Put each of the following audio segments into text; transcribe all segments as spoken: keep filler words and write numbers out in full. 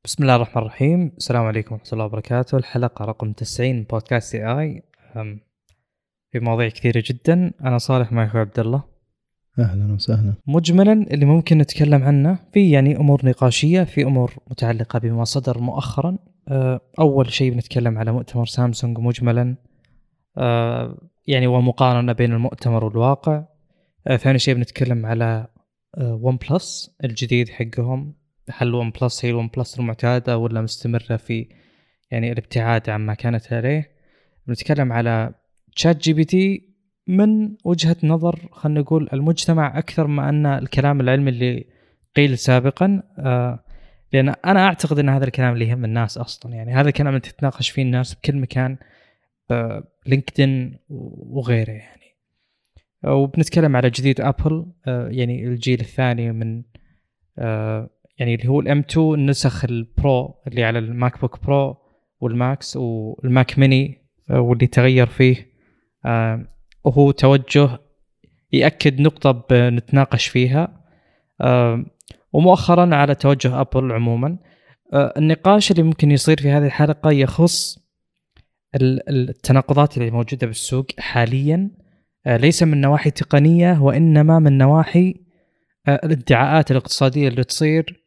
بسم الله الرحمن الرحيم. السلام عليكم ورحمة الله وبركاته. الحلقة رقم تسعين من بودكاست اي اي في مواضيع كثيرة جدا. أنا صالح معي أخوي عبد الله. أهلا وسهلا. مجملا اللي ممكن نتكلم عنه في يعني أمور نقاشية، في أمور متعلقة بما صدر مؤخرا. أول شيء بنتكلم على مؤتمر سامسونج مجملا، يعني ومقارنة بين المؤتمر والواقع. ثاني شيء بنتكلم على ون بلس الجديد حقهم. هل ون بلس هي ون بلس المعتادة ولا مستمرة في يعني الابتعاد عما كانت عليه؟ بنتكلم على تشات جي بي تي من وجهة نظر خلنا نقول المجتمع أكثر ما أن الكلام العلمي اللي قيل سابقا، آه لأن أنا أعتقد أن هذا الكلام اللي يهم الناس أصلا. يعني هذا الكلام اللي تتناقش فيه الناس بكل مكان، آه لينكدين وغيره يعني. وبنتكلم على جديد أبل، آه يعني الجيل الثاني من آه يعني اللي هو الام تو، النسخ البرو اللي على الماك بوك برو والماكس والماك ميني، آه واللي تغير فيه آه وهو توجه يأكد نقطة بنتناقش فيها. آه ومؤخرا على توجه أبل عموما. آه النقاش اللي ممكن يصير في هذه الحلقة يخص التناقضات اللي موجودة بالسوق حاليا، آه ليس من نواحي تقنية وإنما من نواحي آه الادعاءات الاقتصادية اللي تصير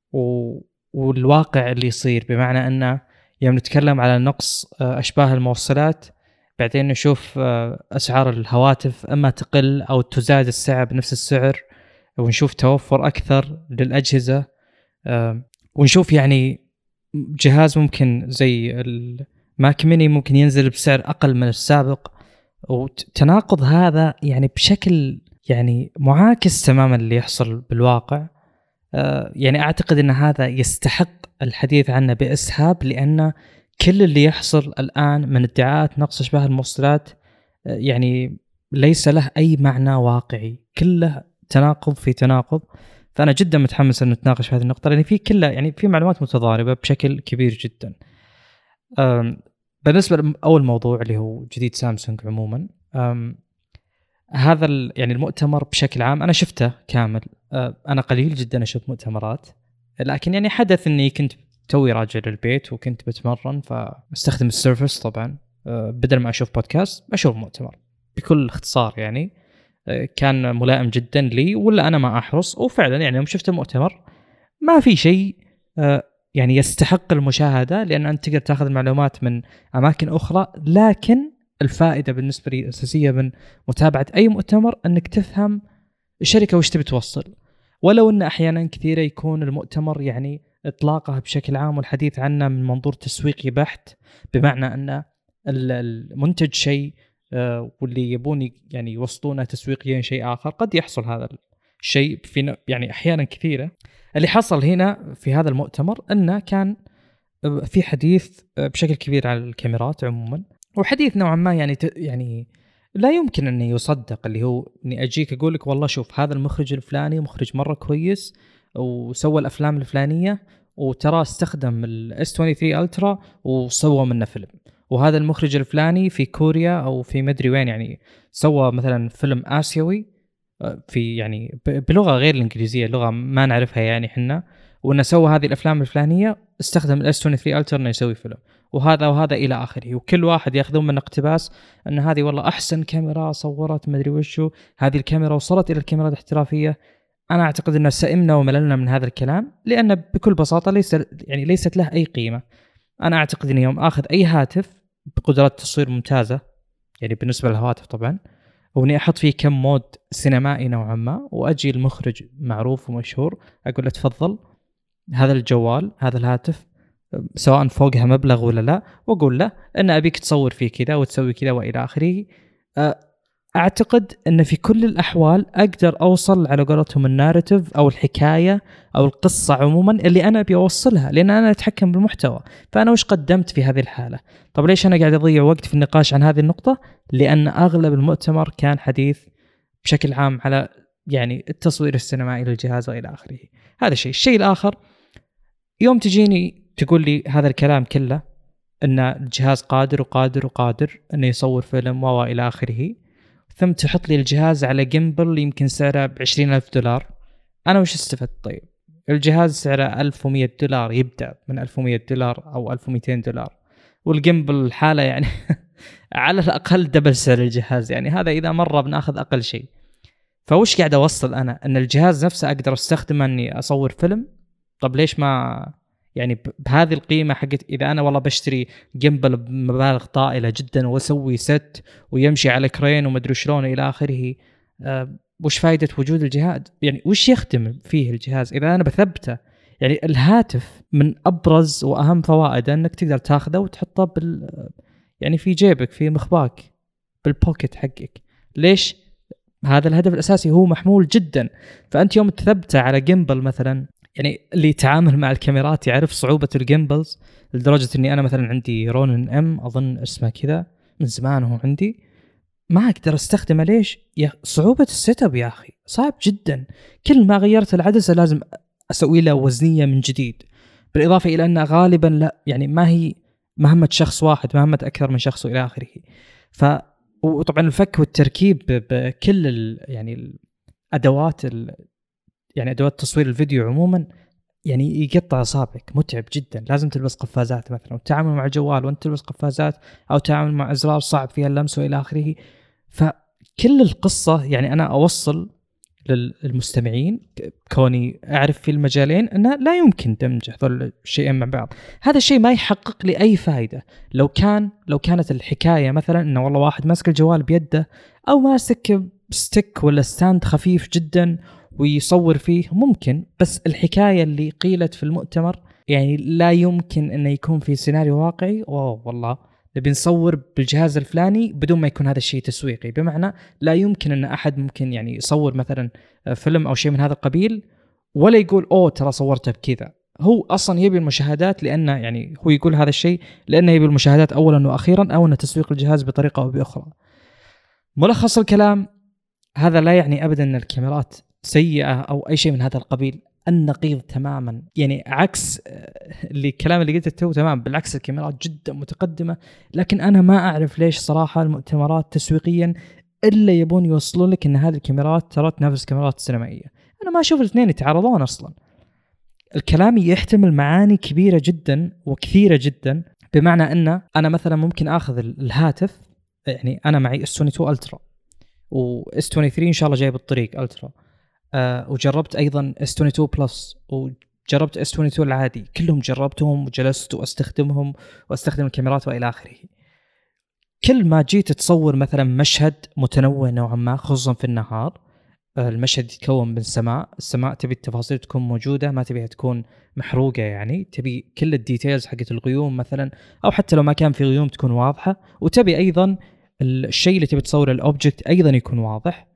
والواقع اللي يصير. بمعنى أنه يوم نتكلم على نقص أشباه الموصلات، بعدين نشوف أسعار الهواتف أما تقل أو تزاد السعر بنفس السعر، ونشوف توفر أكثر للأجهزة، ونشوف يعني جهاز ممكن زي الماك ميني ممكن ينزل بسعر أقل من السابق. وتناقض هذا يعني بشكل يعني معاكس تماما اللي يحصل بالواقع. يعني أعتقد أن هذا يستحق الحديث عنه بإسهاب، لأن كل اللي يحصل الآن من ادعاءات نقص أشباه الموصلات يعني ليس له أي معنى واقعي، كله تناقض في تناقض. فأنا جدا متحمس أن نتناقش في هذه النقطة، لأن في كله يعني في معلومات متضاربة بشكل كبير جدا. بالنسبة لأول موضوع اللي هو جديد سامسونج عموما، هذا يعني المؤتمر بشكل عام أنا شفته كامل. أنا قليل جدا أشوف مؤتمرات، لكن يعني حدث أني كنت توي راجع للبيت وكنت بتمرن فاستخدم السيرفس طبعا، بدل ما أشوف بودكاست أشوف مؤتمر بكل اختصار. يعني كان ملائم جدا لي ولا أنا ما أحرص. وفعلا يعني يوم شفت المؤتمر ما في شيء يعني يستحق المشاهدة، لأن أنت تقدر تأخذ المعلومات من أماكن أخرى. لكن الفائدة بالنسبة لي الأساسية من متابعة أي مؤتمر أنك تفهم الشركة وش تبي توصل، ولو أن أحيانا كثيرة يكون المؤتمر يعني إطلاقه بشكل عام والحديث عنه من منظور تسويقي بحت، بمعنى أن المنتج شيء واللي يبون يعني يوصلونه تسويقيا شيء آخر. قد يحصل هذا الشيء في يعني أحيانا كثيرة. اللي حصل هنا في هذا المؤتمر أنه كان في حديث بشكل كبير على الكاميرات عموما، وحديث نوعا ما يعني يعني لا يمكن أن يصدق، اللي هو إني أجيك أقول لك والله شوف هذا المخرج الفلاني مخرج مرة كويس وسوى الأفلام الفلانية، وترى استخدم ال إس ثلاثة وعشرين ألترا وسوى منه فيلم، وهذا المخرج الفلاني في كوريا أو في مدري وين يعني سوى مثلا فيلم آسيوي في يعني بلغة غير الإنجليزية، لغة ما نعرفها يعني حنا، وأنه سوى هذه الأفلام الفلانية استخدم ال إس ثلاثة وعشرين ألترا إنه يسوي فيلم، وهذا وهذا إلى آخره. وكل واحد يأخذون من اقتباس أن هذه والله أحسن كاميرا صورت مدري وشو، هذه الكاميرا وصلت إلى الكاميرا الاحترافية. أنا أعتقد أن سئمنا ومللنا من هذا الكلام، لأن بكل بساطة ليس يعني ليست له أي قيمة. أنا أعتقد أن يوم أخذ أي هاتف بقدرات تصوير ممتازة يعني بالنسبة للهواتف طبعا، وإني أحط فيه كم مود سينمائي نوعا ما، وأجي المخرج معروف ومشهور أقول له تفضل هذا الجوال هذا الهاتف سواء فوقها مبلغ ولا لا، وأقول له أن أبيك تصور فيه كذا وتسوي كذا وإلى آخره. أعتقد أن في كل الأحوال أقدر أوصل على قولتهم الناريتيف أو الحكاية أو القصة عموما اللي أنا أبي أوصلها، لأن أنا أتحكم بالمحتوى. فأنا وش قدمت في هذه الحالة؟ طب ليش أنا قاعد أضيع وقت في النقاش عن هذه النقطة؟ لأن أغلب المؤتمر كان حديث بشكل عام على يعني التصوير السينمائي للجهاز وإلى آخره. هذا الشيء. الشيء الآخر، يوم تجيني تقول لي هذا الكلام كله أن الجهاز قادر وقادر وقادر أنه يصور فيلم وإلى آخره، ثم تحط لي الجهاز على جيمبل يمكن سعره بعشرين ألف دولار، أنا وش استفدت؟ طيب الجهاز سعره ألف ومية دولار، يبدأ من ألف ومية دولار أو ألف ومئتين دولار، والجيمبل الحالة يعني على الأقل دبل سعر الجهاز. يعني هذا إذا مرة بناخذ أقل شيء. فوش قاعد أوصل أنا؟ أن الجهاز نفسه أقدر أستخدمه أني أصور فيلم. طب ليش ما يعني بهذه القيمة حقت؟ إذا أنا والله بشتري جيمبل بمبالغ طائلة جدا وأسوي ست ويمشي على كرين ومدري شلون إلى آخره، أه وش فايدة وجود الجهاز؟ يعني وش يخدم فيه الجهاز إذا أنا بثبته؟ يعني الهاتف من أبرز وأهم فوائده أنك تقدر تاخذه وتحطه بال يعني في جيبك، في مخباك، بالبوكيت حقك. ليش؟ هذا الهدف الأساسي، هو محمول جدا. فأنت يوم تثبته على جيمبل مثلا، يعني اللي يتعامل مع الكاميرات يعرف صعوبة الجيمبلز، لدرجة أني أنا مثلا عندي رونن ام أظن اسمه كذا، من زمان هو عندي، ما أقدر استخدمه. ليش؟ يا صعوبة السيت اب يا أخي، صعب جدا. كل ما غيرت العدسة لازم أسوي له وزنية من جديد، بالإضافة إلى أنها غالبا لا يعني ما هي مهمة شخص واحد، مهمة أكثر من شخص إلى آخره. ف وطبعا الفك والتركيب بكل ال... يعني الأدوات ال... يعني أدوات تصوير الفيديو عموما يعني يقطع أصابعك، متعب جدا. لازم تلبس قفازات مثلا، والتعامل مع الجوال وأنت تلبس قفازات، أو تعامل مع أزرار صعب فيها اللمس وإلى آخره. فكل القصة يعني أنا أوصل للمستمعين كوني أعرف في المجالين أنه لا يمكن دمج هذول الشيئين مع بعض. هذا الشيء ما يحقق لي أي فائدة. لو كان لو كانت الحكاية مثلا أنه والله واحد ماسك الجوال بيده، أو ماسك ستيك ولا ستاند خفيف جدا ويصور فيه، ممكن. بس الحكاية اللي قيلت في المؤتمر يعني لا يمكن أنه يكون في سيناريو واقعي أوه والله نبي نصور بالجهاز الفلاني بدون ما يكون هذا الشيء تسويقي. بمعنى لا يمكن أن أحد ممكن يعني يصور مثلا فيلم أو شيء من هذا القبيل ولا يقول أوه ترى صورته بكذا. هو أصلا يبي المشاهدات، لأنه يعني هو يقول هذا الشيء لأنه يبي المشاهدات أولا وأخيرا، أو أن تسويق الجهاز بطريقة أو بأخرى. ملخص الكلام، هذا لا يعني أبدا أن الكاميرات سيئة أو أي شيء من هذا القبيل، النقيض تماما. يعني عكس اللي الكلام اللي قلته تو تمام، بالعكس الكاميرات جدا متقدمة. لكن أنا ما أعرف ليش صراحة المؤتمرات تسويقيا إلا يبون يوصلوا لك أن هذه الكاميرات ترى تنافس الكاميرات السينمائية. أنا ما أشوف الاثنين يتعارضون أصلا. الكلام يحتمل معاني كبيرة جدا وكثيرة جدا، بمعنى أن أنا مثلا ممكن أخذ الهاتف، يعني أنا معي إس اثنين وعشرين ألترا و إس اثنين وعشرين إن شاء الله جاي بالطريق ألترا، أه وجربت أيضا إس اثنين وعشرين بلس، وجربت إس اثنين وعشرين العادي، كلهم جربتهم وجلست وأستخدمهم وأستخدم الكاميرات وإلى آخره. كل ما جيت تصور مثلا مشهد متنوع نوعا ما، خصوصا في النهار، المشهد يتكون من سماء، السماء تبي التفاصيل تكون موجودة، ما تبيها تكون محروقة، يعني تبي كل الديتيلز حقت الغيوم مثلا، أو حتى لو ما كان في غيوم تكون واضحة، وتبي أيضا الشيء اللي تبي تصوره الأوبجكت أيضا يكون واضح.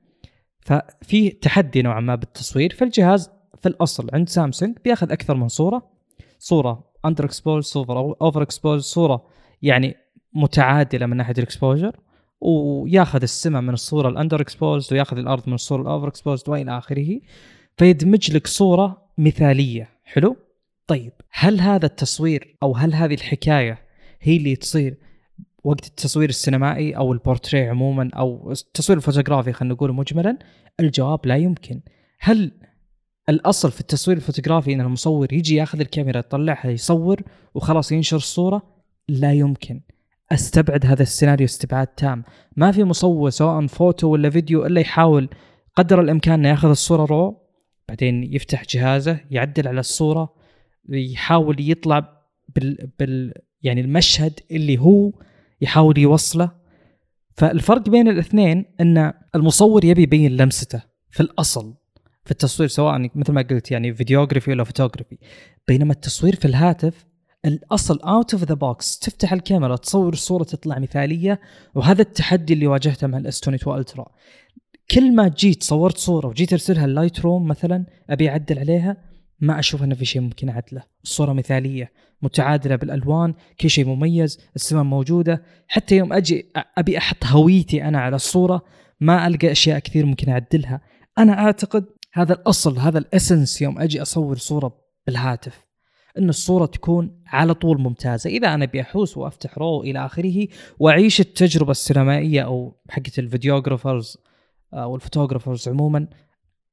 ففي تحدي نوعا ما بالتصوير. فالجهاز في الأصل عند سامسونج بياخذ أكثر من صورة، صورة أندر إكسبوز، صورة أوفر إكسبوز، صورة يعني متعادلة من ناحية الإكسبوجر، وياخذ السماء من الصورة الأندر إكسبوز وياخذ الأرض من الصورة الأوفر إكسبوز وإلى آخره، فيدمج لك صورة مثالية. حلو. طيب هل هذا التصوير أو هل هذه الحكاية هي اللي تصير وقت التصوير السينمائي أو البورتريه عموما أو التصوير الفوتوغرافي خلينا نقول مجملا؟ الجواب لا يمكن. هل الأصل في التصوير الفوتوغرافي أن المصور يجي ياخذ الكاميرا يطلعها يصور وخلاص ينشر الصورة؟ لا يمكن. استبعد هذا السيناريو استبعاد تام. ما في مصور سواء فوتو ولا فيديو إلا يحاول قدر الإمكان أن ياخذ الصورة رو، بعدين يفتح جهازه يعدل على الصورة، يحاول يطلع بال, بال يعني المشهد اللي هو يحاول يوصله. فالفرق بين الاثنين أن المصور يبي يبين لمسته في الأصل في التصوير، سواء مثل ما قلت يعني فيديوغرافي ولا فوتوغرافي، بينما التصوير في الهاتف الأصل out of the box، تفتح الكاميرا تصور الصورة تطلع مثالية. وهذا التحدي اللي واجهته مع الإس اثنين وعشرين ألترا. كل ما جيت صورت صورة وجيت أرسلها اللايت روم مثلا أبي أعدل عليها، ما أشوف أنه في شيء ممكن أعدله. الصورة مثالية متعادلة بالألوان، كل شيء مميز، السماء موجودة. حتى يوم أجي أبي أحط هويتي أنا على الصورة ما ألقى أشياء كثير ممكن أعدلها. أنا أعتقد هذا الأصل، هذا الأسنس يوم أجي أصور صورة بالهاتف، أن الصورة تكون على طول ممتازة. إذا أنا بيحوس وأفتح رو إلى آخره وأعيش التجربة السينمائية أو حقة الفيديوغرافرز أو الفوتوغرافرز عموما،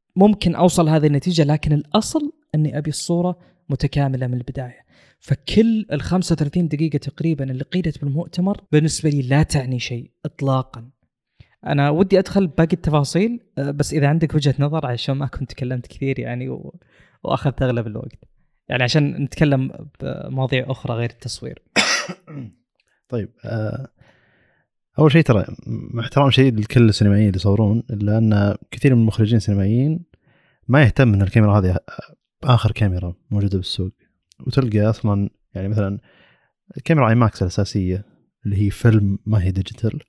ممكن أوصل هذه النتيجة، لكن الأصل أني أبي الصورة متكاملة من البداية. فكل الخمسة وثلاثين دقيقة تقريبا اللي قيدت بالمؤتمر بالنسبة لي لا تعني شيء إطلاقا. أنا ودي أدخل باقي التفاصيل، بس إذا عندك وجهة نظر، عشان ما كنت تكلمت كثير يعني و... وأخذت أغلب الوقت، يعني عشان نتكلم بمواضيع أخرى غير التصوير. طيب أه أول شيء ترى مع احترام شيء لكل السينمائيين اللي يصورون، إلا أن كثير من المخرجين السينمائيين ما يهتم أن الكاميرا هذه آخر كاميرا موجودة بالسوق. وتلقى أصلا يعني مثلا الكاميرا آي ماكس الأساسية اللي هي فيلم ما هي ديجيتال،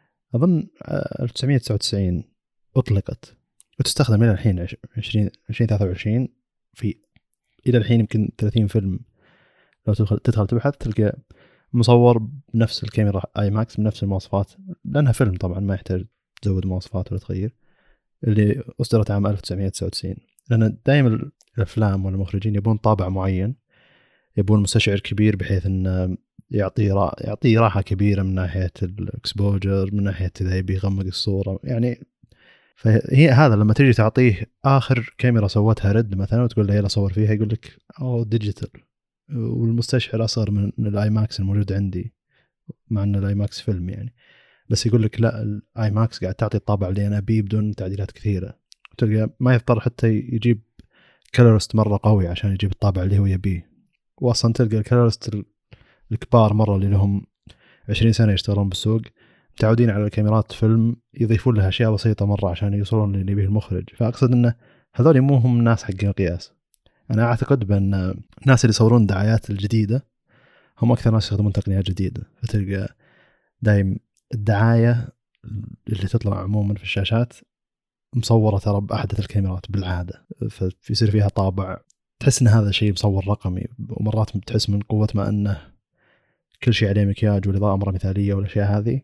أظن ألف وتسعمائة وتسعة وتسعين أطلقت وتستخدم إلى الحين عشرين ثلاثة وعشرين في إلى الحين يمكن ثلاثين فيلم. لو تدخل تدخل تبحث تلقى مصور بنفس الكاميرا آي ماكس بنفس المواصفات، لأنها فيلم طبعا ما يحتاج تزود مواصفات ولا تغير، اللي أصدرت عام ألف وتسعمائة وتسعة وتسعين. لأن دائما الأفلام والمخرجين يبون طابع معين، يبون مستشعر كبير بحيث أن يعطي را... يعطي راحة كبيرة من ناحية الإكسبوجر، من ناحية إذا يبي يغمق الصورة يعني. فهي هذا لما تيجي تعطيه آخر كاميرا سوتها رد مثلا وتقول له يلا صور فيها، يقول لك أوه ديجيتال، والمستشعر أصغر من الآي ماكس الموجود عندي، مع أن الآي ماكس فيلم يعني. بس يقول لك لا، الآي ماكس قاعد تعطي الطابع اللي أنا أبيه بدون تعديلات كثيرة. تلقى ما يضطر حتى يجيب كلرست مرة قوي عشان يجيب الطابع اللي هو يبيه. وأصلا تلقى الكلرست الكبار مرة اللي لهم عشرين سنة يشتغلون بالسوق متعودين على الكاميرات فيلم، يضيفون لها أشياء بسيطة مرة عشان يوصلون اللي يبيه المخرج. فأقصد أنه هذول مو هم الناس حقين القياس. أنا أعتقد بأن الناس اللي يصورون دعايات الجديدة هم أكثر ناس يستخدمون تقنيات جديدة. فتلقى دايم الدعاية اللي تطلع عموما في الشاشات مصورة ترى بأحدث الكاميرات بالعادة، فيصير فيها طابع تحس أن هذا شيء مصور رقمي. ومرات بتحس من قوة ما أنه كل شيء عليه مكياج والإضاءة أمر مثالية والأشياء هذه،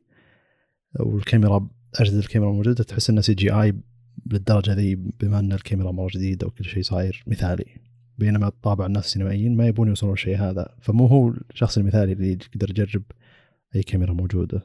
والكاميرا أجدد الكاميرا موجودة تحس أنه سي جي آي بالدرجة ذي، بما أن الكاميرا مرة جديدة وكل شيء صاير مثالي. بينما طابع الناس السينمائيين ما يبون يوصلون الشيء هذا، فمو هو الشخص المثالي اللي يقدر يجرب أي كاميرا موجودة.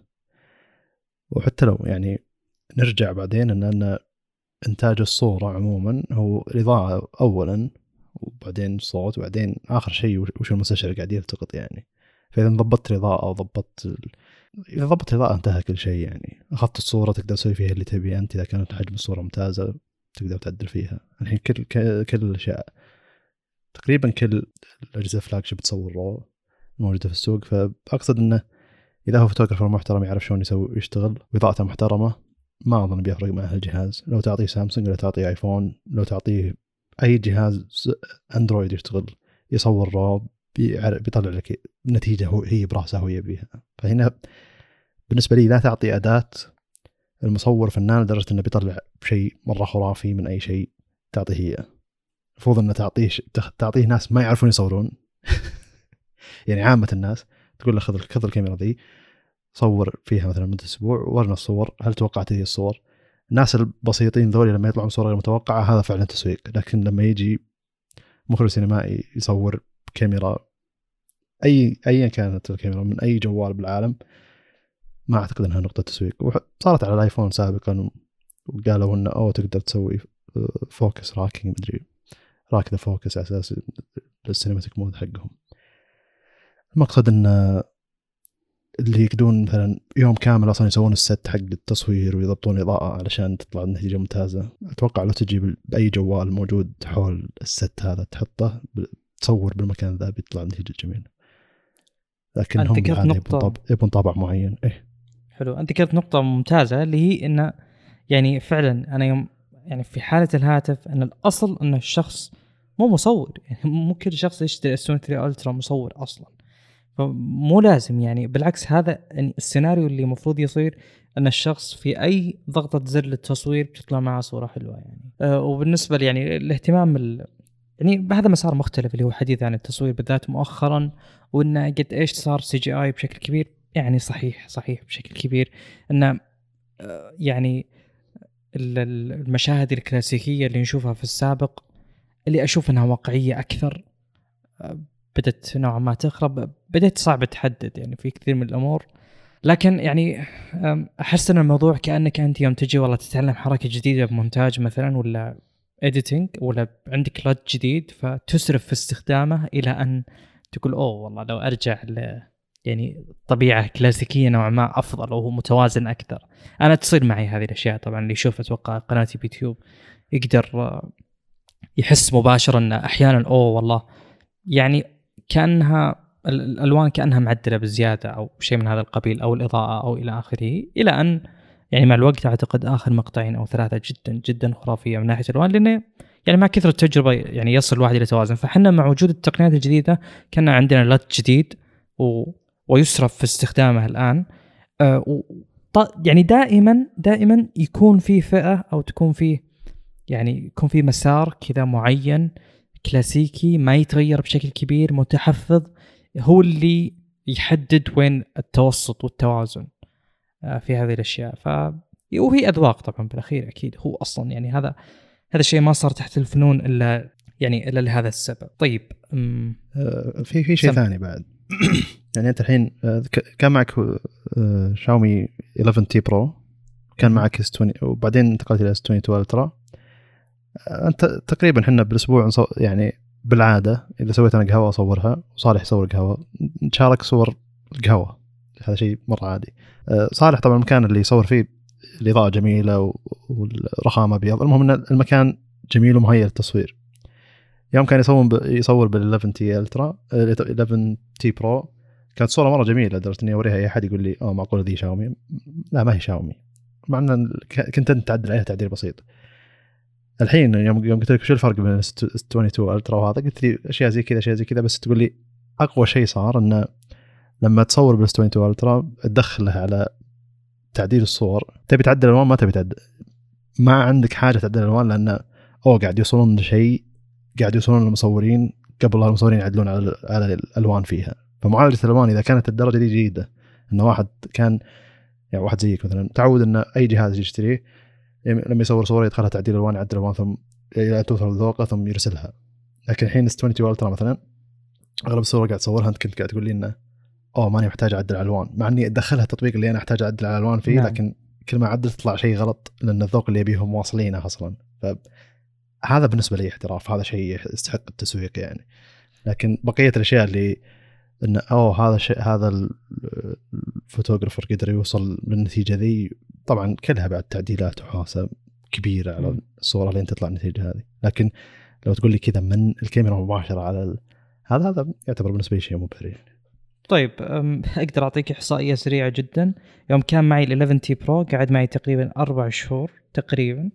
وحتى لو يعني نرجع بعدين أن, أن إنتاج الصورة عموما هو الإضاءة أولا وبعدين الصوت وبعدين آخر شيء وش المستشعر قاعد يلتقط يعني. فإذا ضبطت الإضاءة أو ضبطت ال... إذا ضبطت الإضاءة انتهى كل شيء يعني. أخذت الصورة تقدر تسوي فيها اللي تبي أنت. إذا كانت حجم الصورة ممتازة تقدر تعدل فيها. الحين كل كل الأشياء تقريبا كل الأجهزة فلاج شيب تصور رو موجودة في السوق. فأقصد إنه إذا هو فوتوغرافر محترم يعرف شلون يسوي يشتغل وإضاءته محترمة، ما أظن بيفرق مع الجهاز. لو تعطيه سامسونج، لو تعطيه آيفون، لو تعطيه أي جهاز أندرويد يشتغل يصور رو بيطلع لك نتيجة هي براسها هو يبيها. فهنا بالنسبة لي لا تعطي أداة المصور فنان لدرجة أنه بيطلع شيء مرة خرافي من أي شيء تعطيه هي. المفروض أنه تعطيه تعطيه ناس ما يعرفون يصورون يعني عامة الناس تقول له خذ خذ الكاميرا ذي صور فيها مثلا مدة أسبوع ورنا الصور، هل توقعت هذه الصور؟ الناس البسيطين ذولي لما يطلعون صورة غير متوقعة هذا فعلا تسويق. لكن لما يجي مخرج سينمائي يصور كاميرا أي أيا كانت الكاميرا من أي جوال بالعالم، ما أعتقد أنها نقطة تسويق. وصارت على الآيفون سابقا وقالوا إنه أو تقدر تسوي فوكس راكينج مدري راك ذا فوكس أساس للسينماتيك مود حقهم. المقصد إن اللي يقدرون مثلا يوم كامل أصلا يسوون الست حق التصوير ويضبطون إضاءة علشان تطلع النتيجة ممتازة. أتوقع لو تجي بأي جوال موجود حول الست هذا تحطه تصور بالمكان ذا بيطلع النتيجة جميلة. لكن هم يبون طابع يبون طابع معين. إيه حلو. أنت ذكرت نقطة ممتازة اللي هي إنه يعني فعلا أنا يوم يعني في حالة الهاتف أن الأصل أن الشخص مو مصور، يعني مو كل شخص يشتري اس عشرين ثلاثة ألترا مصور أصلا، فمو لازم يعني. بالعكس هذا يعني السيناريو اللي مفروض يصير أن الشخص في أي ضغطة زر للتصوير بتطلع معه صورة حلوة يعني. أه وبالنسبة يعني الاهتمام ال... يعني بهذا مسار مختلف اللي هو حديث عن التصوير بالذات مؤخرا، وإنه قد إيش صار سي جي آي بشكل كبير. يعني صحيح صحيح بشكل كبير إنه أه يعني المشاهد الكلاسيكية اللي نشوفها في السابق اللي أشوف أنها واقعية أكثر بدت نوعا ما تخرب، بدت صعب تحدد يعني في كثير من الأمور. لكن يعني أحس أن الموضوع كأنك أنت يوم تجي والله تتعلم حركة جديدة بمونتاج مثلا ولا إديتينج ولا عندك لود جديد فتسرف في استخدامه إلى أن تقول أوه والله لو أرجع ل يعني طبيعة كلاسيكية نوعا ما أفضل أو متوازن أكثر. أنا تصير معي هذه الأشياء طبعا. اللي يشوف أتوقع قناتي بيوتيوب يقدر يحس مباشرة أن أحيانا أوه والله يعني كأنها الألوان كأنها معدلة بزيادة أو شيء من هذا القبيل أو الإضاءة أو إلى آخره، إلى أن يعني مع الوقت أعتقد آخر مقطعين أو ثلاثة جدا جدا خرافية من ناحية الألوان، لأنه يعني مع كثرة التجربة يعني يصل الواحد إلى توازن. فحنا مع وجود التقنيات الجديدة كان عندنا لت جديد و... ويسرف في استخدامه الآن. أه و... يعني دائما دائما يكون في فئة أو تكون فيه يعني يكون في مسار كذا معين كلاسيكي ما يتغير بشكل كبير متحفظ، هو اللي يحدد وين التوسط والتوازن في هذه الأشياء. ف وهي أذواق طبعا بالأخير أكيد، هو أصلا يعني هذا هذا الشيء ما صار تحت الفنون إلا يعني إلا لهذا السبب. طيب أم... آه في في شيء ثاني بعد يعني أنت الحين آه كان معك آه شاومي إحدى عشر تي برو، كان معك اس عشرين وبعدين انتقلت إلى اس عشرين تو الترا. آه أنت تقريبا حنا بالأسبوع يعني بالعادة إذا سويت أنا قهوة أصورها وصالح يصور قهوة، نشارك صور القهوة، هذا شيء مرة عادي. آه صالح طبعا المكان اللي يصور فيه الإضاءة جميلة والرخامة أبيض، المهم أن المكان جميل ومهيئ للتصوير. يوم كان يصور ب... يصور بال إحدى عشر تي الترا إحدى عشر تي برو، كانت صورة مرة جميلة لدرجة إني أوريها أي أحد يقول لي أه معقولة ذي شاومي؟ لا ما هي شاومي، مع أن كنت أنت تعدل عليها تعديل بسيط. الحين يوم يوم قلت لك شو الفرق بين اس اثنين وعشرين الترا وهذا، قلت لي أشياء زي كذا أشياء زي كذا، بس تقول لي أقوى شيء صار إنه لما تصور بال اثنين وعشرين الترا تدخلها على تعديل الصور، تبي تعدل الألوان ما تبي تعدل، ما عندك حاجة تعدل الألوان، لأن أو قاعد يوصلون لشيء قاعد يوصلون للمصورين قبل المصورين يعدلون على على الألوان فيها. فمعالجة الألوان إذا كانت الدرجة دي جيدة، إنه واحد كان يعني واحد زيك مثلا تعود إن أي جهاز يشتريه لما يصور صورة يدخلها تعديل الألوان يعدل الألوان ثم إلى توصل لذوقه ثم يرسلها. لكن الحين اس عشرين الترا مثلا أغلب الصور قاعد تصورها أنت كنت قاعد تقول لي إنه أوه ماني محتاج أعدل على الألوان، مع إني أدخلها التطبيق اللي أنا أحتاج أعدل على الألوان فيه. نعم. لكن كل ما عدل تطلع شيء غلط لأن الذوق اللي يبيهم واصلينه أصلا. فهذا بالنسبة لي احتراف، هذا شيء يستحق التسويق يعني. لكن بقية الأشياء اللي إن أوه هذا شيء هذا الفوتوغرافر قدر يوصل للنتيجة ذي، طبعا كلها بعد تعديلات وحاسة كبيرة على م. الصورة اللي تطلع النتيجة هذه. لكن لو تقول لي كذا من الكاميرا مباشرة على ال... هذا هذا يعتبر بالنسبة لي شيء مبهر يعني. طيب أقدر أعطيك إحصائية سريعة جدا. يوم كان معي ال إحدى عشر تي برو قعد معي تقريبا أربع شهور تقريبا.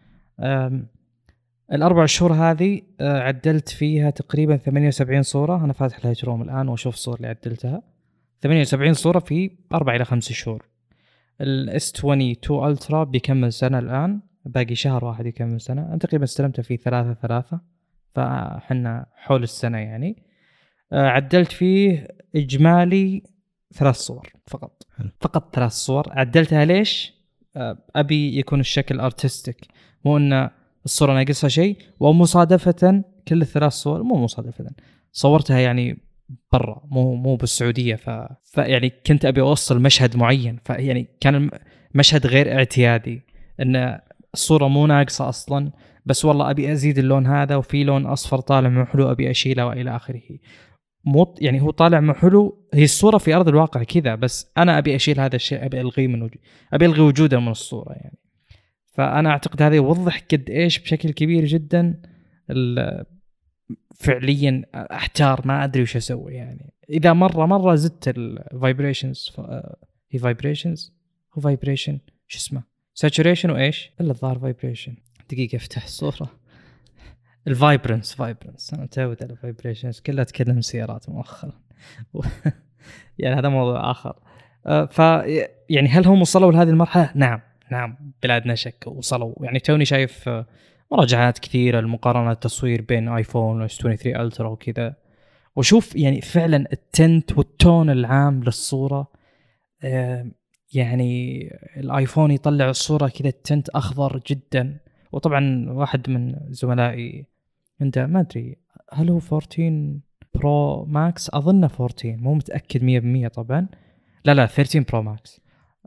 الأربع شهور هذه عدلت فيها تقريبا ثمانية وسبعين صورة. أنا فاتح الهيت روم الآن وأشوف الصور اللي عدلتها، ثمانية وسبعين صورة في أربع إلى خمس شهور. ال إس اثنين وعشرين الترا بيكمل سنة الآن، باقي شهر واحد يكمل سنة. أنا تقريبا استلمته في ثلاثة ثلاثة، فحنا حول السنة يعني. عدلت فيه إجمالي ثلاث صور فقط. فقط ثلاث صور عدلتها. ليش؟ أبي يكون الشكل أرتستيك، مو أن الصورة ناقصها شيء. ومصادفة كل الثلاث صور مو مصادفة صورتها يعني برا، مو مو بالسعودية. ف... فيعني كنت أبي أوصل مشهد معين، فيعني كان مشهد غير اعتيادي، أن الصورة مو ناقصة أصلا، بس والله أبي أزيد اللون هذا وفي لون أصفر طالع مو حلو أبي أشيله وإلى آخره. مو يعني هو طالع مو حلو، هي الصورة في أرض الواقع كذا، بس أنا أبي أشيل هذا الشيء، أبي ألغيه من وجود، أبي ألغي وجوده من الصورة يعني. فأنا أعتقد هذا يوضح قد إيش بشكل كبير جدا فعليا أحتار ما أدري وش أسوي يعني. إذا مرة مرة زدت الفايبريشنز، هي فايبريشنز هو فايبريشن شو اسمه ساتوريشن وإيش إلا الظاهر فايبريشن. دقيقة افتح الصورة. الفايبرنس فايبرنس أنا متعود على فايبريشنز، كلها أتكلم سيارات مؤخرا يعني هذا موضوع آخر. ف يعني هل هم وصلوا لهذه المرحلة؟ نعم نعم بلادنا شك وصلوا يعني. توني شايف مراجعات كثيرة المقارنة التصوير بين آيفون و ثلاثة وعشرين ألترا وكذا، وشوف يعني فعلا التنت والتون العام للصورة. يعني الآيفون يطلع الصورة كذا التنت أخضر جدا. وطبعا واحد من زملائي انت ما ادري هل هو أربعة عشر برو ماكس، اظن أربعة عشر مو متاكد مية بالمية طبعا، لا لا ثلاثة عشر برو ماكس.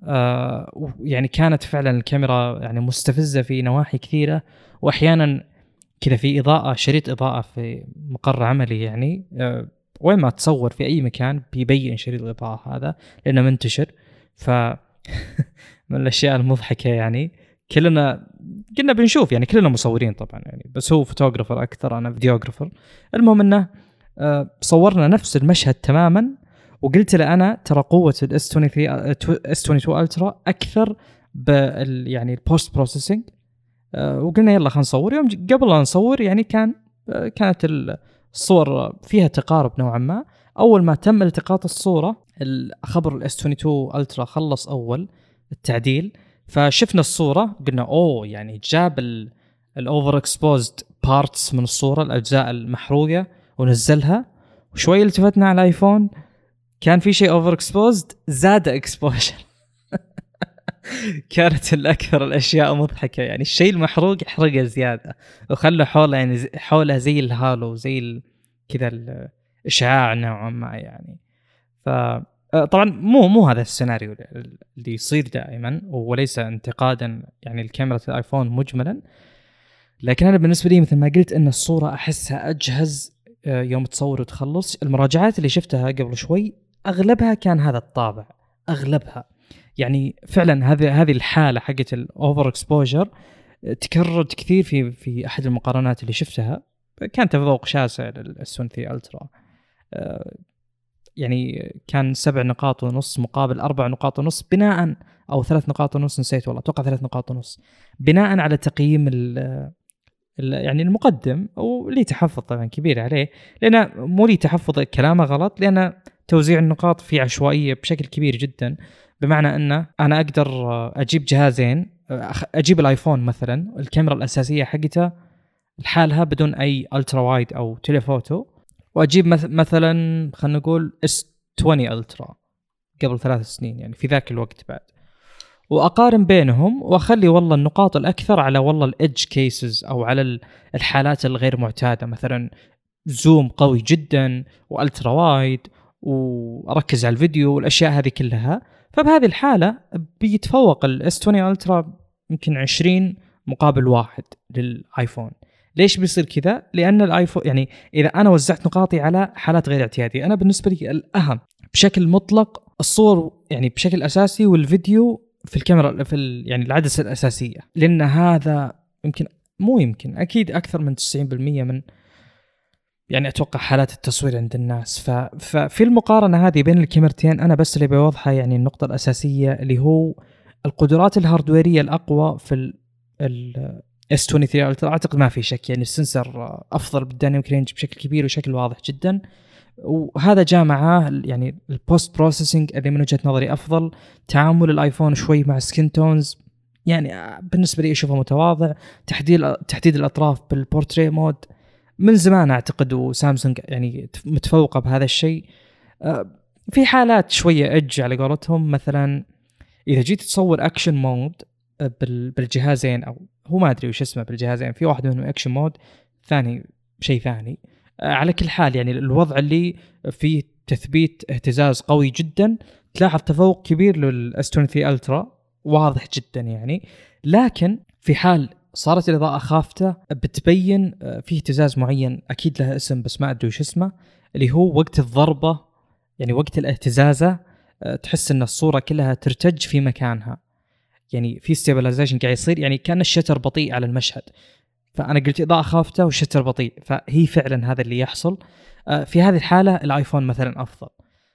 آه يعني كانت فعلا الكاميرا يعني مستفزه في نواحي كثيره، واحيانا كذا في إضاءة، شريط إضاءة في مقر عملي يعني أه وين ما تصور في أي مكان بيبين شريط الإضاءة هذا لأنه منتشر. ف من الأشياء المضحكة يعني كلنا قلنا بنشوف يعني كلنا مصورين طبعا يعني، بس هو فوتوغرافر أكثر أنا فيديوغرافر. المهم إنه أه صورنا نفس المشهد تماما، وقلت له أنا ترى قوة ال إس اثنين وعشرين ألترا أكثر بال يعني البوست بروسيسنج. أه وقلنا يلا خلينا نصور. يوم قبل لا نصور يعني كان أه كانت الصور فيها تقارب نوعا ما. أول ما تم التقاط الصورة الخبر ال إس اثنين وعشرين ألترا خلص أول التعديل، فشفنا الصورة قلنا أوه يعني جاب الأوفر اكسبوزد بارتس من الصورة، الأجزاء المحروقة، ونزلها. وشوي التفتنا على الآيفون كان في شيء اوفر اكسبوزد زاد اكسبوجر. كانت الأكثر الأشياء مضحكة يعني الشيء المحروق حرقه زيادة وخلى حوله يعني حوله زي الهالو زي كذا الإشعاع نوعا ما يعني. فطبعا مو مو هذا السيناريو اللي يصير دائما، وليس انتقادا يعني الكاميرا الآيفون مجملا، لكن أنا بالنسبة لي مثل ما قلت أن الصورة أحسها أجهز يوم تصور وتخلص. المراجعات اللي شفتها قبل شوي أغلبها كان هذا الطابع، أغلبها يعني فعلا هذه هذه الحالة حقت الأوفر إكسبوجر تكررت كثير في في أحد المقارنات اللي شفتها. كان تفوق شاسع للإس اثنين ألترا، يعني كان سبع نقاط ونص مقابل أربع نقاط ونص بناء أو ثلاث نقاط ونص نسيت والله أتوقع ثلاث نقاط ونص بناء على تقييم ال يعني المقدم، ولي تحفظ طبعا كبير عليه لأنه مو لي تحفظ كلامه غلط، لأن توزيع النقاط فيه عشوائية بشكل كبير جدا. بمعنى أنه أنا أقدر أجيب جهازين، أجيب الآيفون مثلا الكاميرا الأساسية حقتها لحالها بدون أي ألترا وايد أو تيليفوتو، وأجيب مثلا خلنا نقول إس عشرين ألترا قبل ثلاث سنين يعني في ذاك الوقت بعد، وأقارن بينهم وأخلي والله النقاط الأكثر على والله الإدج كيسز أو على الحالات الغير معتادة، مثلا زوم قوي جدا وألترا وايد وأركز على الفيديو والأشياء هذه كلها. فبهذه الحالة بيتفوق الإس عشرين ألترا يمكن عشرين مقابل واحد للآيفون. ليش بيصير كذا؟ لأن الآيفون يعني إذا أنا وزعت نقاطي على حالات غير اعتيادية، أنا بالنسبة لي الأهم بشكل مطلق الصور يعني بشكل أساسي والفيديو في الكاميرا في ال يعني العدسة الأساسية، لأن هذا يمكن مو يمكن أكيد أكثر من تسعين بالمئة من يعني أتوقع حالات التصوير عند الناس. ففي المقارنة هذه بين الكاميرتين أنا بس اللي بوضحها يعني النقطة الأساسية اللي هو القدرات الهاردويرية الأقوى في ال ال إس ثلاثين ألترا. أعتقد ما في شك يعني السنسر أفضل بالديناميك رينج بشكل كبير وشكل واضح جدا، وهذا جاء معاه يعني البوست بروسيسنج اللي من وجهة نظري أفضل. تعامل الآيفون شوي مع سكين تونز يعني بالنسبة لي أشوفه متواضع. تحديد تحديد الأطراف بالبورتري مود من زمان أعتقد وسامسونج يعني متفوقة بهذا الشيء. في حالات شوية إدج على قولتهم، مثلا إذا جيت تصور أكشن مود بالجهازين أو هو ما أدري وش اسمه بالجهازين، في واحد منهم أكشن مود ثاني شيء ثاني. على كل حال يعني الوضع اللي فيه تثبيت اهتزاز قوي جدا تلاحظ تفوق كبير للإس ثلاثين ألترا واضح جدا يعني. لكن في حال صارت الإضاءة خافتة بتبين فيه اهتزاز معين أكيد له اسم بس ما أدري وش اسمه، اللي هو وقت الضربة يعني وقت الاهتزازة تحس أن الصورة كلها ترتج في مكانها، يعني في ستابلايزيشن قاعد يصير يعني كان الشتر بطيء على المشهد. فأنا قلت إضاءة خافتة والشتر بطيء، فهي فعلا هذا اللي يحصل في هذه الحالة. الآيفون مثلا أفضل.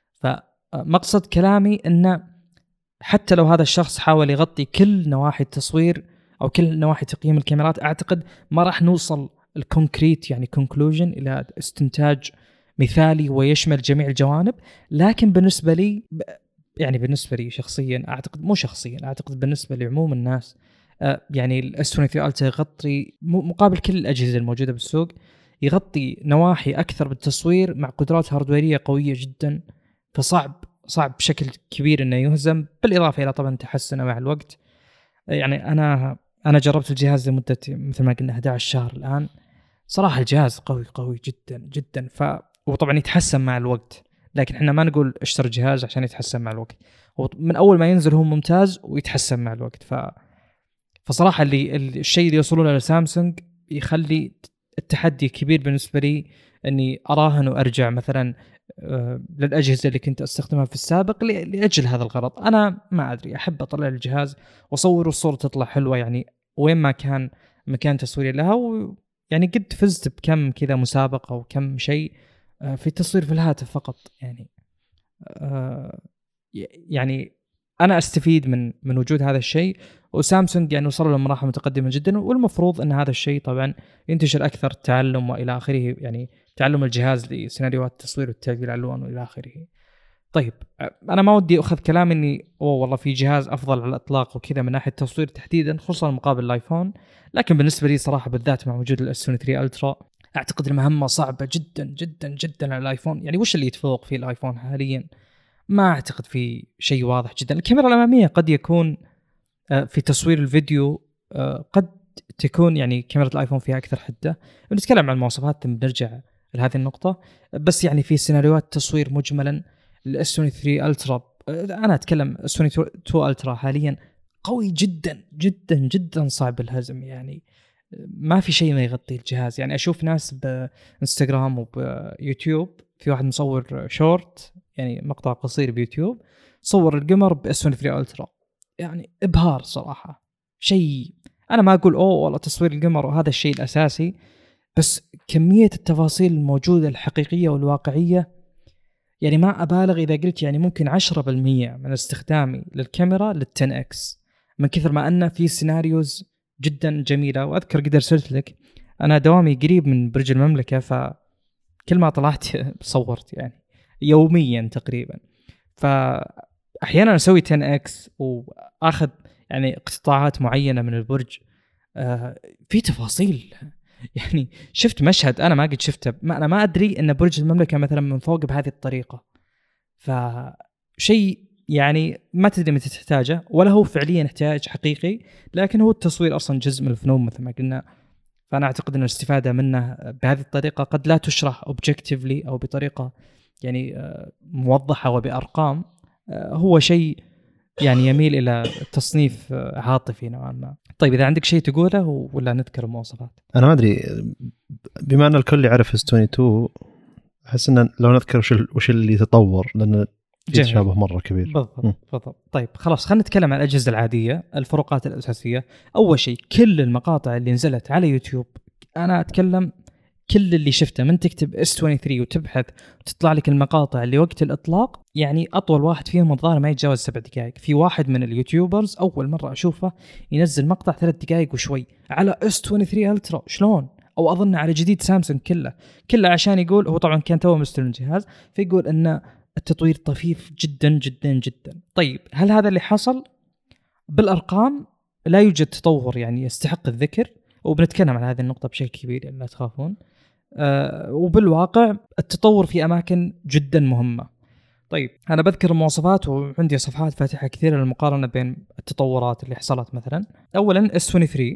فمقصد كلامي أن حتى لو هذا الشخص حاول يغطي كل نواحي التصوير أو كل نواحي تقييم الكاميرات، أعتقد ما راح نوصل الكونكريت يعني كونكلوجن إلى استنتاج مثالي ويشمل جميع الجوانب. لكن بالنسبة لي يعني بالنسبة لي شخصيا أعتقد مو شخصيا أعتقد بالنسبة لعموم الناس يعني الإس ثلاثين ألترا يغطي مقابل كل الأجهزة الموجودة بالسوق يغطي نواحي أكثر بالتصوير مع قدرات هاردويرية قوية جدا، فصعب صعب بشكل كبير إنه يهزم. بالإضافة إلى طبعا تحسنه مع الوقت. يعني أنا أنا جربت الجهاز لمدة مثل ما قلنا أحد عشر شهر الآن، صراحة الجهاز قوي قوي جدا جدا. ف وطبعا يتحسن مع الوقت، لكن إحنا ما نقول اشتري جهاز عشان يتحسن مع الوقت، ومن أول ما ينزل هو ممتاز ويتحسن مع الوقت. ف فصراحة اللي الشيء اللي يوصلونه لسامسونج يخلي التحدي كبير بالنسبة لي أني أراهن وأرجع مثلا للأجهزة اللي كنت أستخدمها في السابق لأجل هذا الغرض. أنا ما أدري، أحب أطلع الجهاز وأصور والصورة تطلع حلوة يعني وين ما كان مكان تصويري لها. ويعني قد فزت بكم كذا مسابقة وكم شيء في التصوير في الهاتف فقط. يعني يعني أنا أستفيد من من وجود هذا الشيء. وسامسونج يعني وصلوا لمراحل متقدمة جدا، والمفروض أن هذا الشيء طبعا ينتشر أكثر، تعلم وإلى آخره، يعني تعلم الجهاز لسيناريوهات التصوير والتعديل على الألوان وإلى آخره. طيب أنا ما ودي أخذ كلام إني أوه والله في جهاز أفضل على الإطلاق وكذا من ناحية التصوير تحديدا، خصوصا مقابل الآيفون. لكن بالنسبة لي صراحة بالذات مع وجود الإس عشرين ثري ألترا أعتقد المهمة صعبة جدا جدا جدا على الآيفون. يعني وش اللي يتفوق فيه الآيفون حاليا؟ ما أعتقد في شيء واضح جدا. الكاميرا الأمامية قد يكون في تصوير الفيديو قد تكون يعني كاميرا الآيفون فيها أكثر حدة. بنتكلم عن المواصفات بنرجع لهذه النقطة. بس يعني في سيناريوهات تصوير مجملا الإس عشرين ثري ألترا، أنا أتكلم إس عشرين تو ألترا حاليا قوي جدا جدا جدا صعب الهزم. يعني ما في شيء ما يغطي الجهاز. يعني أشوف ناس بإنستغرام وبيوتيوب، في واحد مصور شورت يعني مقطع قصير بيوتيوب صور القمر بإس عشرين ثري ألترا، يعني إبهار صراحة. شيء أنا ما أقول أوه والله تصوير القمر وهذا الشيء الأساسي، بس كمية التفاصيل الموجودة الحقيقية والواقعية يعني ما أبالغ إذا قلت يعني ممكن عشرة بالمية من استخدامي للكاميرا للتن إكس، من كثر ما أن في سيناريوز جدا جميلة. وأذكر قد أرسلت لك أنا دوامي قريب من برج المملكة، فكل ما طلعت صورت يعني يوميا تقريبا. فأحيانا أسوي تن إكس وأخذ يعني اقتطاعات معينة من البرج، آه في تفاصيل. يعني شفت مشهد أنا ما قد شفته، ما أنا ما أدري أن برج المملكة مثلا من فوق بهذه الطريقة. فشيء يعني ما تدري متى تحتاجه، ولا هو فعليا احتياج حقيقي، لكن هو التصوير أصلا جزء من الفنون مثل ما قلنا. فأنا أعتقد أن الاستفادة منه بهذه الطريقة قد لا تشرح objectively أو بطريقة يعني موضحة وبأرقام، هو شيء يعني يميل إلى تصنيف عاطفي نوعا ما. طيب إذا عندك شيء تقوله ولا نذكر المواصفات؟ أنا ما أدري، بما أن الكل يعرف إس اثنين وعشرين أحس أن لو نذكر وش وش اللي تطور، لأن في تشابه مرة كبير. بالضبط بالضبط. طيب خلاص خلينا نتكلم عن الأجهزة العادية، الفروقات الأساسية. أول شيء كل المقاطع اللي نزلت على يوتيوب، أنا أتكلم كل اللي شفته من تكتب إس عشرين ثري وتبحث وتطلع لك المقاطع اللي وقت الإطلاق، يعني أطول واحد فيهم الظاهر ما يتجاوز سبع دقائق. في واحد من اليوتيوبرز أول مرة أشوفه ينزل مقطع ثلاث دقائق وشوي على إس عشرين ثري ألترا. شلون؟ أو أظن على جديد سامسونج كله كله عشان يقول هو طبعا كان توه مستلم الجهاز، فيقول أن التطوير طفيف جدا جدا جدا. طيب هل هذا اللي حصل؟ بالأرقام لا يوجد تطور يعني يستحق الذكر، وبنتكلم عن هذه النقطة بشكل كبير يعني لا تخافون. أه وبالواقع التطور في أماكن جدا مهمة. طيب أنا بذكر المواصفات وعندي صفحات فاتحة كثيرة للمقارنة بين التطورات اللي حصلت. مثلا أولا إس عشرين ثري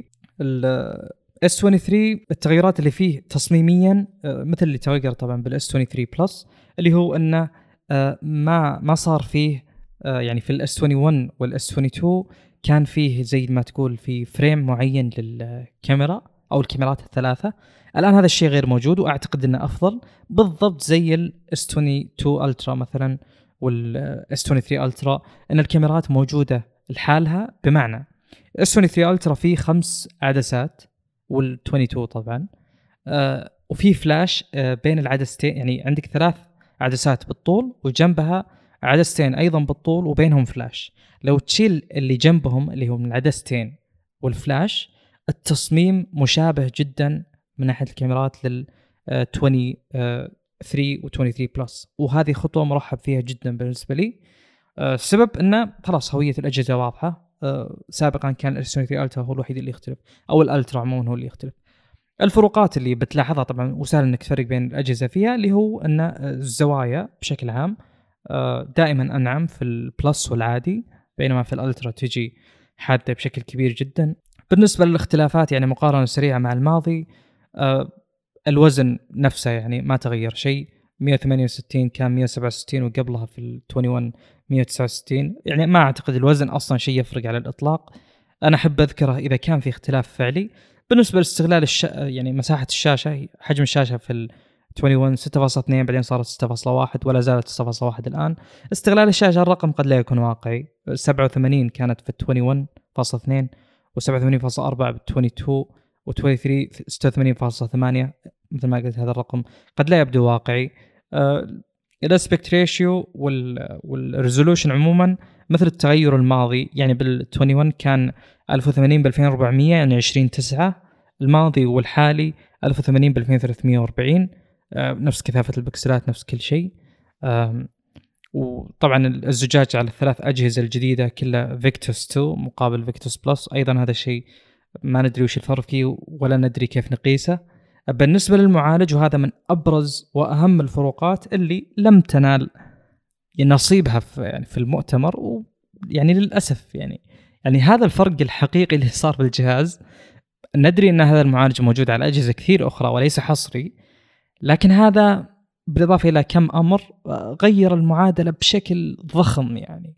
إس عشرين ثري التغيرات اللي فيه تصميميا مثل اللي تغير طبعا بالإس عشرين ثري بلس، اللي هو أنه ما ما صار فيه يعني في الإس واحد وعشرين والإس اثنين وعشرين كان فيه زي ما تقول في فريم معين للكاميرا أو الكاميرات الثلاثة. الآن هذا الشيء غير موجود، وأعتقد أنه أفضل بالضبط زي الإس اثنين وعشرين ألترا مثلا والإس عشرين ثري ألترا، أن الكاميرات موجودة لحالها. بمعنى إس عشرين ثري ألترا فيه خمس عدسات وال اثنين وعشرين طبعا، آه وفي فلاش آه بين العدستين، يعني عندك ثلاث عدسات بالطول وجنبها عدستين أيضا بالطول وبينهم فلاش. لو تشيل اللي جنبهم اللي هم العدستين والفلاش، التصميم مشابه جدا من ناحية الكاميرات لل اثنين وعشرين و اثنين وعشرين بلس، وهذه خطوة مرحب فيها جدا بالنسبة لي. السبب أنه خلاص هوية الأجهزة واضحة. سابقا كان الإس عشرين ثري ألترا هو الوحيد اللي يختلف، أو الألترا عموما هو اللي يختلف. الفروقات اللي بتلاحظها طبعا وسهل انك تفرق بين الاجهزه فيها، اللي هو ان الزوايا بشكل عام دائما انعم في البلس والعادي، بينما في الالترا تجي حاده بشكل كبير جدا. بالنسبه للاختلافات يعني مقارنه سريعه مع الماضي، الوزن نفسه يعني ما تغير شيء، مية وثمانية وستين كان مية وسبعة وستين، وقبلها في ال واحد وعشرين مية وتسعة وستين. يعني ما اعتقد الوزن اصلا شيء يفرق على الاطلاق. انا احب اذكره اذا كان في اختلاف فعلي، بالنسبه لاستغلال الش... يعني مساحه الشاشه، حجم الشاشه في ال واحد وعشرين ستة فاصلة اثنين بعدين صارت ستة فاصلة واحد ولا زالت ستة فاصلة واحد الان. استغلال الشاشه الرقم قد لا يكون واقعي. سبعة وثمانين كانت في واحد وعشرين فاصلة اثنين وسبعة وثمانين فاصلة أربعة ب اثنين وعشرين و23 ستة وثمانين فاصلة ثمانية. مثل ما قلت هذا الرقم قد لا يبدو واقعي. الاسبكت ريشيو والريزولوشن عموما مثل التغير الماضي، يعني بال واحد وعشرين كان ألف وثمانين ب ألفين وأربعمية يعني عشرين تسعة الماضي، والحالي ألف وثمانين ب ألفين وثلاثمية وأربعين، نفس كثافة البكسلات نفس كل شيء. وطبعا الزجاج على الثلاث أجهزة الجديدة كلها فيكتوس اثنين مقابل فيكتوس بلس، أيضا هذا الشيء ما ندري وش الفرق فيه ولا ندري كيف نقيسه. بالنسبة للمعالج، وهذا من أبرز وأهم الفروقات اللي لم تنال نصيبها في يعني في المؤتمر، ويعني للأسف يعني يعني هذا الفرق الحقيقي اللي صار في الجهاز. ندري أن هذا المعالج موجود على أجهزة كثير أخرى وليس حصري، لكن هذا بالإضافة إلى كم أمر غير المعادلة بشكل ضخم. يعني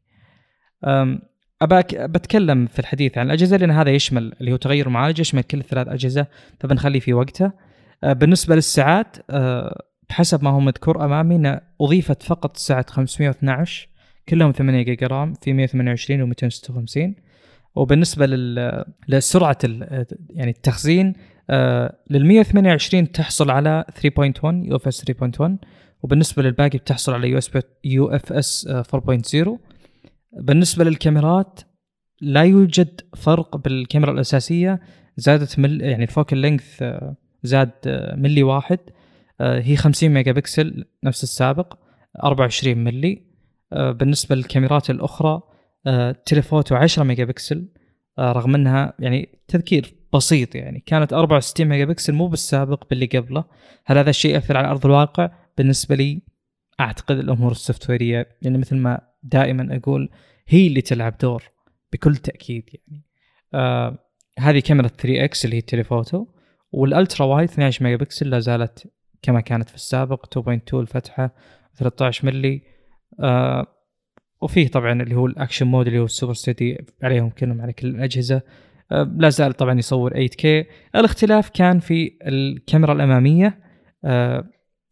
أباك بتكلم في الحديث عن الأجهزة لأن هذا يشمل اللي هو تغير المعالج، يشمل كل الثلاث أجهزة، فبنخلي في وقتها. بالنسبة للساعات، بحسب ما هو مذكور أمامي أضيفت فقط ساعة خمسمية واثناشر كلهم ثمانية جيجا رام في مية وثمانية وعشرين و مئتين وستة وخمسين. وبالنسبة لل لسرعة يعني التخزين، لل مية وثمانية وعشرين تحصل على ثلاثة نقطة واحد يو اف اس ثلاثة نقطة واحد، وبالنسبة للباقي بتحصل على يو اف اس أربعة نقطة صفر. بالنسبة للكاميرات لا يوجد فرق بالكاميرا الأساسية، زادت مل يعني الفوكال لينث زاد ملي واحد، هي خمسين ميجا بكسل نفس السابق، أربعة وعشرين ملي. بالنسبة للكاميرات الأخرى تليفوتو عشرة ميجا بكسل، رغم أنها يعني تذكير بسيط، يعني كانت أربعة وستين ميجا بكسل مو بالسابق باللي قبله. هل هذا الشيء يأثر على أرض الواقع؟ بالنسبة لي أعتقد الأمور السوفتويرية يعني مثل ما دائما أقول هي اللي تلعب دور بكل تأكيد. يعني آه هذه كاميرا ثري إكس اللي هي التليفوتو، والألترا وايد اثني عشر ميجا بكسل لا زالت كما كانت في السابق، اثنين نقطة اثنين الفتحة، ثلاثة عشر ملي. آه وفيه طبعا اللي هو الأكشن مود اللي هو السوبر ستيدي عليهم كلهم على كل الأجهزة. آه لا زال طبعا يصور ثمانية كي. الاختلاف كان في الكاميرا الأمامية. آه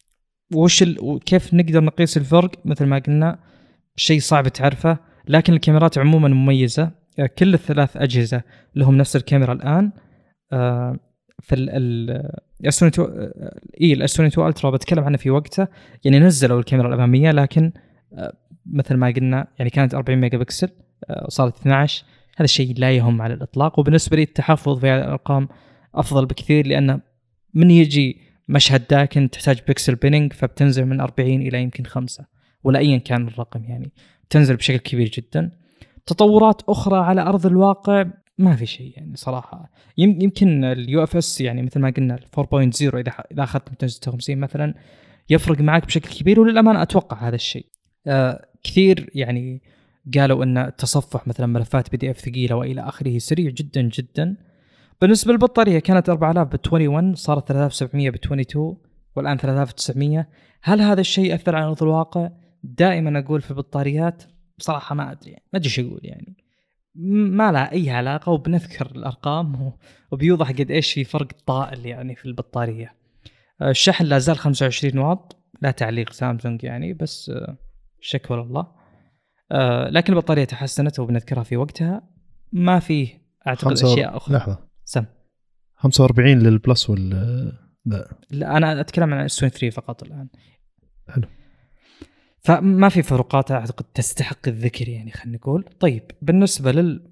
وش وكيف نقدر نقيس الفرق؟ مثل ما قلنا شيء صعب تعرفه، لكن الكاميرات عموما مميزة. آه كل الثلاث أجهزة لهم نفس الكاميرا الآن. آه في الاس عشرين اي الاس عشرين الترا بتكلم عنه في وقته، يعني نزلوا الكاميرا الاماميه، لكن مثل ما قلنا يعني كانت أربعين ميجا بكسل صارت اثني عشر. هذا الشيء لا يهم على الاطلاق، وبالنسبه لي التحفظ في الارقام افضل بكثير، لان من يجي مشهد داكن تحتاج بيكسل بيننج فبتنزل من أربعين الى يمكن خمسة ولا ايا كان الرقم، يعني تنزل بشكل كبير جدا. تطورات اخرى على ارض الواقع ما في شيء يعني صراحة. يمكن اليو اف اس يعني مثل ما قلنا أربعة نقطة صفر إذا إذا أخذت مئتين وستة وخمسين مثلا يفرق معك بشكل كبير، وللأمانة أتوقع هذا الشيء. آه كثير يعني قالوا أن التصفح مثلا ملفات بي دي اف ثقيلة وإلى آخره سريع جدا جدا. بالنسبة للبطارية كانت أربعة آلاف ب واحد وعشرين صارت ثلاثة آلاف وسبعمية ب اثنين وعشرين والآن ثلاثة آلاف وتسعمية. هل هذا الشيء أثر على أرض الواقع؟ دائما أقول في البطاريات بصراحة ما أدري، ما أدري شو أقول، يعني ما لها أي علاقة، وبنذكر الأرقام وبيوضح قد إيش في فرق طائل يعني في البطارية. الشحن لا زال خمسة وعشرين واط، لا تعليق سامسونج يعني، بس شكوى لله. لكن البطارية تحسنت وبنذكرها في وقتها. ما فيه أعتقد أشياء أخرى. لحظة سم خمسة وأربعين للبلس وال لا. لا أنا أتكلم عن اس ثلاثة فقط الآن. حلو. فما في فروقات أعتقد تستحق الذكر يعني خلينا نقول. طيب بالنسبة لل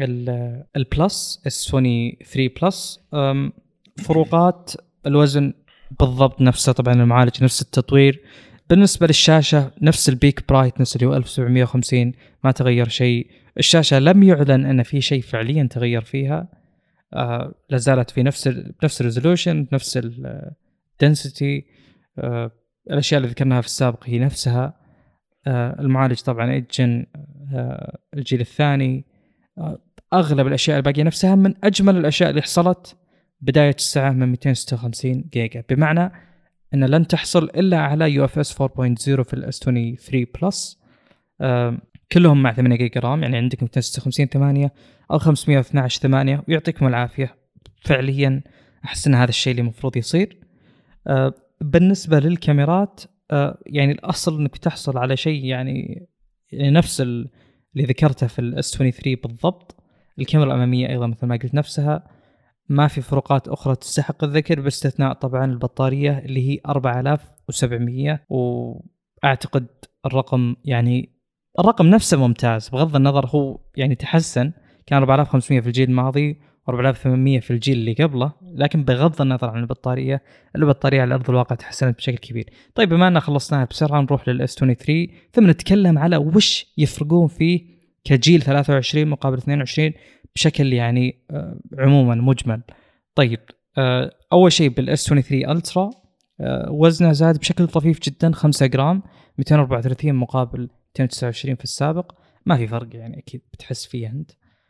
البلس اس ثلاثة بلس، فروقات الوزن بالضبط نفسه، طبعا المعالج نفس التطوير. بالنسبة للشاشة نفس البيك برايتنس اللي هو ألف وسبعمية وخمسين، ما تغير شيء. الشاشة لم يعلن أن في شيء فعليا تغير فيها، آه لازالت في نفس ال نفس الريزولوشن، نفس الدنسيتي، آه الأشياء اللي ذكرناها في السابق هي نفسها. آه المعالج طبعا إيدجن آه الجيل الثاني. آه أغلب الأشياء الباقية نفسها. من أجمل الأشياء اللي حصلت بداية الساعة من مئتين وستة وخمسين جيجا، بمعنى أن لن تحصل إلا على يو اف اس أربعة نقطة صفر في الاس ثلاثة بلس. آه كلهم مع ثمانية جيجا رام، يعني عندك مئتين وستة وخمسين ثمانية أو خمسمية واثناشر ثمانية، ويعطيكم العافية فعليا أحس أن هذا الشيء اللي مفروض يصير. أه بالنسبة للكاميرات أه يعني الأصل أنك تحصل على شيء يعني, يعني نفس اللي ذكرته في الاس ثلاثة وعشرين بالضبط. الكاميرا الأمامية أيضا مثل ما قلت نفسها، ما في فروقات أخرى تستحق الذكر باستثناء طبعا البطارية اللي هي أربعة آلاف وسبعمية، وأعتقد الرقم يعني الرقم نفسه ممتاز بغض النظر. هو يعني تحسن، كان أربعة آلاف وخمسمية في الجيل الماضي وأربعة آلاف وثمانمية في الجيل اللي قبله، لكن بغض النظر عن البطارية البطارية على أرض الواقع تحسنت بشكل كبير. طيب بما أننا خلصناها بسرعة نروح للإس ثلاثة وعشرين ثم نتكلم على وش يفرقون فيه كجيل ثلاثة وعشرين مقابل اثنين وعشرين بشكل يعني عموما مجمل. طيب أول شيء بالإس ثلاثة وعشرين ألترا وزنه زاد بشكل طفيف جدا، خمسة جرام، مئتين وأربعة وثلاثين مقابل مئتين وتسعة وعشرين في السابق. ما في فرق يعني، أكيد بتحس فيه أنت.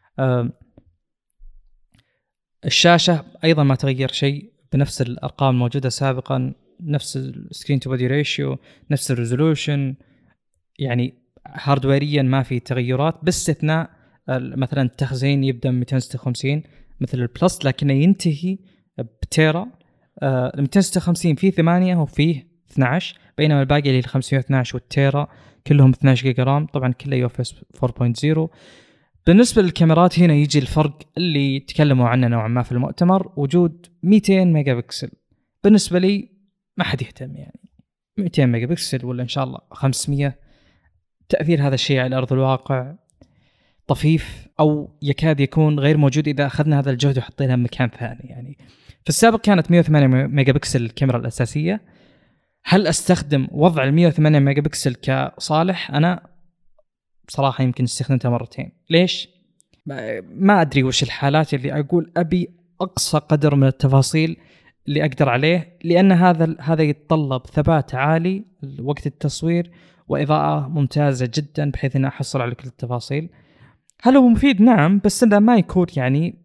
الشاشة أيضا ما تغير شيء، بنفس الأرقام الموجودة سابقا، نفس السكرين تو بودي ريشيو، نفس الريزولوشن، يعني هاردويريا ما في تغيرات باستثناء مثلا التخزين يبدأ من مئتين وستة وخمسين مثل البلس لكنه ينتهي بتيرا. آه مئتين وستة وخمسين فيه ثمانية وفيه اثنا عشر، بينما الباقي اللي خمسمية واثني عشر والتيرا كلهم اثنا عشر جيجا رام، طبعا كله يو اف اس أربعة نقطة صفر. بالنسبة للكاميرات هنا يجي الفرق اللي تكلموا عنه نوعا ما في المؤتمر، وجود مئتين ميجا بكسل. بالنسبة لي ما حد يهتم يعني مئتين ميجا بكسل ولا إن شاء الله خمسمية، تأثير هذا الشيء على أرض الواقع طفيف أو يكاد يكون غير موجود إذا أخذنا هذا الجهد وحطيناه مكان ثاني. يعني في السابق كانت مئة وثمانية ميجا بكسل الكاميرا الأساسية. هل أستخدم وضع ال مئة وثمانية ميجا بكسل كصالح؟ أنا بصراحة يمكن استخدمتها مرتين. ليش؟ ما أدري وش الحالات اللي أقول أبي أقصى قدر من التفاصيل اللي أقدر عليه، لأن هذا هذا يتطلب ثبات عالي وقت التصوير وإضاءة ممتازة جدا بحيث أن أحصل على كل التفاصيل. هل هو مفيد؟ نعم، بس إنه ما يكون يعني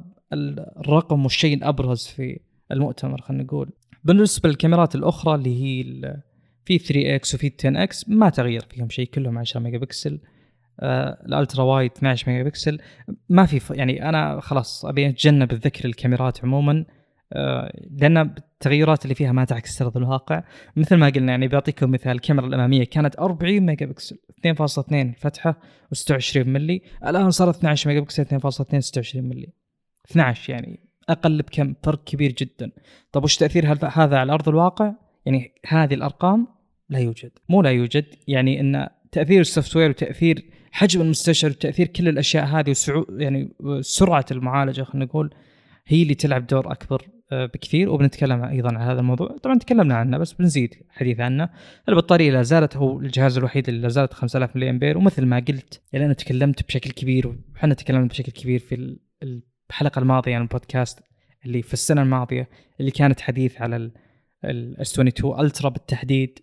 الرقم والشيء الأبرز في المؤتمر. خلينا نقول بالنسبة للكاميرات الأخرى اللي هي في ثري إكس وفي عشرة إكس ما تغير فيهم شيء، كلهم عشرة ميجا بكسل. آه الألترا وايد اثنا عشر ميجا بكسل. ما في ف... يعني أنا خلاص أبي أتجنب الذكر الكاميرات عموما، آه لأن التغيرات اللي فيها ما تعكس أرض الواقع. مثل ما قلنا يعني بيعطيكم مثال، الكاميرا الأمامية كانت أربعين ميجا بكسل اثنين فاصلة اثنين فتحة وستة وعشرين ملي، الآن صارت اثنا عشر ميجا بكسل اثنين فاصلة اثنين ستة وعشرين ملي. اثنا عشر يعني أقل بكم، فرق كبير جدا. طب وش تأثير هذا على أرض الواقع؟ يعني هذه الأرقام لا يوجد، مو لا يوجد، يعني إن تأثير السوفت وير وتأثير حجم المستشعر وتأثير كل الأشياء هذه وسعو يعني سرعة المعالجة خلينا نقول هي اللي تلعب دور أكبر بكثير. وبنتكلم أيضا عن هذا الموضوع، طبعا تكلمنا عنه بس بنزيد حديث عنه. البطارية لا زالت هو الجهاز الوحيد اللي لا زالت خمسة آلاف ملي أمبير، ومثل ما قلت يعني أنا تكلمت بشكل كبير وحنا تكلمنا بشكل كبير في الحلقة الماضية عن يعني البودكاست اللي في السنة الماضية اللي كانت حديث على ال إس اثنين وعشرين ألترا بالتحديد،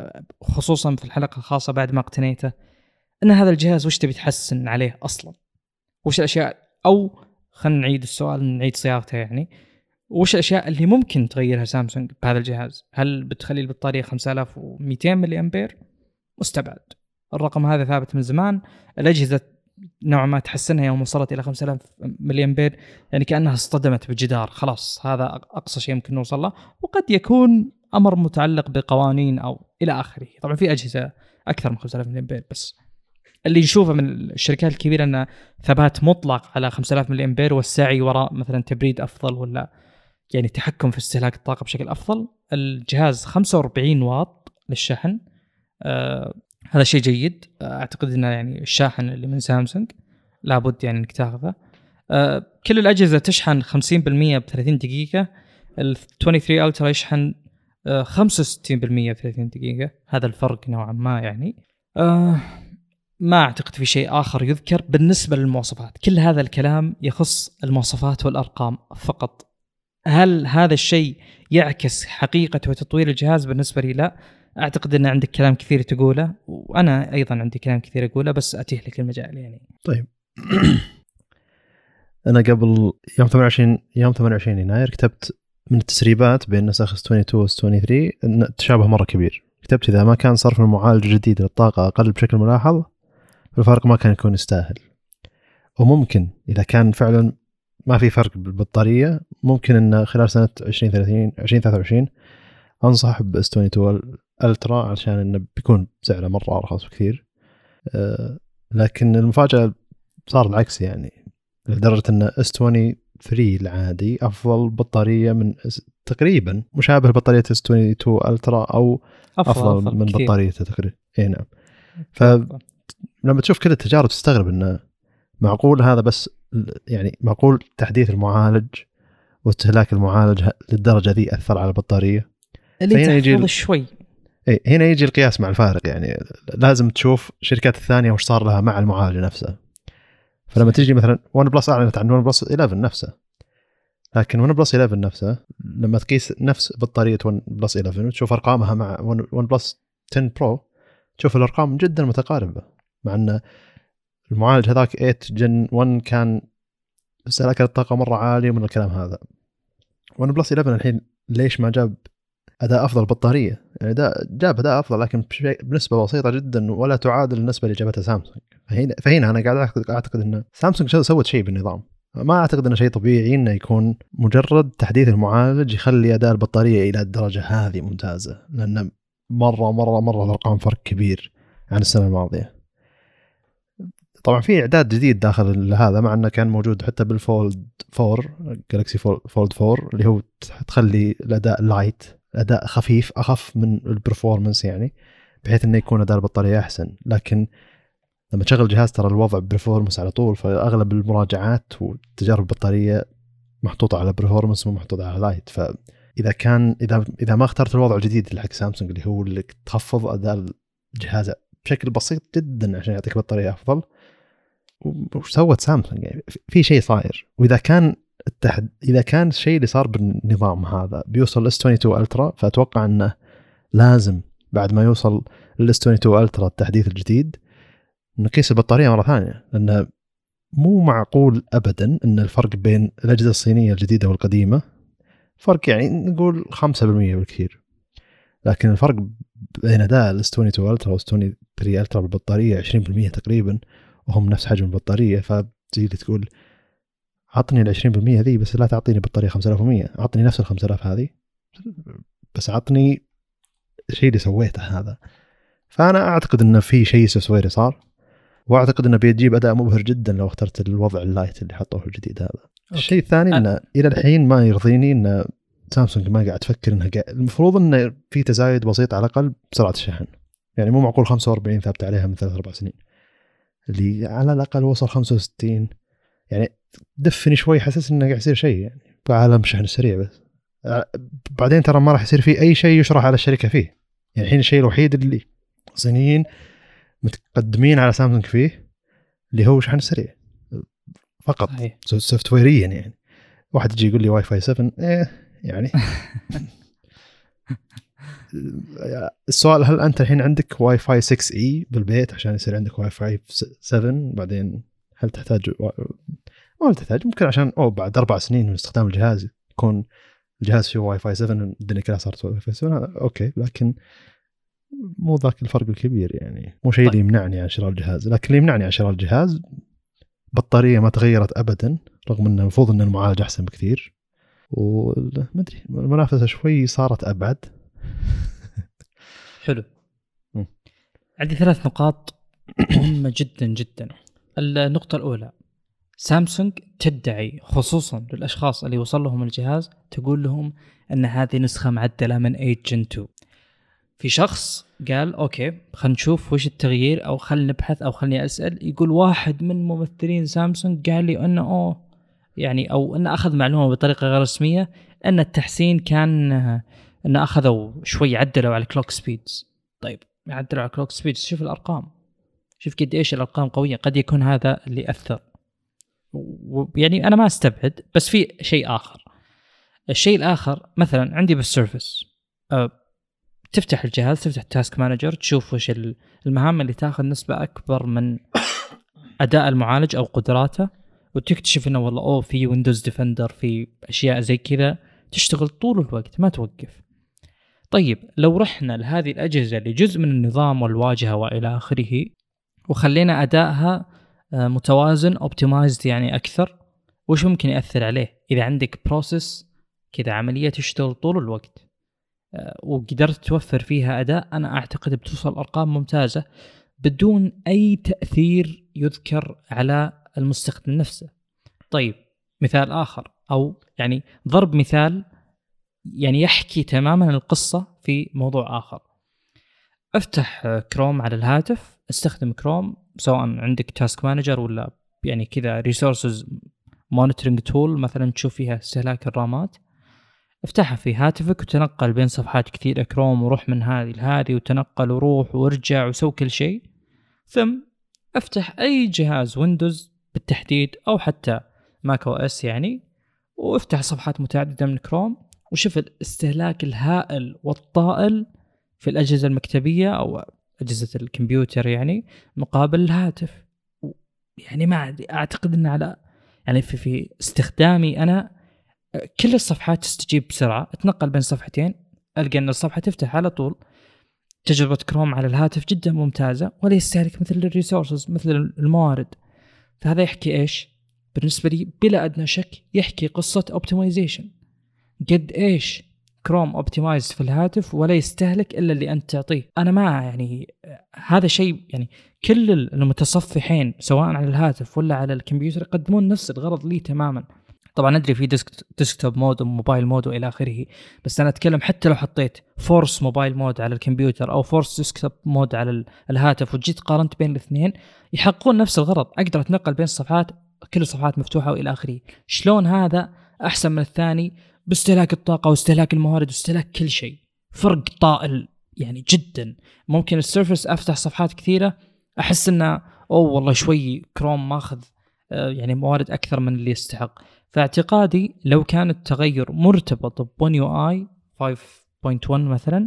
خصوصا في الحلقة الخاصة بعد ما اقتنيته، أن هذا الجهاز وش تبي تحسن عليه أصلا، وش الأشياء، أو خلنا نعيد السؤال نعيد صياغته يعني، وش الأشياء اللي ممكن تغيرها سامسونج بهذا الجهاز؟ هل بتخلي البطارية خمسة آلاف ومئتين ملي أمبير؟ مستبعد، الرقم هذا ثابت من زمان. الأجهزة نوعا ما تحسنها يوم وصلت إلى خمسة آلاف ملي أمبير يعني كأنها اصطدمت بجدار، خلاص هذا أقصى شيء ممكن نوصل له. وقد يكون أمر متعلق بقوانين أو إلى آخره. طبعا في أجهزة أكثر من خمسة آلاف ملي أمبير، بس اللي نشوفه من الشركات الكبيرة أن ثبات مطلق على خمسة آلاف ملي أمبير والسعي وراء مثلا تبريد أفضل ولا يعني تحكم في استهلاك الطاقة بشكل أفضل. الجهاز خمسة وأربعين واط للشحن، آه هذا شيء جيد. أعتقد أنه يعني الشاحن اللي من سامسونج لابد يعني إنك تاخذه. آه كل الأجهزة تشحن خمسين بالمئة بثلاثين دقيقة، ال ثلاثة وعشرين ألترا يشحن آه خمسة وستين بالمئة بثلاثين دقيقة. هذا الفرق نوعا ما يعني. آه ما أعتقد في شيء آخر يذكر بالنسبة للمواصفات. كل هذا الكلام يخص المواصفات والأرقام فقط. هل هذا الشيء يعكس حقيقة وتطوير الجهاز؟ بالنسبة لي لا. أعتقد أن عندك كلام كثير تقوله وأنا أيضا عندي كلام كثير أقوله، بس أتيه لك المجال يعني. طيب أنا قبل يوم ثمانية وعشرين يوم ثمانية وعشرين يناير كتبت من التسريبات بين نسخ إس اثنين وعشرين و إس ثلاثة وعشرين أن التشابه مرة كبير. كتبت إذا ما كان صرف المعالج الجديد للطاقة أقل بشكل ملاحظ، الفرق ما كان يكون يستاهل. وممكن إذا كان فعلا ما في فرق بالبطاريه، ممكن ان خلال سنه عشرين ثلاثين عشرين ثلاثة وعشرين انصح ب اس اثنين وعشرين الترا علشان انه بيكون سعره مره ارخص بكثير. أه لكن المفاجاه صار العكس، يعني لدرجه ان اس ثلاثة وعشرين العادي افضل بطاريه من تقريبا مشابه لبطاريه اس اثنين وعشرين الترا او افضل, أفضل, أفضل من كثير. بطاريته تقريبا. اي نعم. فلما تشوف كل التجارب تستغرب انه معقول هذا، بس يعني معقول تحديث المعالج واستهلاك المعالج للدرجه ذي اثر على البطاريه اللي تحفظ شوي. اي هنا يجي القياس مع الفارق، يعني لازم تشوف الشركات الثانيه وش صار لها مع المعالج نفسه. فلما تيجي مثلا ون بلس اعلنت عن ون بلس إحدى عشر نفسه، لكن ون بلس إحدى عشر نفسه لما تقيس نفس بطاريه ون بلس إحدى عشر وتشوف ارقامها مع ون بلس عشرة برو، تشوف الارقام جدا متقاربه، مع ان المعالج هذاك ثمانية جن واحد كان استهلاك الطاقه مره عالي من الكلام هذا. ون بلس إحدى عشر الحين ليش ما جاب اداء افضل بطاريه؟ يعني ده جاب اداء افضل لكن بنسبه بسيطه جدا ولا تعادل النسبه اللي جابتها سامسونج. فهنا فهنا انا قاعد اعتقد اعتقد ان سامسونج سوت شيء بالنظام، ما اعتقد انه شيء طبيعي انه يكون مجرد تحديث المعالج يخلي اداء البطاريه الى الدرجه هذه ممتازه، لان مره مره مره الارقام فرق كبير عن السنه الماضيه. طبعا في اعداد جديد داخل هذا، مع انه كان موجود حتى بالفولد فور جالكسي فولد فور اللي هو تخلي الاداء لايت، اداء خفيف اخف من البرفورمانس، يعني بحيث انه يكون اداء البطاريه احسن. لكن لما تشغل جهاز ترى الوضع برفورمانس على طول، فاغلب المراجعات وتجارب البطاريه محطوطه على برفورمانس مو محطوطه على لايت. فاذا كان اذا اذا ما اخترت الوضع الجديد اللي حق سامسونج اللي هو اللي تخفض اداء الجهاز بشكل بسيط جدا عشان يعطيك بطاريه افضل، وش سوت سامسونج؟ يعني في شيء صاير. واذا كان التحد... اذا كان الشيء اللي صار بالنظام هذا بيوصل اس اثنين وعشرين الترا، فاتوقع انه لازم بعد ما يوصل الاس اثنين وعشرين الترا التحديث الجديد نقيس البطاريه مره ثانيه، لان مو معقول ابدا ان الفرق بين الاجهزه الصينيه الجديده والقديمه فرق يعني نقول خمسة بالمئة بالكثير، لكن الفرق بين اداء الاس اثنين وعشرين الترا والاس اثنين وعشرين الترا بالبطاريه عشرين بالمئة تقريبا، وهم نفس حجم البطاريه. فتجي تقول عطني ال عشرين بالمئة ذي بس لا تعطيني بطاريه خمسة آلاف ومئة، عطني نفس ال خمسة آلاف هذه بس عطني الشيء اللي سويته هذا. فانا اعتقد انه في شيء سويري صار، واعتقد انه بيجيب اداء مبهر جدا لو اخترت الوضع اللايت اللي حطوه الجديد هذا. أوكي. الشيء الثاني انه أ... الى الحين ما يرضيني ان سامسونج ما قاعد تفكر انها قاعد... المفروض انه في تزايد بسيط على الاقل بسرعه الشحن، يعني مو معقول خمسة وأربعين ثابت عليها من ثلاث اربع سنين، اللي على الاقل وصل خمسة وستين، يعني دفني شوي حسس انه قاعد يصير شيء يعني بعالم الشحن السريع. بس بعدين ترى ما راح يصير فيه اي شيء يشرح على الشركه فيه، يعني الحين الشيء الوحيد اللي صينيين متقدمين على سامسونج فيه اللي هو شحن سريع فقط سوفت ويريا. يعني واحد يجي يقول لي واي فاي سبعة، ايه يعني السؤال هل انت الحين عندك واي فاي ستة اي بالبيت عشان يصير عندك واي فاي سبعة؟ بعدين هل تحتاج ما تحتاج؟ ممكن عشان او بعد اربع سنين من استخدام الجهاز يكون الجهاز فيه واي فاي سبعة، الدنيا كلها صارت واي فاي سبعة، اوكي، لكن مو ذاك الفرق الكبير، يعني مو شيء اللي يمنعني عن شراء الجهاز. لكن اللي يمنعني عن شراء الجهاز بطارية ما تغيرت ابدا، رغم انه المفروض ان المعالج احسن بكثير، وما ادري المنافسة شوي صارت ابعد. حلو. م. عندي ثلاث نقاط مهمة جدا جدا. النقطة الأولى، سامسونج تدعي خصوصا للأشخاص اللي وصل لهم الجهاز، تقول لهم أن هذه نسخة معدلة من ثمانية جن اثنين. في شخص قال أوكي خلنا نشوف وش التغيير، أو خلنا نبحث، أو خلني أسأل. يقول واحد من ممثلين سامسونج قال لي أنه أوه يعني أو أنه أخذ معلومة بطريقة غير رسمية أن التحسين كان أن أخذوا شوي عدلوا على كلوك سبيدز. طيب عدلوا على كلوك سبيدز، شوف الأرقام، شوف قد إيش الأرقام قوية. قد يكون هذا اللي أثر، يعني أنا ما أستبعد. بس في شيء آخر. الشيء الآخر مثلا عندي بالسيرفس، أه تفتح الجهاز، تفتح تاسك مانجر، تشوف وش المهام اللي تاخذ نسبة أكبر من أداء المعالج أو قدراته، وتكتشف إنه والله أوه في ويندوز ديفندر، في أشياء زي كذا تشتغل طول الوقت ما توقف. طيب لو رحنا لهذه الأجهزة اللي جزء من النظام والواجهة وإلى آخره، وخلينا أدائها متوازن، اوبتمايزد يعني أكثر، وش ممكن يأثر عليه إذا عندك بروسيس كذا عملية تشتغل طول الوقت وقدرت توفر فيها أداء، أنا أعتقد بتوصل أرقام ممتازة بدون أي تأثير يذكر على المستخدم نفسه. طيب مثال آخر، أو يعني ضرب مثال يعني يحكي تماما القصة في موضوع آخر. افتح كروم على الهاتف، استخدم كروم سواء عندك تاسك مانجر ولا يعني كذا ريسورسز مونيتورنج تول مثلا تشوف فيها استهلاك الرامات، افتحها في هاتفك وتنقل بين صفحات كثيرة كروم وروح من هذه لهذه وتنقل وروح وارجع وسوي كل شيء. ثم افتح أي جهاز ويندوز بالتحديد أو حتى ماك او اس يعني، وافتح صفحات متعددة من كروم وشوف الاستهلاك الهائل والطائل في الأجهزة المكتبية أو أجهزة الكمبيوتر يعني مقابل الهاتف. يعني ما أعتقد أن على يعني في, في استخدامي أنا كل الصفحات تستجيب بسرعة، اتنقل بين صفحتين ألقى أن الصفحة تفتح على طول. تجربة كروم على الهاتف جدا ممتازة ولا يستهلك مثل الريسورسز مثل الموارد. فهذا يحكي إيش بالنسبة لي؟ بلا أدنى شك يحكي قصة اوبتمايزيشن، قد إيش كروم اوبتمايز في الهاتف ولا يستهلك إلا اللي أنت تعطيه. أنا ما يعني هذا شيء يعني كل المتصفحين سواء على الهاتف ولا على الكمبيوتر يقدمون نفس الغرض لي تماما. طبعا ندري في ديسكتوب مود وموبايل مود وإلى آخره، بس أنا أتكلم حتى لو حطيت فورس موبايل مود على الكمبيوتر أو فورس ديسكتوب مود على الهاتف وجيت قارنت بين الاثنين يحققون نفس الغرض، أقدر أتنقل بين الصفحات كل الصفحات مفتوحة وإلى آخره. شلون هذا أحسن من الثاني باستهلاك الطاقة واستهلاك الموارد واستهلاك كل شيء؟ فرق طائل يعني جدا. ممكن السيرفس أفتح صفحات كثيرة أحس إنه أوه والله شوي كروم ماخذ يعني موارد أكثر من اللي يستحق. فاعتقادي لو كان التغير مرتبط بون يو آي خمسة نقطة واحد مثلا،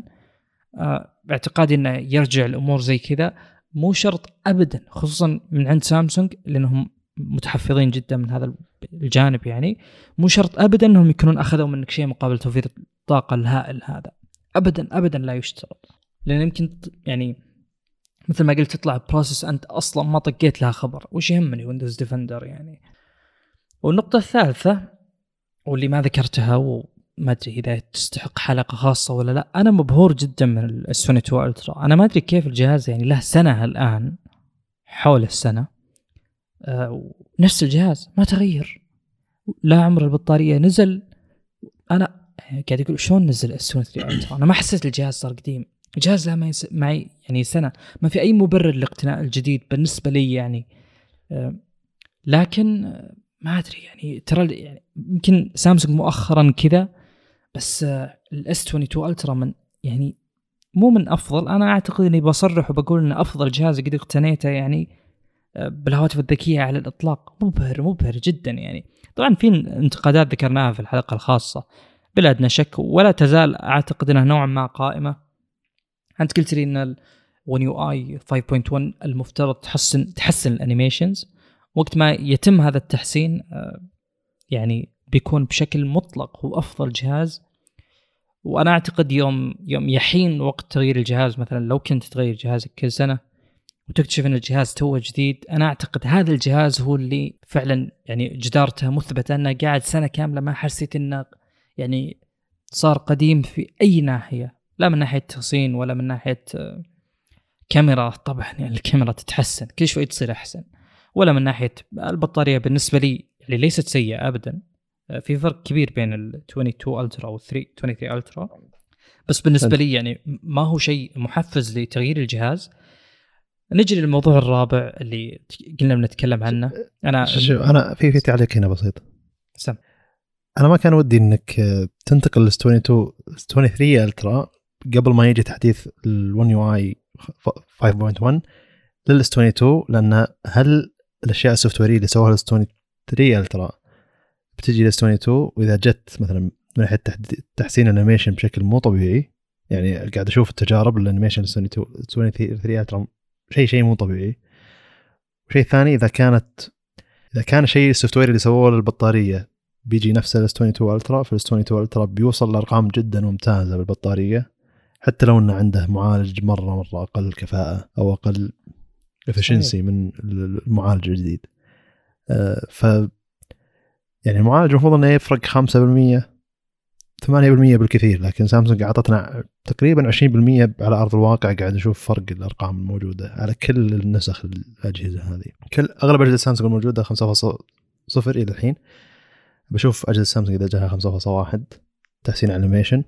باعتقادي انه يرجع الامور زي كذا. مو شرط ابدا خصوصا من عند سامسونج لانهم متحفظين جدا من هذا الجانب، يعني مو شرط ابدا انهم يكونون اخذوا منك شيء مقابل توفير الطاقه الهائل هذا، ابدا ابدا لا يشترط. لان يمكن يعني مثل ما قلت تطلع بروسيس انت اصلا ما طقيت لها خبر، وش يهمني ويندوز ديفندر يعني. والنقطة الثالثة واللي ما ذكرتها وما أدري إذا تستحق حلقة خاصة ولا لا، أنا مبهور جدا من الاس اثنين وعشرين ألترا. أنا ما أدري كيف الجهاز يعني له سنة الآن، حول السنة أه نفس الجهاز ما تغير، لا عمر البطارية نزل. أنا قاعد أقول شلون نزل اس اثنين وعشرين ألترا؟ أنا ما حسيت الجهاز صار قديم، الجهاز له معي يعني سنة، ما في أي مبرر لاقتناء الجديد بالنسبة لي يعني. أه لكن أه ما أدري يعني ترى يعني يمكن سامسونج مؤخرا كذا، بس الاس اثنين وعشرين ألترا من يعني مو من أفضل، أنا أعتقد إني بصرح وبقول إن أفضل جهاز قد اقتنيته يعني بالهواتف الذكية على الإطلاق. مبهر مبهر جدا يعني. طبعا في انتقادات ذكرناها في الحلقة الخاصة بلا أدنى شك، ولا تزال أعتقد أنها نوعا ما قائمة. أنت قلت لي إن ون يو آي خمسة نقطة واحد المفترض تحسن تحسن الأنيميشنز. وقت ما يتم هذا التحسين يعني بيكون بشكل مطلق هو أفضل جهاز. وأنا أعتقد يوم يوم يحين وقت تغيير الجهاز، مثلا لو كنت تغير جهازك كل سنة وتكتشف أن الجهاز توه جديد، أنا أعتقد هذا الجهاز هو اللي فعلا يعني جدارته مثبتة أنه قاعد سنة كاملة ما حسيت أنه يعني صار قديم في أي ناحية، لا من ناحية تصين ولا من ناحية كاميرا. طبعا يعني الكاميرا تتحسن كل شوي تصير أحسن، ولا من ناحية البطارية بالنسبة لي اللي ليست سيئة أبدا. في فرق كبير بين ال اثنين وعشرين ألترا وال ثلاثة وعشرين ألترا، بس بالنسبة لي يعني ما هو شيء محفز لتغيير الجهاز. نجي للموضوع الرابع اللي قلنا بنتكلم عنه. أنا شو أنا في في تعليق هنا بسيط. سم. أنا ما كان ودي إنك تنتقل لل اثنين وعشرين ألترا قبل ما يجي تحديث ال ون يو آي خمسة نقطة واحد لل اثنين وعشرين، لأن هل الأشياء السوفتويرية اللي سووها ال اثنين وعشرين ألترا بتجي لل اثنين وعشرين، وإذا جت مثلا من ناحية تحسين الانيميشن بشكل مو طبيعي، يعني قاعد أشوف التجارب الانيميشن اثنين وعشرين ألترا شيء شيء مو طبيعي. وشيء ثاني إذا كانت إذا كان شيء السوفتوير اللي سووه للبطارية بيجي نفس ال اثنين وعشرين ألترا، في ال اثنين وعشرين ألترا بيوصل لأرقام جدا ممتازة بالبطارية، حتى لو إنه عنده معالج مرة مرة أقل كفاءة أو أقل efficiency من المعالج الجديد. ف يعني المعالج المفروض انه يفرق خمسة بالمية ثمانية بالمية بالكثير، لكن سامسونج اعطتنا تقريبا عشرين بالمية على ارض الواقع. قاعد نشوف فرق الارقام الموجوده على كل النسخ الاجهزه هذه. كل اغلب اجهزه سامسونج الموجوده خمسة فاصلة صفر الى الحين. بشوف اجهزه سامسونج اذا جاها خمسة فاصلة واحد تحسين انيميشن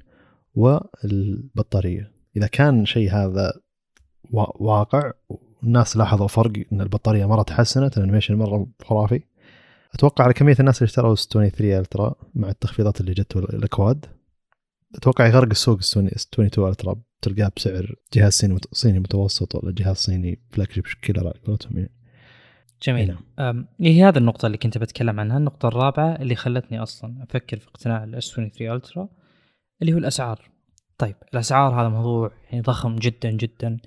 والبطاريه. اذا كان شيء هذا واقع والناس لاحظوا فرق ان البطاريه مره تحسنت، الانيميشن مره خرافي، اتوقع على كميه الناس اللي اشتروا اس ثلاثة وعشرين الترا مع التخفيضات اللي جت الاكواد اتوقع يغرق السوق اس اثنين وعشرين الترا، تلقاه بسعر جهاز صيني صيني متوسط ولا جهاز صيني فلاج شيب كيلر على قولتهم. جميل. هي هذه النقطة اللي كنت بتكلم عنها. النقطة الرابعة اللي خلتني أصلا أفكر في اقتناء الاس ثلاثة وعشرين الترا اللي هو الأسعار. طيب الأسعار هذا موضوع يعني ضخم جدا جدا.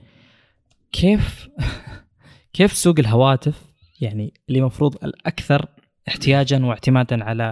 كيف كيف سوق الهواتف يعني اللي مفروض الأكثر احتياجا واعتمادا على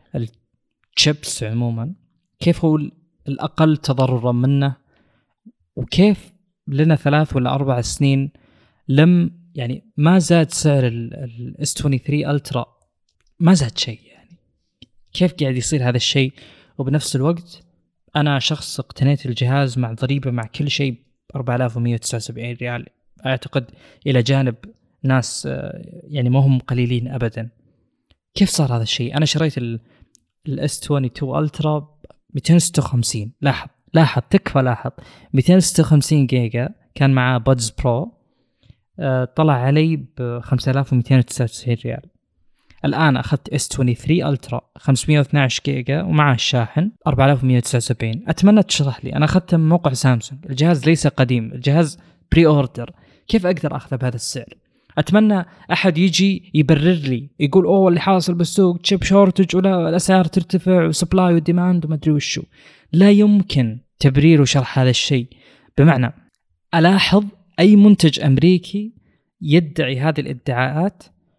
الشيبس عموما، كيف هو الأقل تضررا منه، وكيف لنا ثلاث ولا أربع سنين لم يعني ما زاد سعر الاس ثلاثة وعشرين الترا، ما زاد شيء. يعني كيف قاعد يصير هذا الشيء وبنفس الوقت أنا شخص اقتنيت الجهاز مع ضريبة مع كل شيء أربعة آلاف ومئة وتسعة وسبعين ريال، أعتقد إلى جانب ناس يعني ما هم قليلين أبدا. كيف صار هذا الشيء؟ أنا شريت الاس اثنين وعشرين الترا مئتين وستة وخمسين. لاحظ لاحظ تكفى لاحظ مئتين وستة وخمسين جيجا، كان معاه بودز برو، طلع علي ب خمسة آلاف ومئتين وتسعة وتسعين ريال. الآن أخذت اس ثلاثة وعشرين الترا خمسمئة واثني عشر جيجا ومعه الشاحن أربعة آلاف ومئة وتسعة وسبعين. أتمنى تشرح لي، أنا أخذته من موقع سامسونج، الجهاز ليس قديم، الجهاز بري أوردر، كيف أقدر أخذه بهذا السعر؟ أتمنى أحد يجي يبرر لي يقول أوه اللي حاصل بالسوق تشيب شورتج ولا الأسعار ترتفع وسبلاي وديماند وما أدري وشو. لا يمكن تبرير وشرح هذا الشيء. بمعنى ألاحظ أي منتج أمريكي يدعي هذه الادعاءات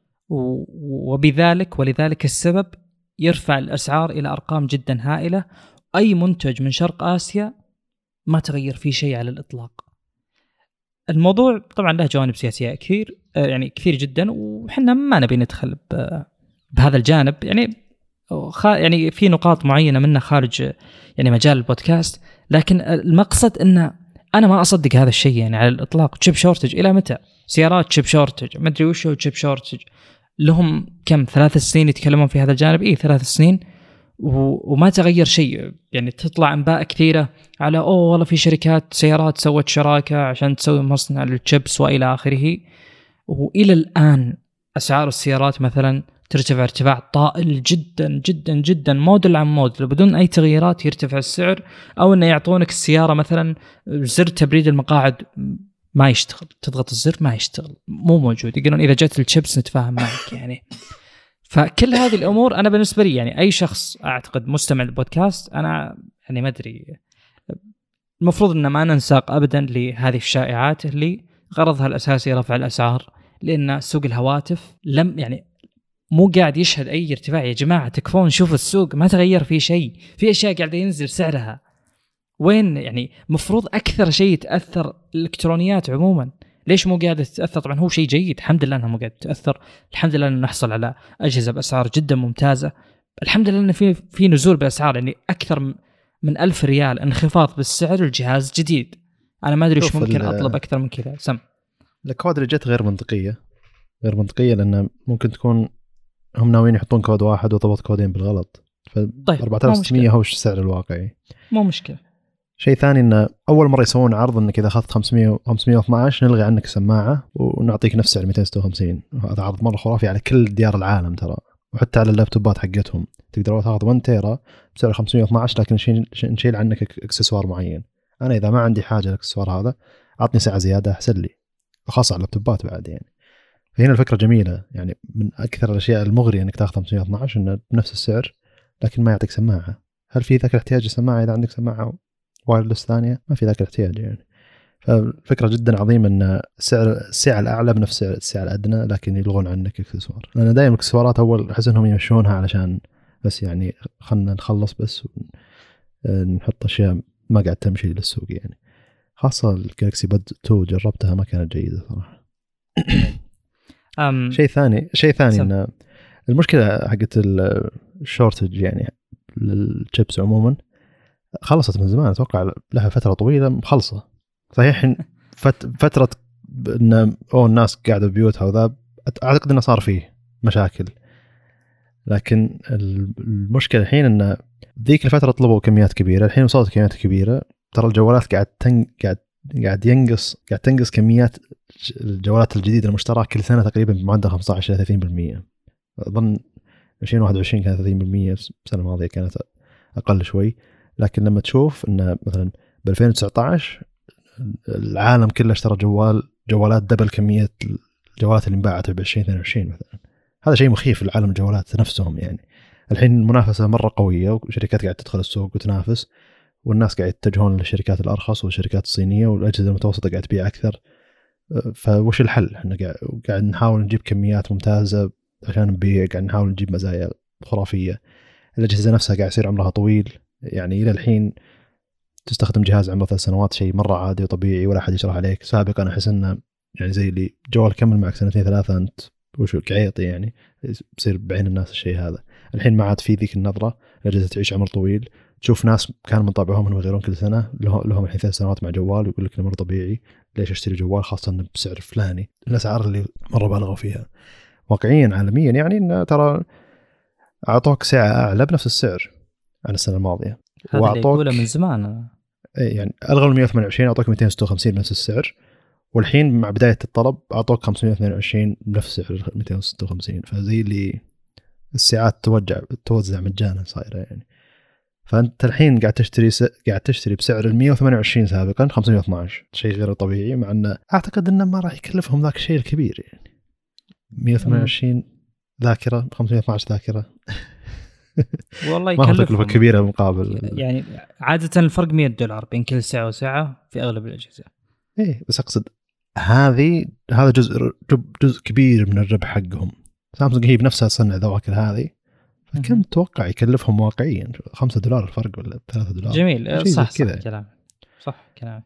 وبذلك ولذلك السبب يرفع الأسعار إلى أرقام جدا هائلة. أي منتج من شرق آسيا ما تغير فيه شيء على الإطلاق. الموضوع طبعا له جوانب سياسية كثير يعني كثير جدا، وحنا ما نبي ندخل بهذا الجانب يعني يعني في نقاط معينة منها خارج يعني مجال البودكاست. لكن المقصد إن أنا ما أصدق هذا الشيء يعني على الإطلاق. تشيب شورتج إلى متى؟ سيارات تشيب شورتج ما أدري وش هو تشيب شورتج. لهم كم ثلاث سنين يتكلمون في هذا الجانب. إيه ثلاث سنين وما تغير شيء. يعني تطلع أنباء كثيرة على أوه والله في شركات سيارات سوت شراكة عشان تسوي مصنع للتشيبس وإلى آخره. وإلى الآن أسعار السيارات مثلا ترتفع ارتفاع طائل جدا جدا جدا، موديل عن موديل بدون أي تغييرات يرتفع السعر. أو أنه يعطونك السيارة مثلا زر تبريد المقاعد ما يشتغل، تضغط الزر ما يشتغل، مو موجود، يقولون إذا جت الشيبس نتفاهم معك يعني. فكل هذه الأمور أنا بالنسبة لي يعني أي شخص أعتقد مستمع للبودكاست أنا يعني ما أدري، المفروض أن ما ننساق أبدا لهذه الشائعات اللي غرضها الأساسي رفع الأسعار. لأن سوق الهواتف لم يعني مو قاعد يشهد أي ارتفاع. يا جماعة تكفون شوف السوق ما تغير فيه شيء، في أشياء قاعدة ينزل سعرها. وين يعني مفروض أكثر شيء تأثر الإلكترونيات عموما، ليش مو قاعدة تتأثر؟ طبعا هو شيء جيد الحمد لله أنها مو قاعدة تأثر، الحمد لله أن نحصل على أجهزة بأسعار جدا ممتازة، الحمد لله أن في في نزول بالأسعار يعني أكثر من ألف ريال انخفاض بالسعر الجهاز جديد. أنا ما أدري إيش ممكن أطلب أكثر من كذا. سم الكواد اللي جت غير منطقية غير منطقية لأن ممكن تكون هم ناويين يحطون كود واحد وضبط كودين بالغلط. ف طيب أربعة آلاف وستمئة هو السعر الواقعي، مو مشكلة. شيء ثاني إن أول مرة يسوون عرض إنك إذا أخذت خمسمئة خمسمئة واثني عشر نلغي عنك سماعة ونعطيك نفس سعر مئتين وستة وخمسين. هذا عرض مرة خرافي على كل ديار العالم ترى، وحتى على اللابتوبات حقتهم تقدر تاخذ واحد تيرا بسعر خمسمئة واثني عشر لكن نشيل نشيل عنك اكسسوار معين. أنا إذا ما عندي حاجة للاكسسوار هذا أعطني ساعة زيادة أحسن لي، وخاصة على اللابتوبات بعد يعني. فهنا الفكرة جميلة يعني، من أكثر الأشياء المغرية إنك تاخذ خمسمئة واثني عشر إنه بنفس السعر لكن ما يعطيك سماعة. هل في ذاك الاحتياج لسماعة إذا عندك سماعة وايرلس ثانية؟ ما في ذاك الاحتياج يعني. فالفكرة جدا عظيمة إن السعر السعر الأعلى بنفس السعر الأدنى لكن يلغون عنك اكسسوار. لأن دائما الاكسسوارات أول أحس إنهم يمشونها علشان بس يعني خلنا نخلص بس ونحط أشياء ما قاعد تمشي للسوق يعني. خاصة الجالكسي باد تو جربتها ما كانت جيدة صراحة. شيء ثاني شيء ثاني إن المشكلة حقت الشورتج يعني للشيبس عموما خلصت من زمان، اتوقع لها فتره طويله مخلصه. صحيح فت فتره ان او الناس قاعده ببيوتها وذا اعتقد انه صار فيه مشاكل، لكن المشكله الحين ان ذيك الفتره طلبوا كميات كبيره، الحين وصلت كميات كبيره. ترى الجوالات قاعد تن... قاعد قاعد ينقص قاعد تنقص كميات الجوالات الجديده المشترى كل سنه تقريبا بمعدل خمسة عشر إلى ثلاثين بالمئة. اظن ألفين وواحد وعشرين كانت ثلاثين بالمئة، السنه الماضيه كانت اقل شوي. لكن لما تشوف ان مثلا ب ألفين وتسعة عشر العالم كله اشترى جوال جوالات دبل كميه الجوالات اللي انباعت ب ألفين واثنين وعشرين مثلا، هذا شيء مخيف للعالم الجوالات نفسهم. يعني الحين المنافسه مره قويه وشركات قاعده تدخل السوق وتنافس، والناس قاعد يتجهون للشركات الارخص والشركات الصينيه، والاجهزه المتوسطه قاعد تبيع اكثر. فوش الحل؟ احنا قاعد نحاول نجيب كميات ممتازه عشان نبيع، قاعد نحاول نجيب مزايا خرافيه. الاجهزه نفسها قاعد يصير عمرها طويل، يعني الى الحين تستخدم جهاز عمره ثلاث سنوات شيء مره عادي وطبيعي ولا حد يشرح عليك. سابقا انا احس انه يعني زي اللي جوال كمل معك سنتين ثلاثه انت وشو كعيطي، يعني بصير بعين الناس الشيء هذا. الحين ما عاد في ذيك النظره، الاجهزه تعيش عمر طويل. تشوف ناس كانوا من طبعهم انهم يغيرون كل سنه، لهم الحين ثلاث سنوات مع جوال ويقول لك الامر طبيعي، ليش اشتري جوال خاصه بسعر فلاني؟ الاسعار اللي مره بالغوا فيها واقعيا عالميا، يعني ان ترى اعطوك سعه اعلى بنفس السعر عن السنه الماضيه. هذا اللي يقوله من زمان، يعني الغوا مئة وثمانية وعشرين اعطوك مئتين وستة وخمسين بنفس السعر، والحين مع بدايه الطلب اعطوك خمسمئة واثنين وعشرين بنفس سعر مئتين وستة وخمسين. فزي اللي الساعات توزع توزع مجانا صايره يعني. فانت الحين قاعد تشتري س... قاعد تشتري بسعر ال مئة وثمانية وعشرين سابقا خمسمئة واثني عشر، شيء غير طبيعي، مع انه اعتقد انه ما راح يكلفهم ذاك الشيء الكبير. يعني مئة وثمانية وعشرين ذاكره، خمسمئة واثني عشر ذاكره والله يكلفهم. ما هو تكلفه كبيره مقابل يعني عاده الفرق مئة دولار بين كل ساعه وساعه في اغلب الاجهزه. ايه بس اقصد هذه هذا جزء جزء كبير من الربح حقهم. سامسونج هي بنفسها تصنع ذواكر هذه، فكم تتوقع يكلفهم واقعيا؟ خمسة دولار الفرق ولا ثلاثة دولار؟ جميل، صح صح كلام صح كلام.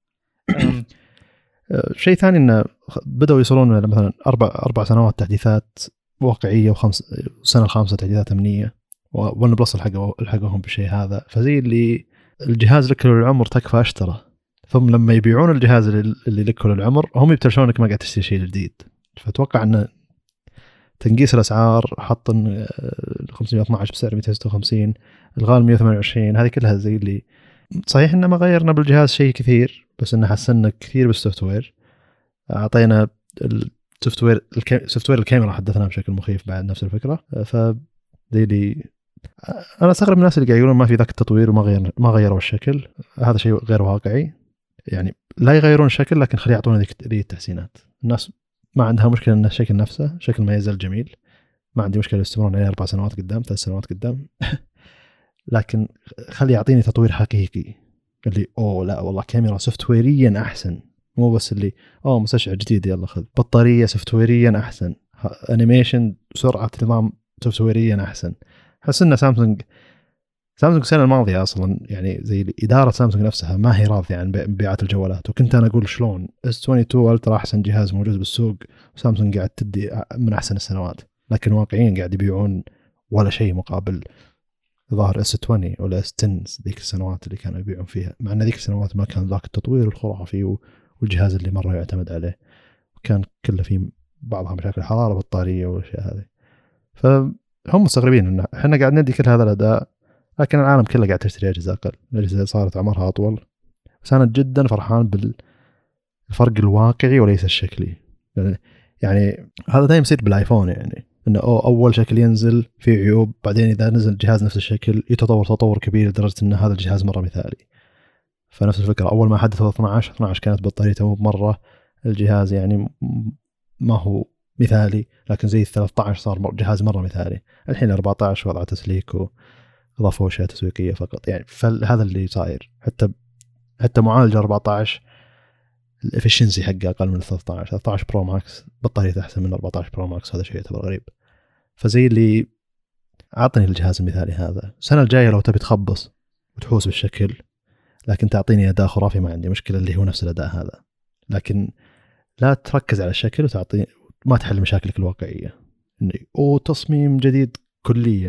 شيء ثاني انه بدأوا يصلون مثلا اربع اربع سنوات تحديثات واقعيه، وخمس السنه الخامسه تحديثات امنيه، وون بلس الحقوا الحقهم بالشيء هذا. فزي اللي الجهاز لك العمر تكفى اشترى، ثم لما يبيعون الجهاز اللي لك العمر هم يبتلشونك ما قاعد تشتري شيء جديد. فاتوقع ان تنقيس الاسعار، حط خمسمئة واثني عشر بسعر مئتين وستة وخمسين، الغاء مئة وثمانية وعشرين، هذه كلها زي اللي صحيح انه ما غيرنا بالجهاز شيء كثير، بس انه حسنا كثير بالسوفت وير. اعطينا السوفت وير السوفت وير الكاميرا حدثنا بشكل مخيف بعد نفس الفكره. فزي اللي انا استغرب من الناس اللي قاعد يقولون ما في ذاك التطوير وما غير ما غيروا الشكل. هذا شيء غير واقعي. يعني لا يغيرون الشكل لكن خليه يعطونا ذي التحسينات. الناس ما عندها مشكله ان الشكل نفسه شكل ما يزال جميل، ما عندي مشكله يستمرون عليه اربع سنوات قدام، ثلاث سنوات قدام لكن خلي يعطيني تطوير حقيقي اللي اوه لا والله كاميرا سوفت ويريا احسن، مو بس اللي اوه مستشعر جديد يلا خذ، بطاريه سوفت ويريا احسن، انيميشن سرعه نظام سوفت ويريا احسن. حس ان سامسونج سامسونج السنه الماضيه اصلا يعني زي اداره سامسونج نفسها ما هي راضيه عن مبيعات الجوالات. وكنت انا اقول شلون اس اثنين وعشرين الترا احسن جهاز موجود بالسوق وسامسونج قاعد تدي من احسن السنوات، لكن واقعيا قاعد يبيعون ولا شيء مقابل ظاهر اس عشرين ولا اس عشرة ذيك السنوات اللي كانوا يبيعون فيها. مع ان ذيك السنوات ما كان ذاك التطوير الخرافي والجهاز اللي مره يعتمد عليه، وكان كله فيه بعضها مشاكل حراره بطاريه والاشياء هذه. فهم مستغربين ان احنا قاعد ندي كل هذا الاداء لكن العالم كله قاعد تشتري اجهزه اقل، الاجهزه صارت عمرها اطول. بس انا جدا فرحان بالفرق الواقعي وليس الشكلي. يعني هذا دائما يصير بالايفون، يعني انه اول شكل ينزل فيه عيوب، بعدين اذا نزل الجهاز نفس الشكل يتطور تطور كبير لدرجه ان هذا الجهاز مره مثالي. فنفس الفكره اول ما حدثوا اثنا عشر اثنا عشر كانت بطاريته مو مره الجهاز يعني ما هو مثالي، لكن زي ثلاثة عشر صار جهاز مره مثالي. الحين أربعة عشر وضع تسليك واضافوا اشياء تسويقيه فقط يعني. فهذا اللي صاير. حتى حتى معالج أربعة عشر الافشنسي حقه اقل من ثلاثة عشر ثلاثة عشر برو ماكس بطاريته احسن من أربعة عشر برو ماكس. هذا شيء يعتبر غريب. فزي اللي اعطني الجهاز المثالي هذا. السنه الجايه لو تبي تخبص وتحوس بالشكل لكن تعطيني اداء خرافي ما عندي مشكله، اللي هو نفس الاداء هذا، لكن لا تركز على الشكل وتعطي ما تحل مشاكلك الواقعيه. اني او تصميم جديد كليا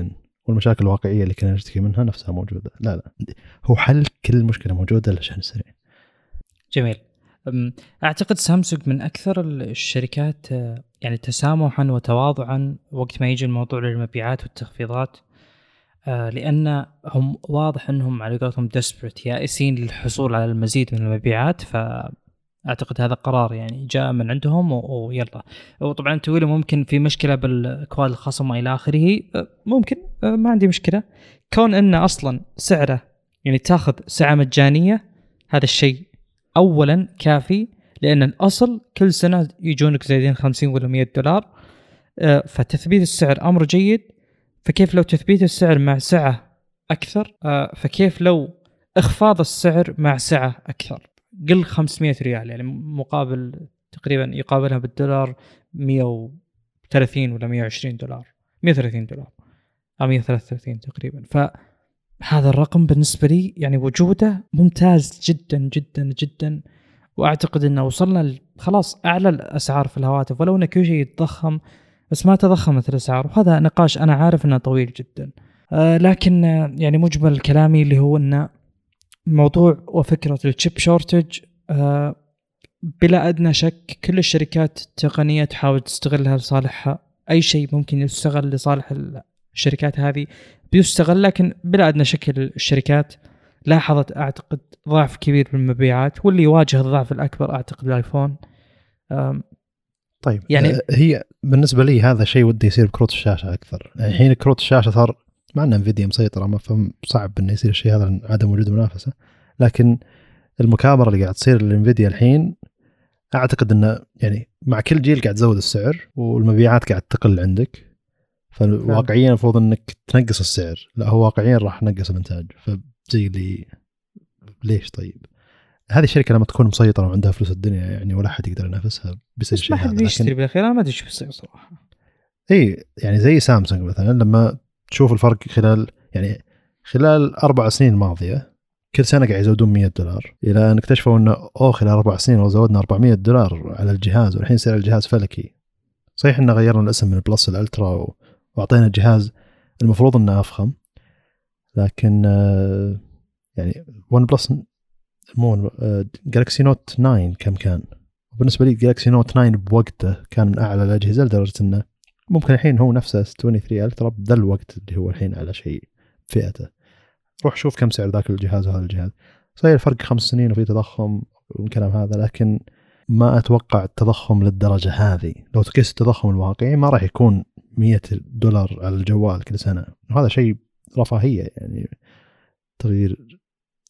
والمشاكل الواقعيه اللي كنا نشتكي منها نفسها موجوده. لا لا هو حل كل مشكله موجوده للشحن السريع. جميل. اعتقد سامسونج من اكثر الشركات يعني تسامحا وتواضعا وقت ما يجي الموضوع للمبيعات والتخفيضات، لان هم واضح انهم على قولتهم desperate يائسين للحصول على المزيد من المبيعات. فاعتقد هذا قرار يعني جاء من عندهم ويلا. وطبعا تقولي ممكن في مشكله بالكواد الخصم والى اخره، ممكن ما عندي مشكله كون ان اصلا سعره يعني تاخذ سعه مجانيه. هذا الشيء اولا كافي، لان الاصل كل سنه يجونك زايدين خمسين ولا مية دولار، فتثبيت السعر امر جيد. فكيف لو تثبيت السعر مع سعه اكثر؟ فكيف لو اخفاض السعر مع سعه اكثر؟ قل خمسمية ريال يعني مقابل تقريبا يقابلها بالدولار مية وثلاثين ولا مية وعشرين دولار، مية وثلاثين دولار او مية وثلاثة وثلاثين تقريبا. فهذا الرقم بالنسبه لي يعني وجوده ممتاز جدا جدا جدا. واعتقد انه وصلنا خلاص اعلى الاسعار في الهواتف، ولو ان كل شيء يتضخم بس ما تضخمت الاسعار. وهذا نقاش انا عارف انه طويل جدا، آه لكن آه يعني مجمل كلامي اللي هو ان موضوع وفكره الشيب شورتج آه بلا ادنى شك كل الشركات التقنيه تحاول تستغلها لصالحها. اي شيء ممكن يستغل لصالح الشركات هذه بيستغل، لكن بلا ادنى شك الشركات لاحظت اعتقد ضعف كبير بالمبيعات، واللي يواجه الضعف الاكبر اعتقد الايفون. طيب يعني هي بالنسبه لي هذا شيء ودي يصير بكروت الشاشه اكثر. الحين كروت الشاشه صار مع ان انفيديا مسيطره، ما فهم صعب انه يصير الشيء هذا عدم وجود منافسه، لكن المكابره اللي قاعد تصير للانفيديا الحين اعتقد انه يعني مع كل جيل قاعد تزود السعر والمبيعات قاعد تقل عندك. فواقعيا المفروض انك تنقص السعر، لا هو واقعيا راح نقص الانتاج. فزي اللي ليش طيب هذه الشركه لما تكون مسيطره وعندها فلوس الدنيا يعني ولا حد يقدر ينافسها بيصير شيء هذا. ما حد بيشتري بالاخير، انا ما ادري ايش بيصير صراحه. اي يعني زي سامسونج مثلا لما تشوف الفرق خلال يعني خلال اربع سنين الماضيه كل سنه قاعد يزودون مية دولار، الى ان اكتشفوا انه او خلال اربع سنين لو زودنا أربعمية دولار على الجهاز والحين سعر الجهاز فلكي. صحيح ان غيرنا الاسم من البلس الالترا واعطينا الجهاز المفروض انه افخم، لكن يعني ون بلس مو جالكسي نوت تسعة كم كان؟ وبالنسبه لي جالكسي نوت تسعة بوقته كان من اعلى الاجهزه، لدرجه انه ممكن الحين هو نفسه ثلاثة وعشرين الترا بذا الوقت اللي هو الحين على شيء فئته. روح شوف كم سعر ذاك الجهاز وهذا الجهاز. صحيح الفرق خمس سنين وفي تضخم والكلام هذا، لكن ما اتوقع التضخم للدرجه هذه. لو تقيس التضخم الواقعي ما راح يكون مية دولار على الجوال كل سنه، وهذا شيء رفاهيه يعني تغيير.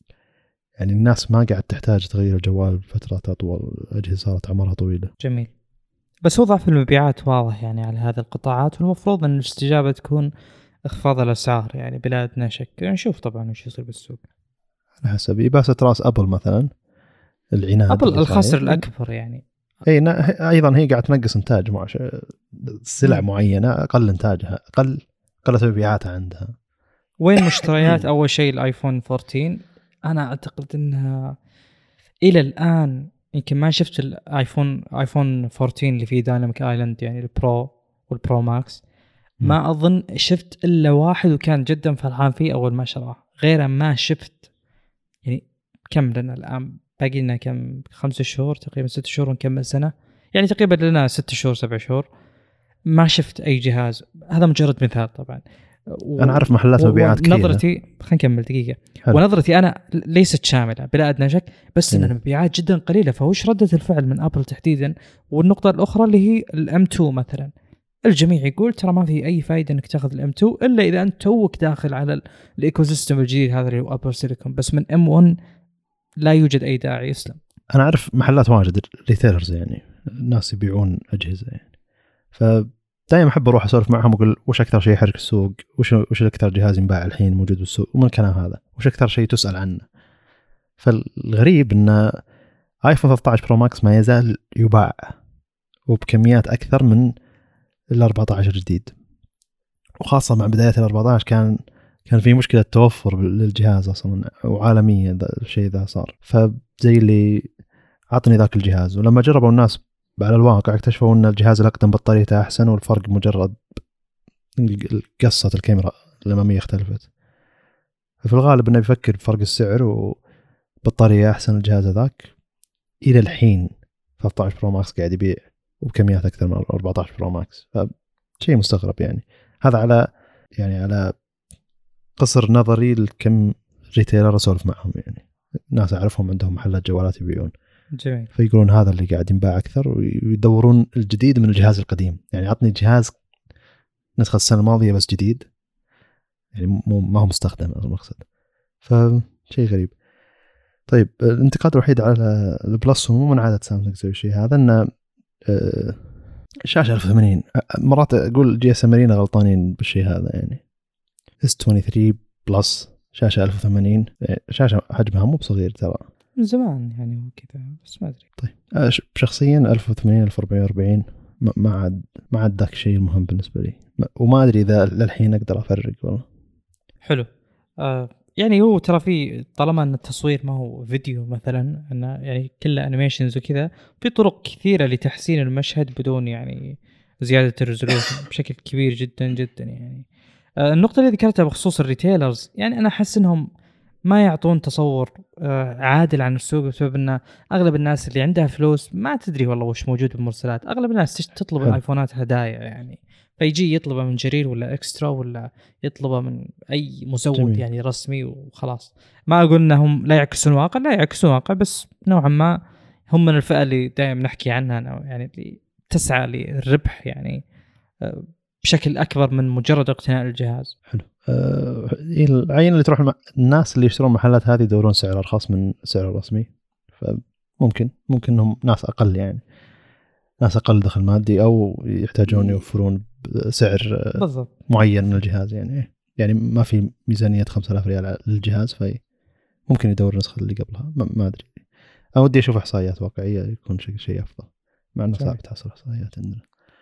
يعني الناس ما قاعد تحتاج تغيير الجوال بفترات أطول، الأجهزة صارت عمرها طويلة. جميل. بس هو ضعف المبيعات واضح يعني على هذه القطاعات، والمفروض أن الاستجابة تكون إخفاض الأسعار يعني بلا أدنى شك. نشوف طبعا وش يصير بالسوق. على حسب إباسة راس أبل مثلا العناد أبل الخاسر الأكبر يعني. أي أيضا هي قاعد تنقص إنتاج مع سلع معينة أقل إنتاجها أقل قلت مبيعاتها عندها. وين مشتريات؟ أول شيء الآيفون أربعة عشر أنا أعتقد أنها إلى الآن يمكن ما شفت الآيفون آيفون أربعة عشر اللي فيه دايناميك آيلاند يعني البرو والبرو ماكس، ما أظن شفت إلا واحد وكان جدا فرحان فيه أول ما شراه. غيره ما شفت. يعني كم لنا الآن؟ باقي لنا كم؟ خمسة شهور تقريبا، ستة شهور ونكمل سنة، يعني تقريبا لنا ستة شهور سبع شهور ما شفت أي جهاز. هذا مجرد مثال طبعا. و... أنا أعرف محلات مبيعات كثيرة. نظرتي خلينا نكمل دقيقة. حلو. ونظرتي أنا ليست شاملة بلا أدنى شك، بس إن المبيعات جدا قليلة. فوش ردة الفعل من أبل تحديدا؟ والنقطة الأخرى اللي هي الام تو مثلا، الجميع يقول ترى ما في أي فائدة إنك تأخذ الام تو إلا إذا أنت توك داخل على الإيكو سيستم الجديد هذا اللي هو أبل سيليكون. بس من ام ون لا يوجد أي داعي. يسلم. أنا أعرف محلات واجد ريتيلرز يعني الناس يبيعون أجهزة يعني، فدائما أحب أروح أسولف معهم وأقول وش أكثر شيء يحرك السوق، وش وش أكثر جهاز ينباع الحين موجود بالسوق، ومن الكلام هذا وش أكثر شيء تسأل عنه. فالغريب إن آيفون ثلاثة عشر برو ماكس ما يزال يباع وبكميات أكثر من ال أربعة عشر جديد، وخاصة مع بداية ال أربعة عشر كان كان في مشكلة توفر للجهاز أصلا وعالميا الشيء ذا صار. فزي اللي عطني ذاك الجهاز، ولما جربوا الناس على الواقع اكتشفوا أن الجهاز الأقدم بطاريته أحسن، والفرق مجرد قصة الكاميرا الأمامية اختلفت. ففي الغالب إنه بيفكر بفرق السعر وبطارية أحسن الجهاز ذاك. إلى الحين ثلاثة عشر برو ماكس قاعد يبيع وبكميات أكثر من أربعة عشر برو ماكس، فشيء مستغرب يعني. هذا على يعني على قصر نظري لكم ريتيلر أسولف معهم، يعني ناس أعرفهم عندهم محلات جوالات يبيعون. جميل. فيقولون هذا اللي قاعد ينباع أكثر، ويدورون الجديد من الجهاز القديم. يعني عطني جهاز نسخة السنة الماضية بس جديد، يعني مو ما هو مستخدم المقصد. فشيء غريب. طيب الانتقاد الوحيد على البلس ومو من عادة سامسونج تسوي شيء هذا، إنه شاشة ألف وثمانين. مرات أقول جي اس امرينا غلطانين بالشيء هذا. يعني اس ثلاثة وعشرين بلس شاشة ألف وثمانين، شاشة حجمها مو بصغير ترى من زمان يعني كذا، بس ما أدري. طيب شخصيا ألف وثمانين ألف وأربعمية وأربعين ما عاد ما عاد ذاك الشيء المهم بالنسبة لي، وما أدري إذا للحين أقدر أفرق والله. حلو. آه يعني هو ترى في طالما أن التصوير ما هو فيديو مثلا، أنه يعني كله أنيميشنز وكذا، في طرق كثيرة لتحسين المشهد بدون يعني زيادة الريزولوشن بشكل كبير جدا جدا يعني. آه النقطة اللي ذكرتها بخصوص الريتيلرز، يعني أنا أحس أنهم ما يعطون تصور آه عادل عن السوق، بسبب أن أغلب الناس اللي عندها فلوس ما تدري والله وش موجود بالمرسلات. أغلب الناس تطلب الآيفونات هدايا يعني، فيجي يطلبه من جرير ولا إكسترا ولا يطلبه من أي مزود جميل. يعني رسمي وخلاص. ما أقول أنهم لا يعكسون واقع، لا يعكسون واقع، بس نوعا ما هم من الفئة اللي دائما نحكي عنها، يعني اللي تسعى للربح يعني بشكل أكبر من مجرد اقتناء الجهاز. حلو. أه العين اللي تروح الم... الناس اللي يشترون محلات هذه يدورون سعر أرخص من سعر الرسمي، فممكن ممكن إنهم ناس أقل، يعني ناس أقل دخل مادي، أو يحتاجون يوفرون سعر بالضبط معين من الجهاز. يعني يعني ما في ميزانية خمسة آلاف ريال للجهاز، في ممكن يدور النسخة اللي قبلها. ما, ما أدري، أنا ودي أشوف إحصائيات واقعية يكون شيء شيء أفضل، مع أنه صعب تحصل إحصائيات عندنا.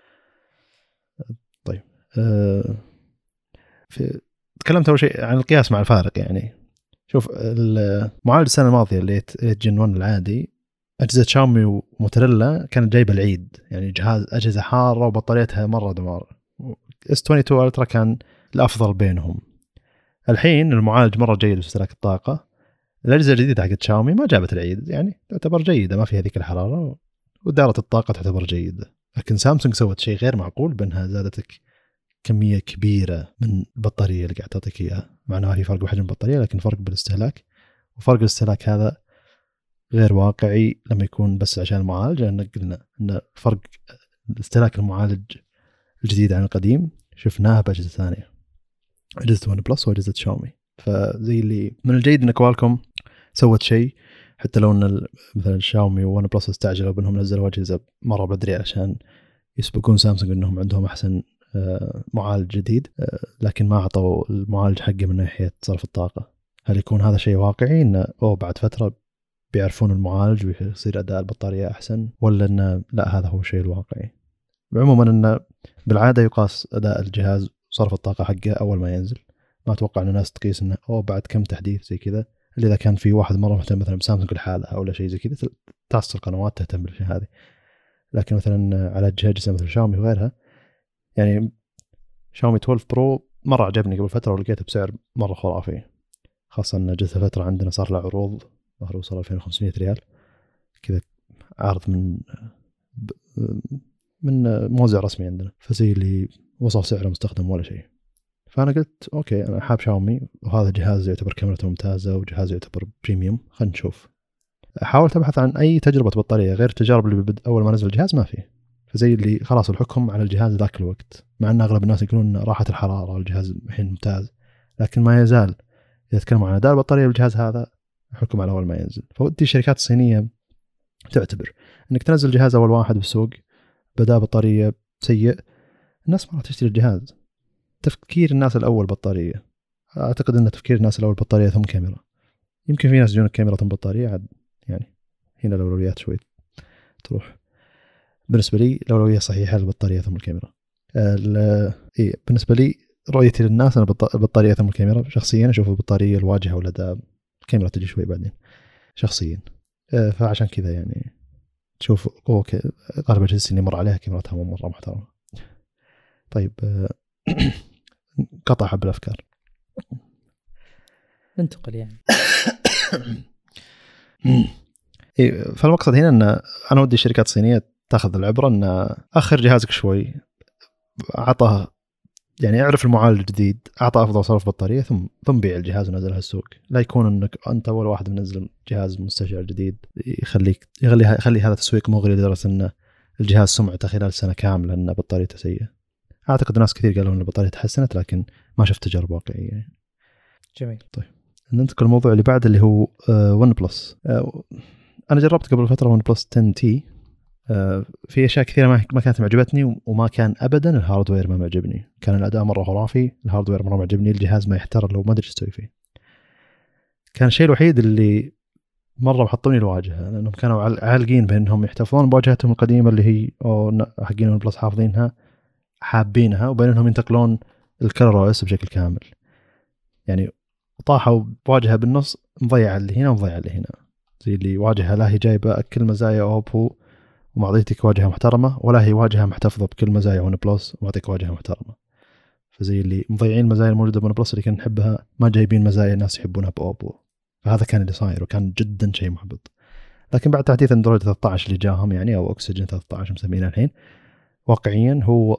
طيب أه في تكلمت أول شيء عن القياس مع الفارق. يعني شوف المعالج السنة الماضية اللي جن واحد العادي، أجهزة شاومي وموتوريلا كانت جايبة العيد، يعني جهاز أجهزة حارة وبطاريتها مرة دمار. اس اثنين وعشرين ألترا كان الأفضل بينهم. الحين المعالج مرة جيد واستهلاك الطاقة. الأجهزة الجديدة حقت شاومي ما جابت العيد، يعني تعتبر جيدة، ما فيها ذيك الحرارة، ودارة الطاقة تعتبر جيدة. لكن سامسونج سوت شيء غير معقول، بأنها زادتك كمية كبيرة من البطارية اللي قاعد تعطيك إياها. مع أنه في فرق بحجم البطارية، لكن فرق بالاستهلاك، وفرق الاستهلاك هذا غير واقعي لما يكون بس عشان المعالج. لأن قلنا أن فرق استهلاك المعالج الجديد عن القديم شفناه بأجهزة ثانية، أجهزة ون بلس وأجهزة شاومي. فزي اللي من الجيد أن كوالكوم سوت شيء، حتى لو أن مثلا شاومي وون بلس استعجلوا بأنهم نزلوا أجهزة مرة بدري عشان يسبقون سامسونج أنهم عندهم أحسن معالج جديد، لكن ما أعطوا المعالج حقه من ناحية صرف الطاقة. هل يكون هذا شيء واقعي أنه أو بعد فترة بيعرفون المعالج ويصير أداء البطارية أحسن، ولا أنه لا هذا هو الشيء الواقعي؟ عموما أنه بالعادة يقاس أداء الجهاز وصرف الطاقة حقه أول ما ينزل. ما أتوقع أن الناس تقيس أنه أو بعد كم تحديث زي كذا، اللي إذا كان في واحد مرة مهتم مثلا بسامسونج الحالة أو لا شيء زي كذا تاسس القنوات تهتم بالشيء هذه. لكن مثلا على أجهزة مثل شاومي وغيرها، يعني شاومي اثنا عشر برو مرة عجبني قبل فترة ولقيته بسعر مرة خرافي، خاصة أن جت فترة عندنا صار له عروض ظهر وصل ألفين وخمسمية ريال كذا، عرض من من موزع رسمي عندنا، فزي اللي وصل سعره مستخدم ولا شيء. فأنا قلت أوكي أنا حاب شاومي، وهذا جهاز يعتبر كاميرته ممتازة وجهاز يعتبر بريميوم، خلنا نشوف. حاولت أبحث عن أي تجربة بطارية غير التجارب اللي بدأ أول ما نزل الجهاز، ما فيه. فزي اللي خلاص الحكم على الجهاز ذاك الوقت، مع أن أغلب الناس يقولون راحة الحرارة والجهاز الحين ممتاز، لكن ما يزال إذا تكلموا عن أداء البطارية بالجهاز هذا حكم على أول ما ينزل. فودي الشركات الصينية تعتبر أنك تنزل جهاز أول واحد بالسوق بدأ بطارية سيء، الناس ما راح تشتري الجهاز. تفكير الناس الأول بطارية، أعتقد أن تفكير الناس الأول بطارية ثم كاميرا. يمكن في ناس يجون الكاميرا ثم بطارية عاد، يعني هنا الأولويات شوي تروح. بالنسبة لي الأولوية صحيحة البطارية ثم الكاميرا. إيه بالنسبة لي رؤيتي للناس أنا البطارية ثم الكاميرا. شخصيا أشوف البطارية الواجهة والأداء، الكاميرا تجي شوي بعدين شخصيا. فعشان كذا يعني تشوف أوكي غالبا الأجهزة اللي مر عليها كاميراتها مو مرة محترمة. طيب قطع حب الأفكار. ننتقل يعني. فالمقصد هنا أن أنا ودي الشركات الصينية تأخذ العبرة أن أخر جهازك شوي، أعطاه يعني اعرف المعالج الجديد، أعطى أفضل صرف بطارية، ثم ثم بيع الجهاز ونزلها السوق. لا يكون أنك أنت أول واحد منزل جهاز مستشعر جديد يخليك يخلي يخلي هذا تسويق مغري لدرجة أن الجهاز سمعته خلال سنة كاملة أن بطاريته سيئة. أعتقد ناس كثير قالوا أن البطارية تحسنت، لكن ما شفت تجارب واقعية. جميل. طيب ننتقل الموضوع اللي بعد اللي هو ون بلس. أنا جربت قبل فترة ون بلس عشرة تي. في أشياء كثيرة ما ما كانت معجبتني، وما كان أبدا الهاردوير ما معجبني. كان الأداء مرة خرافي، الهاردوير مرة معجبني، الجهاز ما يحترق لو ما أدري إيش أسوي فيه. كان الشيء الوحيد اللي مرة محطوني الواجهة، لأنهم كانوا عالقين بأنهم يحتفظون بواجهتهم القديمة اللي هي أو حقين ون بلس حافظينها حابينها، وبين أنهم ينتقلون الكلر او اس بشكل كامل. يعني طاحوا بواجهة بالنص، مضيعة اللي هنا ومضيعة اللي هنا، زي اللي واجهة لا هي جايبة كل مزايا أوبو ومعطيتك واجهة محترمة، ولا هي واجهة محتفظة بكل مزايا ون بلس ومعطيك واجهة محترمة. فزي اللي مضيعين مزايا الموجودة بون بلس اللي كنا نحبها، ما جايبين مزايا الناس يحبونها بأوبو. فهذا كان اللي صاير، وكان جدا شيء محبط. لكن بعد تحديث اندرويد ثلاثة عشر اللي جاهم يعني، او اكسجين ثلاثة عشر مسمينه الحين، واقعيا هو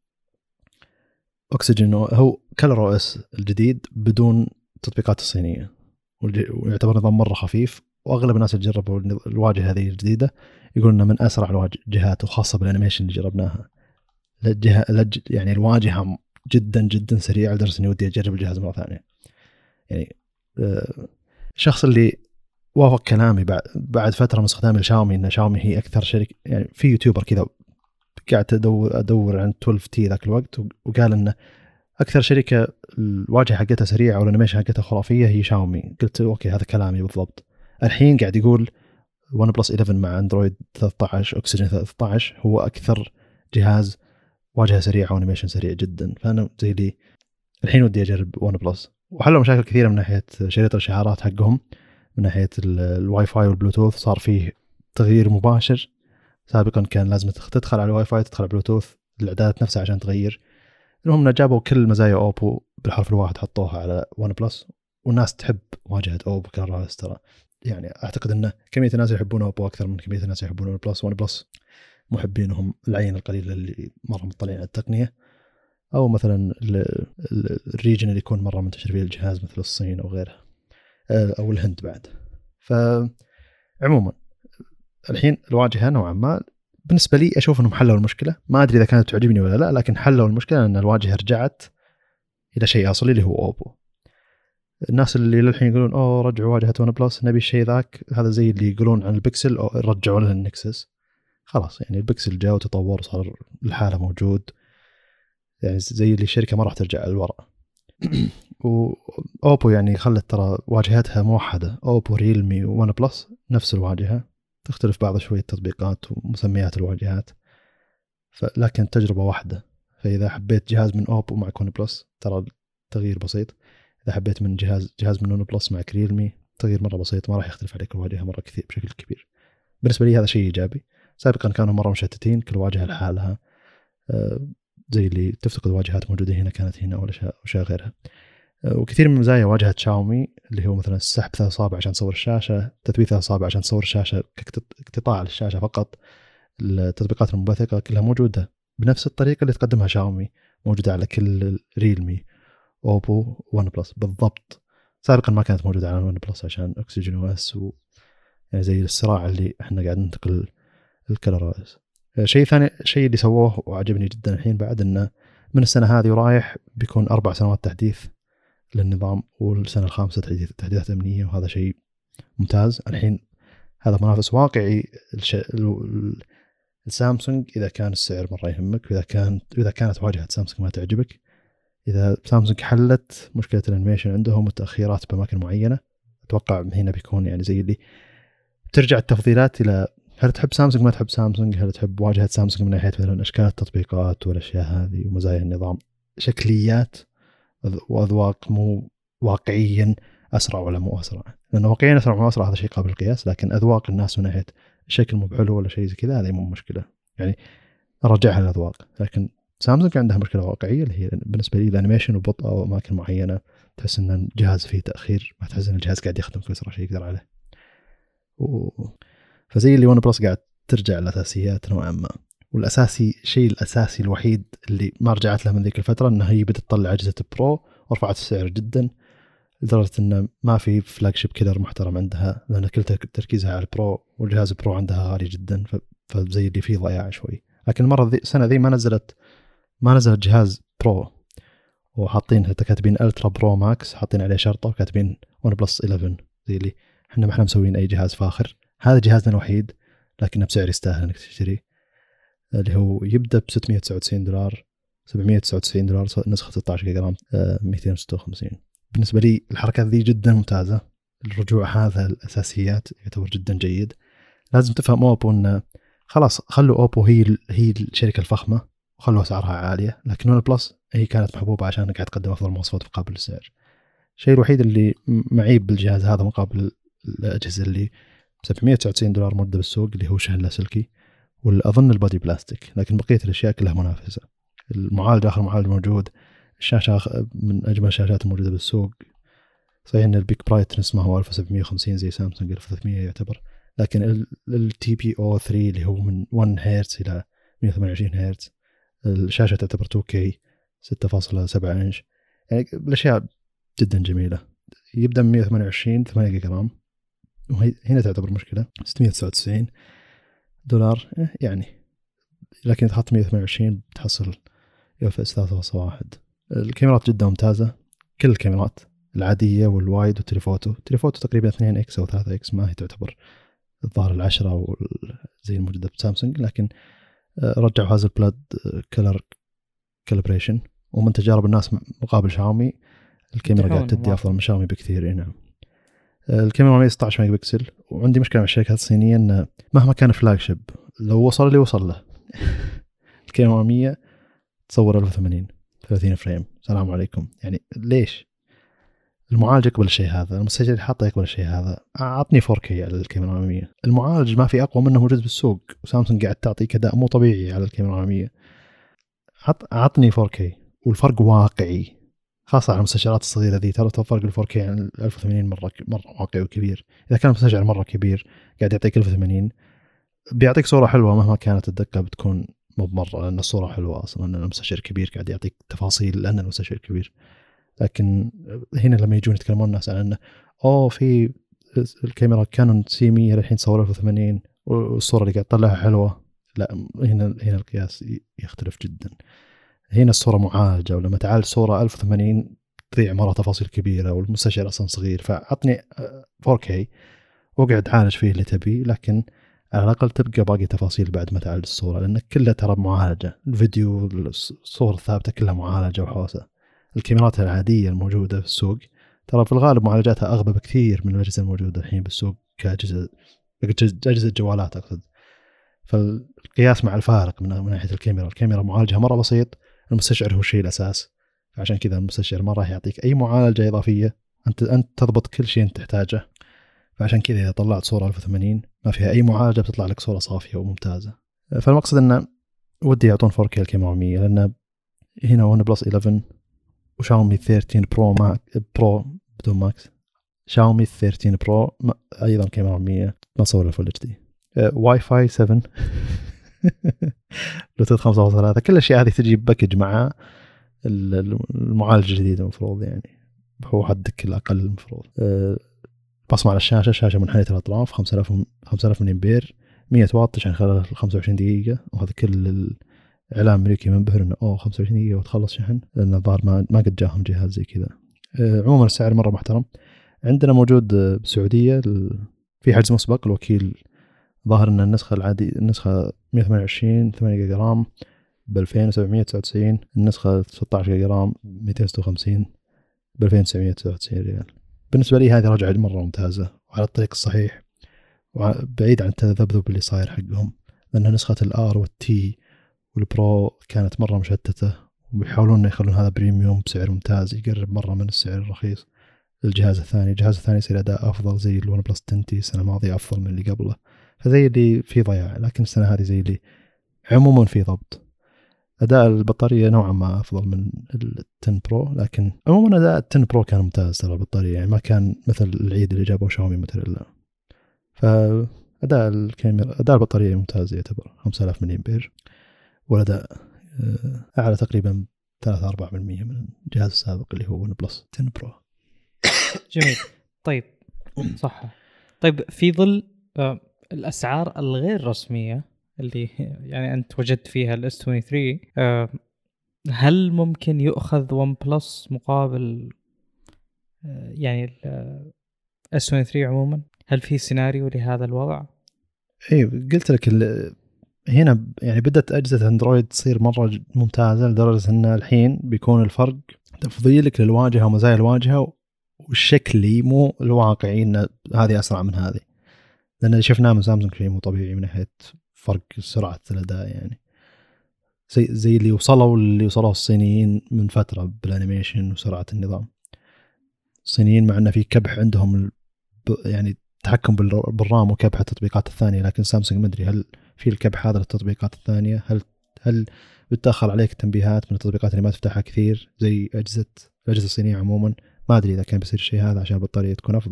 اكسجين هو كلر او اس الجديد بدون تطبيقات الصينية، ويعتبر نظام مرة خفيف. واغلب الناس اللي جربوا الواجهة هذه الجديدة يقولون من اسرع الواجهات، وخاصة بالانيميشن اللي جربناها. الجهة يعني الواجهة جدا جدا سريعة لدرجة اني ودي اجرب الجهاز مرة ثانية. يعني الشخص اللي وافق كلامي بعد بعد فترة من استخدامي لشاومي ان شاومي هي اكثر شركة، يعني في يوتيوبر كذا قاعد ادور ادور عن اثنا عشر تي ذاك الوقت، وقال ان اكثر شركة الواجهة حقتها سريعة والانيميشن حقتها خرافية هي شاومي. قلت اوكي هذا كلامي بالضبط. الحين قاعد يقول ون بلس إحدى عشر مع اندرويد ثلاثة عشر اكسجين ثلاثة عشر هو اكثر جهاز واجهة سريعة وانيميشن سريع جدا. فانا زي لي الحين ودي اجرب ون بلس. وحلوا مشاكل كثيرة من ناحية شريط الاشعارات حقهم، من ناحية الواي فاي والبلوتوث صار فيه تغيير مباشر. سابقا كان لازم تدخل على الواي فاي تدخل على بلوتوث الإعدادات نفسها عشان تغير. المهم جابوا كل مزايا أوبو بالحرف الواحد حطوها على ون بلس، والناس تحب واجهة أوبو كراس ترى. يعني أعتقد أن كمية الناس يحبون أوبو أكثر من كمية الناس يحبون ون بلس. ون بلس محبينهم العين القليلة اللي مرة مطلعين على التقنية، أو مثلا الريجن اللي يكون مرة منتشر فيه الجهاز مثل الصين أو غيرها، أو الهند بعد. فعموما الحين الواجهة نوعا ما بالنسبة لي أشوف أنهم حلوا المشكلة. ما أدري إذا كانت تعجبني ولا لا، لكن حلوا المشكلة أن الواجهة رجعت إلى شيء أصلي اللي هو أوبو. الناس اللي للحين يقولون أوه رجعوا واجهة ون بلس نبي الشيء ذاك، هذا زي اللي يقولون عن البكسل أو رجعوا لنا النكسس. خلاص يعني البكسل جاء وتطور وصار الحالة موجود، يعني زي اللي الشركة ما راح ترجع للوراء. وأوبو يعني خلت ترى واجهتها موحدة، أوبو ريلمي وون بلس نفس الواجهة، تختلف بعض شوية تطبيقات ومسميات الواجهات، لكن تجربة واحدة. فإذا حبيت جهاز من أوبو معك ون بلس ترى تغيير بسيط، إذا حبيت من جهاز جهاز من ون بلس معك ريلمي تغيير مرة بسيط، ما راح يختلف عليك الواجهة مرة كثير بشكل كبير. بالنسبة لي هذا شيء إيجابي. سابقا كانوا مرة مشتتين، كل واجهة لحالها، زي اللي تفتقد واجهات موجودة هنا كانت هنا ولا شيء وشيء غيرها. وكثير من مزايا واجهة شاومي اللي هو مثلا السحب ثلاث أصابع عشان تصور الشاشة، تثبيت ثلاث أصابع عشان تصور الشاشة كاقتطاع للشاشة فقط، التطبيقات المنبثقة كلها موجودة بنفس الطريقة اللي تقدمها شاومي، موجودة على كل ريلمي أوبو ون بلس بالضبط. سابقا ما كانت موجودة على ون بلس عشان أكسجين او اس، و يعني زي الصراع اللي احنا قاعد ننتقل الكلر او اس. شيء ثاني، شيء اللي سووه وعجبني جدا الحين بعد، انه من السنة هذه ورايح بيكون أربع سنوات تحديث للنظام، والسنة الخامسة تحديث تحديثات أمنية، وهذا شيء ممتاز. الحين هذا منافس واقعي الش... السامسونج إذا كان السعر مرة يهمك، وإذا كان إذا كانت واجهة سامسونج ما تعجبك. إذا سامسونج حلت مشكلة الانيميشن عندهم وتأخيرات بأماكن معينة، أتوقع هنا بيكون يعني زي اللي ترجع التفضيلات إلى هل تحب سامسونج ما تحب سامسونج، هل تحب واجهة سامسونج من ناحية مثلا أشكال التطبيقات والأشياء هذه ومزايا النظام، شكليات وأذواق، مو واقعيا أسرع ولا مو أسرع، لأنه واقعيا أسرع ولا أسرع هذا شيء قابل للقياس، لكن أذواق الناس من ناحية الشكل مو بحلو ولا شيء زي كذا هذه مو مشكلة، يعني أرجعها للأذواق. لكن سامسونج عندها مشكلة واقعية اللي هي بالنسبة لي الأنيميشن وبطء أو أماكن معينة تحس ان الجهاز فيه تاخير، ما تحس ان الجهاز قاعد يخدم في اسرع شيء يقدر عليه. و... فزي اللي ون بلس قاعد ترجع الاساسيات نوعا ما. والاساسي شيء الاساسي الوحيد اللي ما رجعت له من ذيك الفتره انها هي بدت تطلع اجهزه برو ورفعت السعر جدا لدرجه انه ما في فلاج شيب كيلر محترم عندها، لان كل تركيزها على البرو، والجهاز البرو عندها غالي جدا، ف... فزي اللي فيه ضياع شوي. لكن المره ذي السنه ذي ما نزلت ما نزلت جهاز برو وحاطين حتى كاتبين الترا برو ماكس، حاطين عليه شرطه وكاتبين ون بلس إحدى عشر، زي اللي احنا ما احنا مسوين اي جهاز فاخر، هذا جهازنا الوحيد لكنه بسعر يستاهل انك تشتري، اللي هو يبدا ب ستمية وتسعة وتسعين دولار، سبعمية وتسعة وتسعين دولار نسخه ستة عشر جيجا رام، مئتين وستة وخمسين. بالنسبه لي الحركات ذي جدا ممتازه، الرجوع هذا الاساسيات يعتبر جدا جيد. لازم تفهم اوبو ان خلاص خلوا اوبو هي هي الشركه الفخمه وخلوا اسعارها عاليه، لكن ون بلس هي كانت محبوبه عشان قاعد تقدم افضل مواصفات مقابل السعر. الشيء الوحيد اللي معيب بالجهاز هذا مقابل الاجهزه اللي سبعمية وتسعة وتسعين دولار موجوده بالسوق، اللي هو شحن لاسلكي واظن البادي بلاستيك، لكن بقيه الاشياء كلها منافسه. المعالج اخر معالج موجود، الشاشه من اجمل الشاشات الموجوده بالسوق. صحيح ان البيك برايتنس ما هو ألف وسبعمية وخمسين زي سامسونج ألف وثلاثمية يعتبر، لكن التي بي او ثلاثة اللي هو من واحد هرتز الى مئة وثمانية وعشرين هرتز، الشاشه تعتبر تو كي ستة فاصلة سبعة انش، يعني الاشياء جدا جميله. يبدا من مئة وثمانية وعشرين ثمانية جيجا رام، وهي هنا تعتبر مشكله ستمية وتسعة وتسعين دولار يعني، لكن إذا حط مئة وثمانية وعشرين بتحصل يو إس ثلاثة فاصلة واحد. الكاميرات جدا ممتازه، كل الكاميرات العاديه والوايد والتليفوتو، تليفوتو تقريبا اثنين إكس او ثلاثة إكس، ما هي تعتبر الظاهر العشرة او زي الموجوده بسامسونج، لكن رجعوا هذا البلاد كلر كالبريشن. ومن تجارب الناس مقابل شاومي الكاميرا قاعد تدي افضل من شاومي بكثير. نعم الكاميرا مية وستة عشر ميجا بكسل، وعندي مشكله مع الشركات الصينيه ان مهما كان فلاج شيب لو وصل اللي وصل له الكاميرا مية تصور ألف وثمانين ثلاثين فريم، سلام عليكم. يعني ليش؟ المعالج يقبل الشيء هذا، المستشعر اللي حاطه يقبل الشيء هذا، اعطني فور كي على الكاميرا مية. المعالج ما في اقوى منه موجود بالسوق، وسامسونج قاعد تعطيك اداء مو طبيعي على الكاميرا مية. عطني فور كي والفرق واقعي، خاصة على المستشعرات الصغيرة ذي، ترى فرق ال فور كي عن ال ألف وثمانين مرة مرة واقعي وكبير. إذا كان المستشعر مرة كبير قاعد يعطيك ألف وثمانين بيعطيك صورة حلوة مهما كانت الدقة بتكون مو بمرة، لأن الصورة حلوة أصلا، لأن المستشعر كبير قاعد يعطيك تفاصيل لأن المستشعر كبير. لكن هنا لما يجون يتكلمون الناس عن أنه أوه في الكاميرا كانون سي مية الحين تصور ألف وثمانين والصورة اللي قاعد تطلعها حلوة، لا هنا هنا القياس يختلف جدا. هنا الصورة معالجة، ولما تعال صورة ألف وثمانين تضيع مرة تفاصيل كبيرة، والمستشعر أصلا صغير، فعطني فور كي وقعد عالج فيه اللي تبي، لكن على الأقل تبقى باقي تفاصيل بعد ما تعالج الصورة، لأن كلها ترى معالجة، الفيديو الصور الثابتة كلها معالجة وحوسة. الكاميرات العادية الموجودة في السوق ترى في الغالب معالجاتها أغبى بكثير من الأجهزة الموجودة الحين بالسوق كأجهزة أجهزة جوالات أقصد. فالقياس مع الفارق من ناحية الكاميرا، الكاميرا معالجها مرة بسيط، المستشعر هو الشيء الأساس، فعشان كذا المستشعر ما راح يعطيك أي معالجة إضافية، أنت أنت تضبط كل شيء أنت تحتاجه. فعشان كذا إذا طلعت صورة ألف وثمانين ما فيها أي معالجة بتطلع لك صورة صافية وممتازة. فالمقصد أنه ودي يعطون فور كي الكاميرا مية، لأن هنا ون بلس إحدى عشر وشاومي ثلاثة عشر برو ماك برو بدون ماكس، شاومي ثلاثة عشر برو أيضا كاميرا مية ما تصور الفول اتش دي، واي فاي سبعة بلوتوث خمسة فاصلة ثلاثة، كل الأشياء هذه تجي بباكج مع المعالج الجديد المفروض، يعني هو حدك الأقل المفروض. بصمة على الشاشة، شاشة منحنية الأطراف، خمسة آلاف خمسة آلاف ملي أمبير، مية واط تشحن خلال خمسة وعشرين دقيقة، وهذا كل الإعلام الأمريكي منبهر إنه أوه خمسة وعشرين دقيقة وتخلص شحن، لأن الظاهر ما ما قد جاهم جهاز زي كذا. عموما السعر مرة محترم. عندنا موجود بالسعودية في حجز مسبق، الوكيل ظاهر ان النسخه العاديه النسخه مئة وثمانية وعشرين ثمانية جيجا رام ب ألفين وسبعمية وتسعة وتسعين، النسخه ستة عشر جيجا رام مئتين وستة وخمسين ب ألفين وتسعمية وتسعة وتسعين ريال. بالنسبه لي هذه رجعه مره ممتازه وعلى الطريق الصحيح، وبعيد عن التذبذب اللي صاير حقهم، لان نسخه الار والتي والبرو كانت مره مشتته، وبيحاولون يخلون هذا بريميوم بسعر ممتاز يقرب مره من السعر الرخيص. الجهاز الثاني الجهاز الثاني يصير اداء افضل، زي الون بلس عشرة تي السنه الماضيه افضل من اللي قبله، فزي اللي في ضياع. لكن السنة هذه زي اللي عموما في ضبط. اداء البطاريه نوعا ما افضل من ال عشرة برو، لكن عموما اداء ال عشرة برو كان ممتاز ترى البطاريه، يعني ما كان مثل العيد اللي جابوه شاومي مثل لا. فاداء الكاميرا اداء البطاريه ممتاز يعتبر خمسة آلاف ملي امبير، والاداء اعلى تقريبا ثلاثة أربعة بالمئة من الجهاز السابق اللي هو ون بلس عشرة برو. جميل. طيب صح. طيب في ظل الاسعار الغير رسميه اللي يعني انت وجدت فيها الاس ثلاثة وعشرين، هل ممكن يؤخذ ون بلس مقابل يعني الاس ثلاثة وعشرين عموما؟ هل في سيناريو لهذا الوضع؟ اي قلت لك هنا يعني بدأت أجهزة أندرويد تصير مرة ممتازة لدرجة أن الحين بيكون الفرق تفضيلك للواجهة ومزايا الواجهة والشكلي مو الواقعي أن هذه أسرع من هذه، لأن اللي شفناه من سامسونج شيء مو طبيعي من ناحية فرق سرعة الأداء، يعني زي زي اللي وصلوا اللي وصلوا الصينيين من فترة بالانيميشن وسرعة النظام. الصينيين مع أن في كبح عندهم يعني تحكم بالرام وكبح التطبيقات الثانية، لكن سامسونج ما أدري هل في الكبح هذا للتطبيقات الثانية، هل هل بتأخر عليك تنبيهات من التطبيقات اللي ما تفتحها كثير زي أجهزة الأجهزة الصينية عموما. ما أدري إذا كان بيصير الشيء هذا عشان البطارية تكون أفضل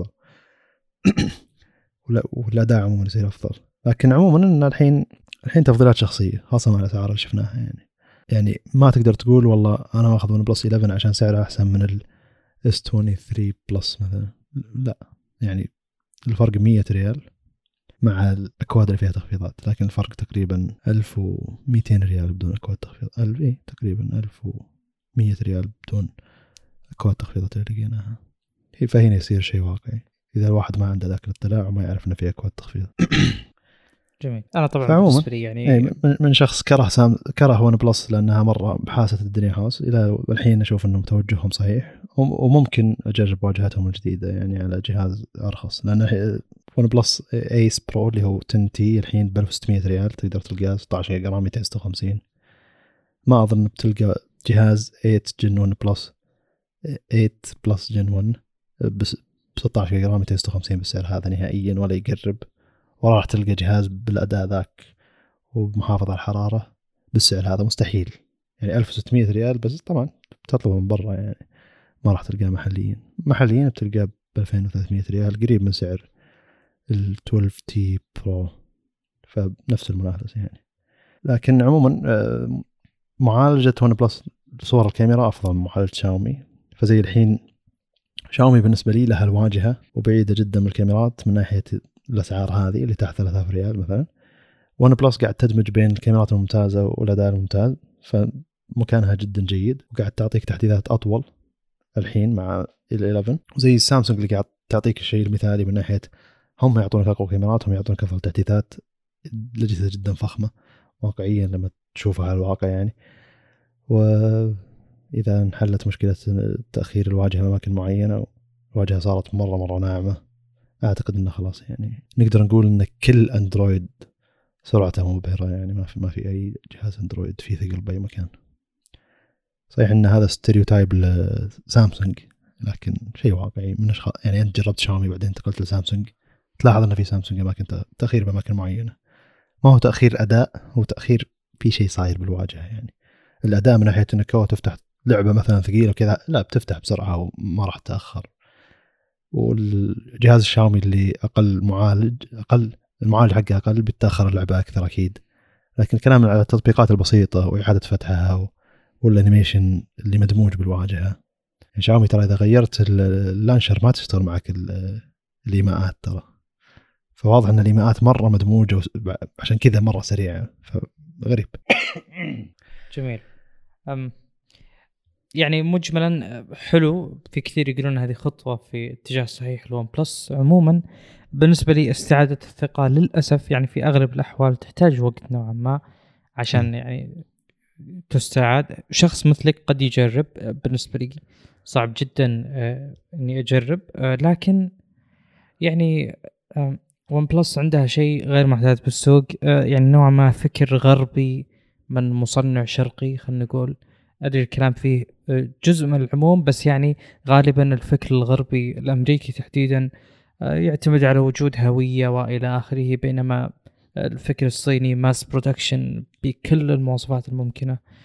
ولا والأداء عموما يصير أفضل. لكن عموما إن الحين الحين تفضيلات شخصية خاصة مع الأسعار اللي شفناها، يعني يعني ما تقدر تقول والله أنا أخذ ون بلس إحدى عشر عشان سعره أحسن من ال إس ثلاثة وعشرين بلس مثلا، لا يعني الفرق مية ريال مع الأكواد اللي فيها تخفيضات، لكن الفرق تقريبا ألف ومئتين ريال بدون أكواد تخفيض. ألف إيه تقريبا ألف ومئة ريال بدون أكواد تخفيضات اللي لقيناها. فهنا يصير شيء واقعي إذا الواحد ما عنده ذاك الاطلاع وما يعرف إنه في أكواد تخفيض. جميل. أنا طبعا بالنسبة لي يعني من شخص كره سام كره ون بلس لأنها مرة بحاسة الدنيا هاوس، إلى الحين أشوف إنه توجههم صحيح، وممكن أجرب واجهتهم الجديدة يعني على جهاز أرخص، لأن ون بلس ايس برو اللي هو عشرة تي الحين ب ألف وستمئة ريال تقدر تلقاه ستة عشر جيجا رام مئتين وستة وخمسين. ما أظن بتلقى جهاز ثمانية جن ون بلس ثمانية بلس جن ون بس ب ستة عشر جيجا رام مئتين وستة وخمسين بالسعر هذا نهائيا ولا يقرب، ولا راح تلقى جهاز بالأداء ذاك ومحافظ على الحرارة بالسعر هذا مستحيل. يعني ألف وستمئة ريال بس طبعا بتطلبه من برا، يعني ما راح تلقاه محليا. محليا بتلقاه ب ألفين وثلاثمئة ريال قريب من سعر ال اثنا عشر تي برو، فنفس المنافسة يعني. لكن عموما معالجة ون بلس صور الكاميرا أفضل من معالجة شاومي، فزي الحين شاومي بالنسبة لي لها الواجهة وبعيدة جدا من الكاميرات من ناحية الأسعار هذه اللي تحت ثلاثة آلاف ريال مثلا. ون بلس قاعد تدمج بين الكاميرات الممتازة والأداء الممتاز، فمكانها جدا جيد وقاعد تعطيك تحديثات أطول الحين مع ال إحدى عشر، زي سامسونج اللي قاعد تعطيك الشيء المثالي من ناحية هم يعطونك أقوى كاميرات، هم يعطونك أفضل تحديثات، الأجهزة جدا فخمة واقعيا لما تشوفها على الواقع يعني. وإذا انحلت مشكلة تأخير الواجهة أماكن معينة الواجهة صارت مرة مرة ناعمة، أعتقد إنه خلاص يعني نقدر نقول إن كل أندرويد سرعته مبهرة، يعني ما في ما في أي جهاز أندرويد فيه ثقل بأي مكان. صحيح إن هذا ستيريوتايب لسامسونج لكن شيء واقعي من أشخاص، يعني أنت جربت شاومي بعدين انتقلت لسامسونج تلاحظ أن في سامسونج أماكن تأخير بأماكن معينة، ما هو تأخير أداء، هو تأخير في شيء صاير بالواجهة. يعني الأداء من ناحية إنك تفتح لعبة مثلا ثقيلة وكذا لا بتفتح بسرعة وما راح تأخر. والجهاز الشاومي اللي أقل معالج أقل المعالج حقه أقل بتأخر اللعبة أكثر أكيد، لكن الكلام على التطبيقات البسيطة وإعادة فتحها والأنيميشن اللي مدموج بالواجهة. يعني شاومي ترى إذا غيرت اللانشر ما تشتغل معك الإيماءات ترى، فواضح أن الإيماءات مرة مدموجة عشان كذا مرة سريعة، فغريب. جميل. أم يعني مجملا حلو، في كثير يقولون هذه خطوة في اتجاه صحيح لون بلس. عموما بالنسبة لي استعادة الثقة للأسف يعني في أغلب الأحوال تحتاج وقت نوعا ما عشان يعني تستعاد. شخص مثلك قد يجرب، بالنسبة لي صعب جدا أني أجرب، لكن يعني ون بلس عندها شيء غير محدود بالسوق، يعني نوعا ما فكر غربي من مصنع شرقي خلينا نقول. أدري الكلام فيه جزء من العموم، بس يعني غالبا الفكر الغربي الأمريكي تحديدا يعتمد على وجود هوية وإلى آخره، بينما الفكر الصيني ماس برودكشن بكل المواصفات الممكنة.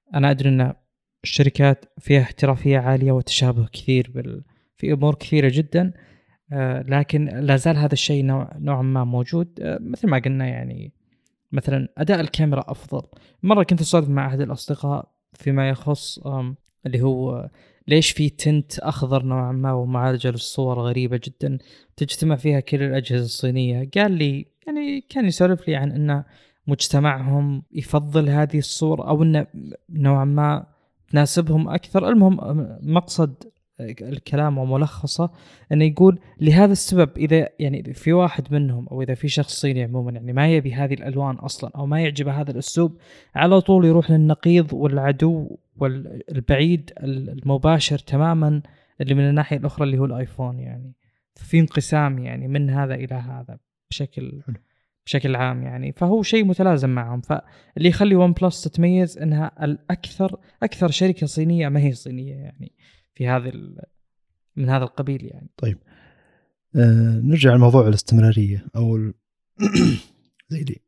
أنا أدري أن الشركات فيها احترافية عالية وتشابه كثير بال... في أمور كثيرة جدا، آه لكن لا زال هذا الشيء نوع... نوعا ما موجود. آه مثل ما قلنا يعني مثلا أداء الكاميرا أفضل. مرة كنت أسولف مع أحد الأصدقاء فيما يخص اللي هو ليش في تنت أخضر نوعا ما ومعالجة للصور غريبة جدا تجتمع فيها كل الأجهزة الصينية. قال لي يعني كان يسولف لي عن أن مجتمعهم يفضل هذه الصور أو أن نوعا ما تناسبهم أكثر. المهم مقصد الكلام وملخصه أنه يقول لهذا السبب إذا يعني في واحد منهم أو إذا في شخص صيني عموما يعني ما يبي هذه الألوان أصلا أو ما يعجب هذا الأسلوب، على طول يروح للنقيض والعدو والبعيد المباشر تماما اللي من الناحية الأخرى اللي هو الآيفون. يعني في انقسام يعني من هذا إلى هذا بشكل بشكل عام يعني، فهو شيء متلازم معهم. فاللي يخلي ون بلس تتميز أنها الأكثر أكثر شركة صينية ما هي صينية يعني في هذا من هذا القبيل يعني. طيب آه نرجع لموضوع الاستمرارية أو ال... زي دي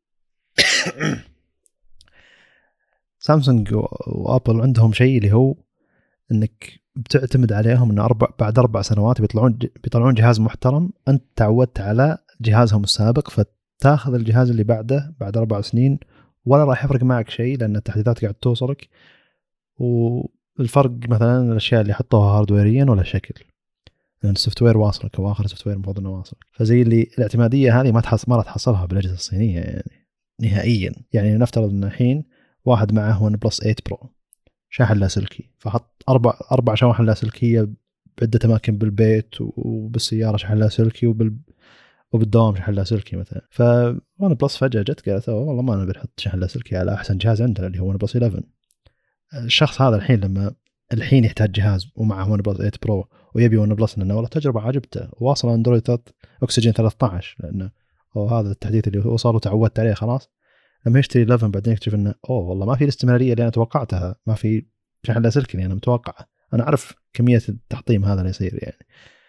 سامسونج وآبل عندهم شيء اللي هو إنك بتعتمد عليهم إن أربع بعد أربع سنوات بيطلعون بيطلعون جهاز محترم. أنت تعودت على جهازهم السابق فتأخذ الجهاز اللي بعده بعد أربع سنين ولا راح يفرق معك شيء لأن التحديثات قاعد توصلك، والفرق مثلا الأشياء اللي حطوها هاردويريا ولا شكل لأن السوفت وير واصلك أو آخر سوفت وير المفروض إنه واصلك. فزي اللي الاعتمادية هذه ما تحصل ما راح تحصلها بالأجهزة الصينية يعني نهائيا. يعني نفترض إن الحين واحد معه ون بلس ثمانية برو شاحن لاسلكي فحط أربع أربع شواحن لاسلكية بعدة أماكن بالبيت وبالسيارة شاحن لاسلكي وبال وبالدوام شاحن لاسلكي مثلا. فون بلس فجأة جت قالت والله ما نبي نحط شاحن لاسلكي على أحسن جهاز عندنا اللي هو ون بلس إحدى عشر. الشخص هذا الحين لما الحين يحتاج جهاز ومعه ون بلس ثمانية برو ويبي ون بلس إنه والله تجربة عجبته واصل أندرويد أكسجين ثلاثة عشر لأنه هذا التحديث اللي هو صار وتعودت عليه خلاص. لما يشتري إحدى عشر بعدين يكتشف إنه أوه والله ما في الاستمرارية اللي أنا توقعتها، ما في شحن لاسلكي اللي أنا متوقعه. أنا أعرف كمية التحطيم هذا اللي يصير يعني.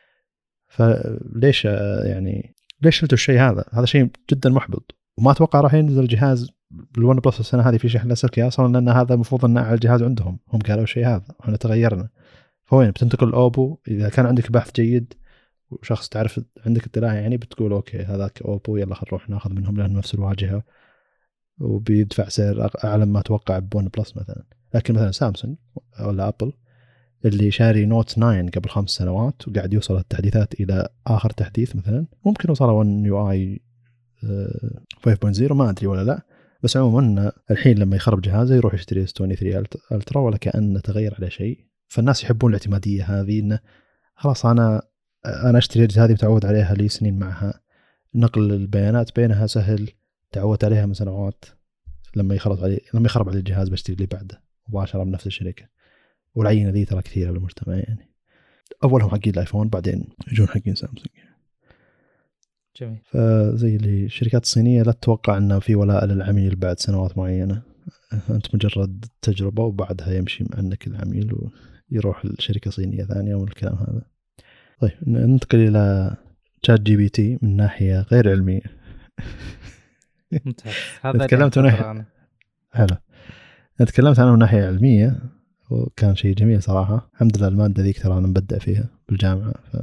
فليش يعني ليش شلتوا الشيء هذا؟ هذا شيء جدا محبط وما أتوقع راح ينزل جهاز بالون بلس السنة هذه في شحن لاسلكي أصلا لأن هذا المفروض أن على الجهاز عندهم هم قالوا الشيء هذا وإحنا تغيرنا. فوين بتنتقل أوبو إذا كان عندك بحث جيد وشخص تعرف عندك اطلاع يعني بتقول أوكي هذاك أوبو يلا خل نروح ناخذ منهم لأنه نفس الواجهة وبيدفع سعر أعلى ما توقع بون بلس مثلا. لكن مثلا سامسونج ولا أبل اللي شاري نوت تسعة قبل خمس سنوات وقاعد يوصل التحديثات إلى آخر تحديث مثلا ممكن وصل ون يو آي خمسة نقطة صفر ما أدري ولا لا، بس عموما الحين لما يخرب جهازه يروح يشتري إس ثلاثة وعشرين ألترا ولا كأنه تغير على شيء. فالناس يحبون الاعتمادية هذه إنه خلاص أنا أنا أشتري الأجهزة هذه متعود عليها لي سنين معها، نقل البيانات بينها سهل تعودت عليها من سنوات. لما يخرب عليه لما يخرب على الجهاز بشتري اللي بعده مباشرة من نفس الشركة. والعينة ذي ترى كثيرة بالمجتمع يعني أولهم حقين الآيفون بعدين يجون حقين سامسونج. جميل. فزي اللي الشركات الصينية لا تتوقع أنه في ولاء للعميل بعد سنوات معينة. أنت مجرد تجربة وبعدها يمشي عنك العميل ويروح لشركة صينية ثانية والكلام هذا. طيب ننتقل إلى شات جي بي تي من ناحية غير علمية. ممتاز. هذا تكلمت من ناحية حلو تكلمت عنه من ناحية علمية وكان شيء جميل صراحة. الحمد لله المادة ذيك ترى أنا مبدأ فيها بالجامعة ف...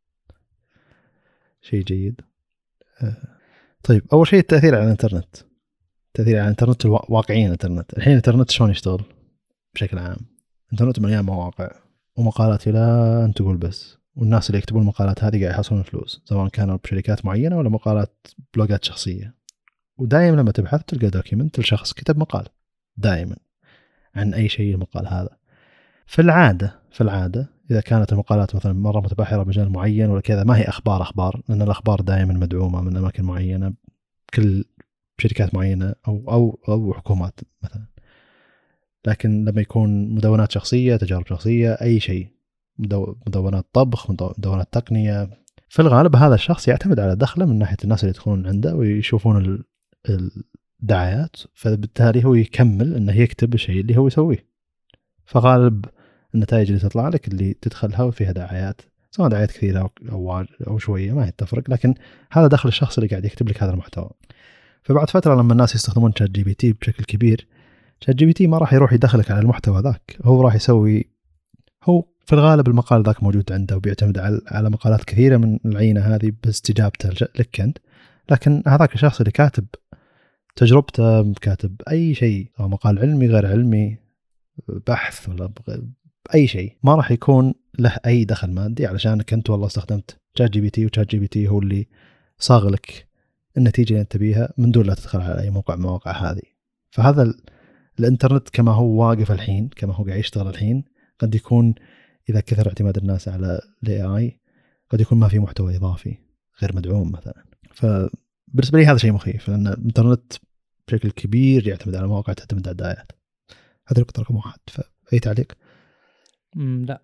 شيء جيد. طيب أول شيء التأثير على الإنترنت. التأثير على الإنترنت الواقعيا الإنترنت الحين الإنترنت شلون يشتغل بشكل عام؟ الإنترنت مليان مواقع ومقالات لا أن تقول بس، والناس اللي يكتبون المقالات هذه قاعد يحصلون فلوس سواء كانوا بشركات معينة ولا مقالات بلوجات شخصية. ودائما لما تبحث تلقى دوكيمنت لشخص كتب مقال دائما عن أي شيء المقال هذا. في العادة في العادة إذا كانت المقالات مثلا مرة متبحرة بمجال معين ولا كذا ما هي أخبار أخبار لأن الأخبار دائما مدعومة من أماكن معينة كل شركات معينة أو أو أو حكومات مثلا. لكن لما يكون مدونات شخصية تجارب شخصية أي شيء مدونات طبخ مدونات تقنية في الغالب هذا الشخص يعتمد على دخله من ناحية الناس اللي يدخلون عنده ويشوفون الدعايات فبالتالي هو يكمل أنه يكتب الشيء اللي هو يسويه. فغالب النتائج اللي تطلع لك اللي تدخلها وفيها دعايات سواء دعايات كثيرة أو أو شوية ما هي تفرق لكن هذا دخل الشخص اللي قاعد يكتب لك هذا المحتوى. فبعد فترة لما الناس يستخدمون شات جي بي تي بشكل كبير شات جي بي تي ما راح يروح يدخلك على المحتوى ذاك، هو راح يسوي، هو في الغالب المقال ذاك موجود عنده وبيعتمد على على مقالات كثيرة من العينة هذه باستجابته لك أنت. لكن هذاك الشخص اللي كاتب تجربته، كاتب أي شيء، أو مقال علمي غير علمي، بحث ولا أي شيء، ما راح يكون له أي دخل مادي علشانك أنت والله استخدمت شات جي بي تي، وشات جي بي تي هو اللي صاغ لك النتيجة اللي أنت بيها من دون لا تدخل على أي موقع من المواقع هذه. فهذا الإنترنت كما هو واقف الحين، كما هو قاعد يشتغل الحين، قد يكون إذا كثر اعتماد الناس على ال إيه آي قد يكون ما في محتوى إضافي غير مدعوم مثلا. فبالنسبة لي هذا شيء مخيف، لأن الإنترنت بشكل كبير يعتمد على مواقع تعتمد على الدعايات. هذا نقطة رقم واحد. فأي تعليق؟ امم لا.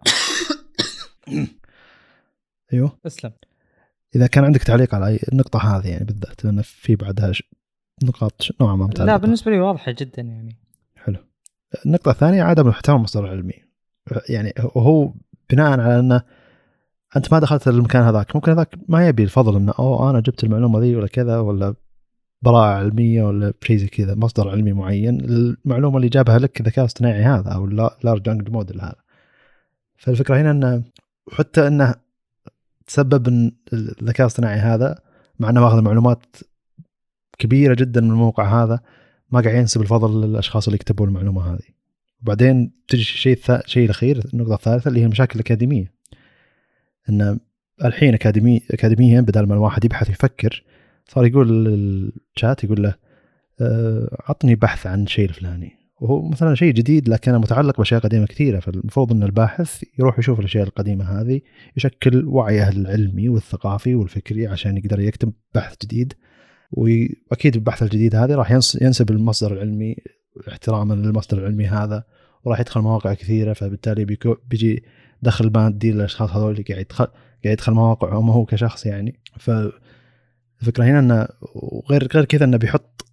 أيوه اسلم. إذا كان عندك تعليق على النقطة هذه يعني بالذات، لأن في بعدها نقاط نوعا ما متعلقة. لا بالنسبة لي واضحة جدا يعني. حلو. النقطة الثانية عدم احترام المصدر العلمي، يعني وهو بناء على أنه أنت ما دخلت المكان هذاك، ممكن هذاك ما يبي الفضل أنه أو أنا جبت المعلومة ذي ولا كذا، ولا براءة علمية ولا شيء زي كذا، مصدر علمي معين، المعلومة اللي جابها لك الذكاء الاصطناعي هذا أو اللارج لانجويج موديل هذا. فالفكرة هنا أنه حتى أنه تسبب أن الذكاء الاصطناعي هذا مع أنه ماخذ معلومات كبيرة جدا من الموقع هذا، ما قاعد ينسب الفضل للأشخاص اللي يكتبوا المعلومة هذه. وبعدين تجي شيء ث... شيء الأخير، النقطة الثالثة اللي هي المشاكل الأكاديمية. أن الحين أكاديمي أكاديميا بدل ما الواحد يبحث ويفكر، صار يقول للشات يقول له عطني بحث عن شيء الفلاني، وهو مثلا شيء جديد لكنه متعلق بأشياء قديمة كثيرة. فالمفروض أن الباحث يروح يشوف الأشياء القديمة هذه، يشكل وعيه العلمي والثقافي والفكري عشان يقدر يكتب بحث جديد. وأكيد البحث الجديد هذا راح ينسب المصدر العلمي احتراما للمصدر العلمي هذا، وراح يدخل مواقع كثيرة، فبالتالي بيجي دخل مادي للأشخاص هذول اللي قاعد يدخل قاعد يدخل مواقع وما هو كشخص يعني. فالفكرة هنا أنه غير غير كذا أنه بيحط،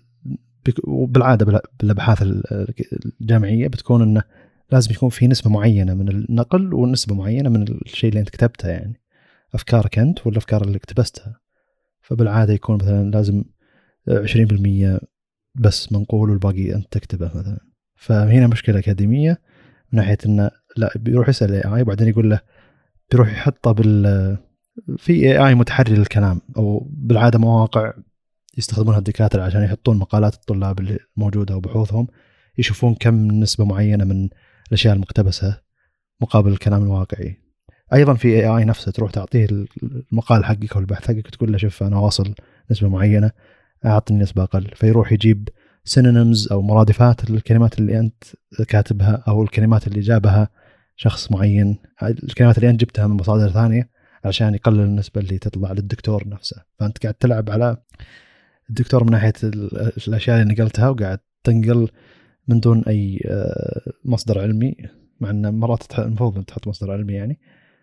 وبالعادة بالأبحاث الجامعية بتكون أنه لازم يكون في نسبة معينة من النقل ونسبة معينة من الشيء اللي أنت كتبته، يعني أفكارك أنت ولا أفكار اللي اقتبستها. فبالعادة يكون مثلا لازم عشرين بالمية بس منقول والباقي أنت تكتبه مثلا. فهنا مشكلة أكاديمية من ناحية أنه لا، بيروح يسأل إيه آي وبعدين يقول له بيروح يحطه بال في إيه آي متحرر للكلام، أو بالعادة مواقع يستخدمونها الدكاترة عشان يحطون مقالات الطلاب اللي موجودة وبحوثهم، يشوفون كم نسبة معينة من الأشياء المقتبسة مقابل الكلام الواقعي. أيضا في إيه آي نفسه تروح تعطيه المقال حقك أو البحث حقك وتقول له شوف أنا واصل نسبة معينة، أعطني نسبة أقل، فيروح يجيب synonyms أو مرادفات للكلمات اللي أنت كاتبها أو الكلمات اللي جابها شخص معين، الكلمات اللي أنت جبتها من مصادر ثانية عشان يقلل النسبة اللي تطلع للدكتور نفسه. فأنت قاعد تلعب على الدكتور من ناحية الأشياء اللي نقلتها، وقاعد تنقل من دون أي مصدر علمي، مع أن مرات المفروض تحط مصدر علمي يعني،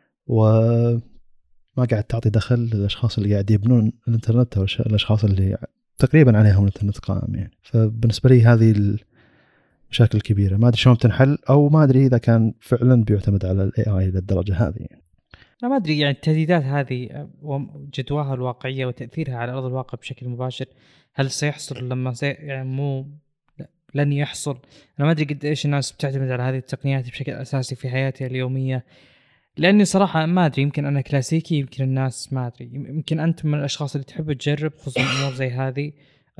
وما قاعد تعطي دخل للأشخاص اللي قاعد يبنون الإنترنت أو الأشخاص اللي تقريبا عليهم الإنترنت قائم يعني. فبالنسبة لي هذه المشاكل الكبيرة ما أدري شلون تنحل، أو ما أدري إذا كان فعلا بيعتمد على ال إيه آي للدرجة هذه يعني. أنا ما أدري يعني التهديدات هذه وجدواها الواقعية وتأثيرها على أرض الواقع بشكل مباشر هل سيحصل لما سي... يعني مو لن يحصل. أنا ما أدري قد إيش الناس بتعتمد على هذه التقنيات بشكل أساسي في حياتها اليومية، لأني صراحة ما أدري، يمكن أنا كلاسيكي، يمكن الناس ما أدري، يمكن أنت من الأشخاص اللي تحب تجرب خصوصا أمور زي هذه،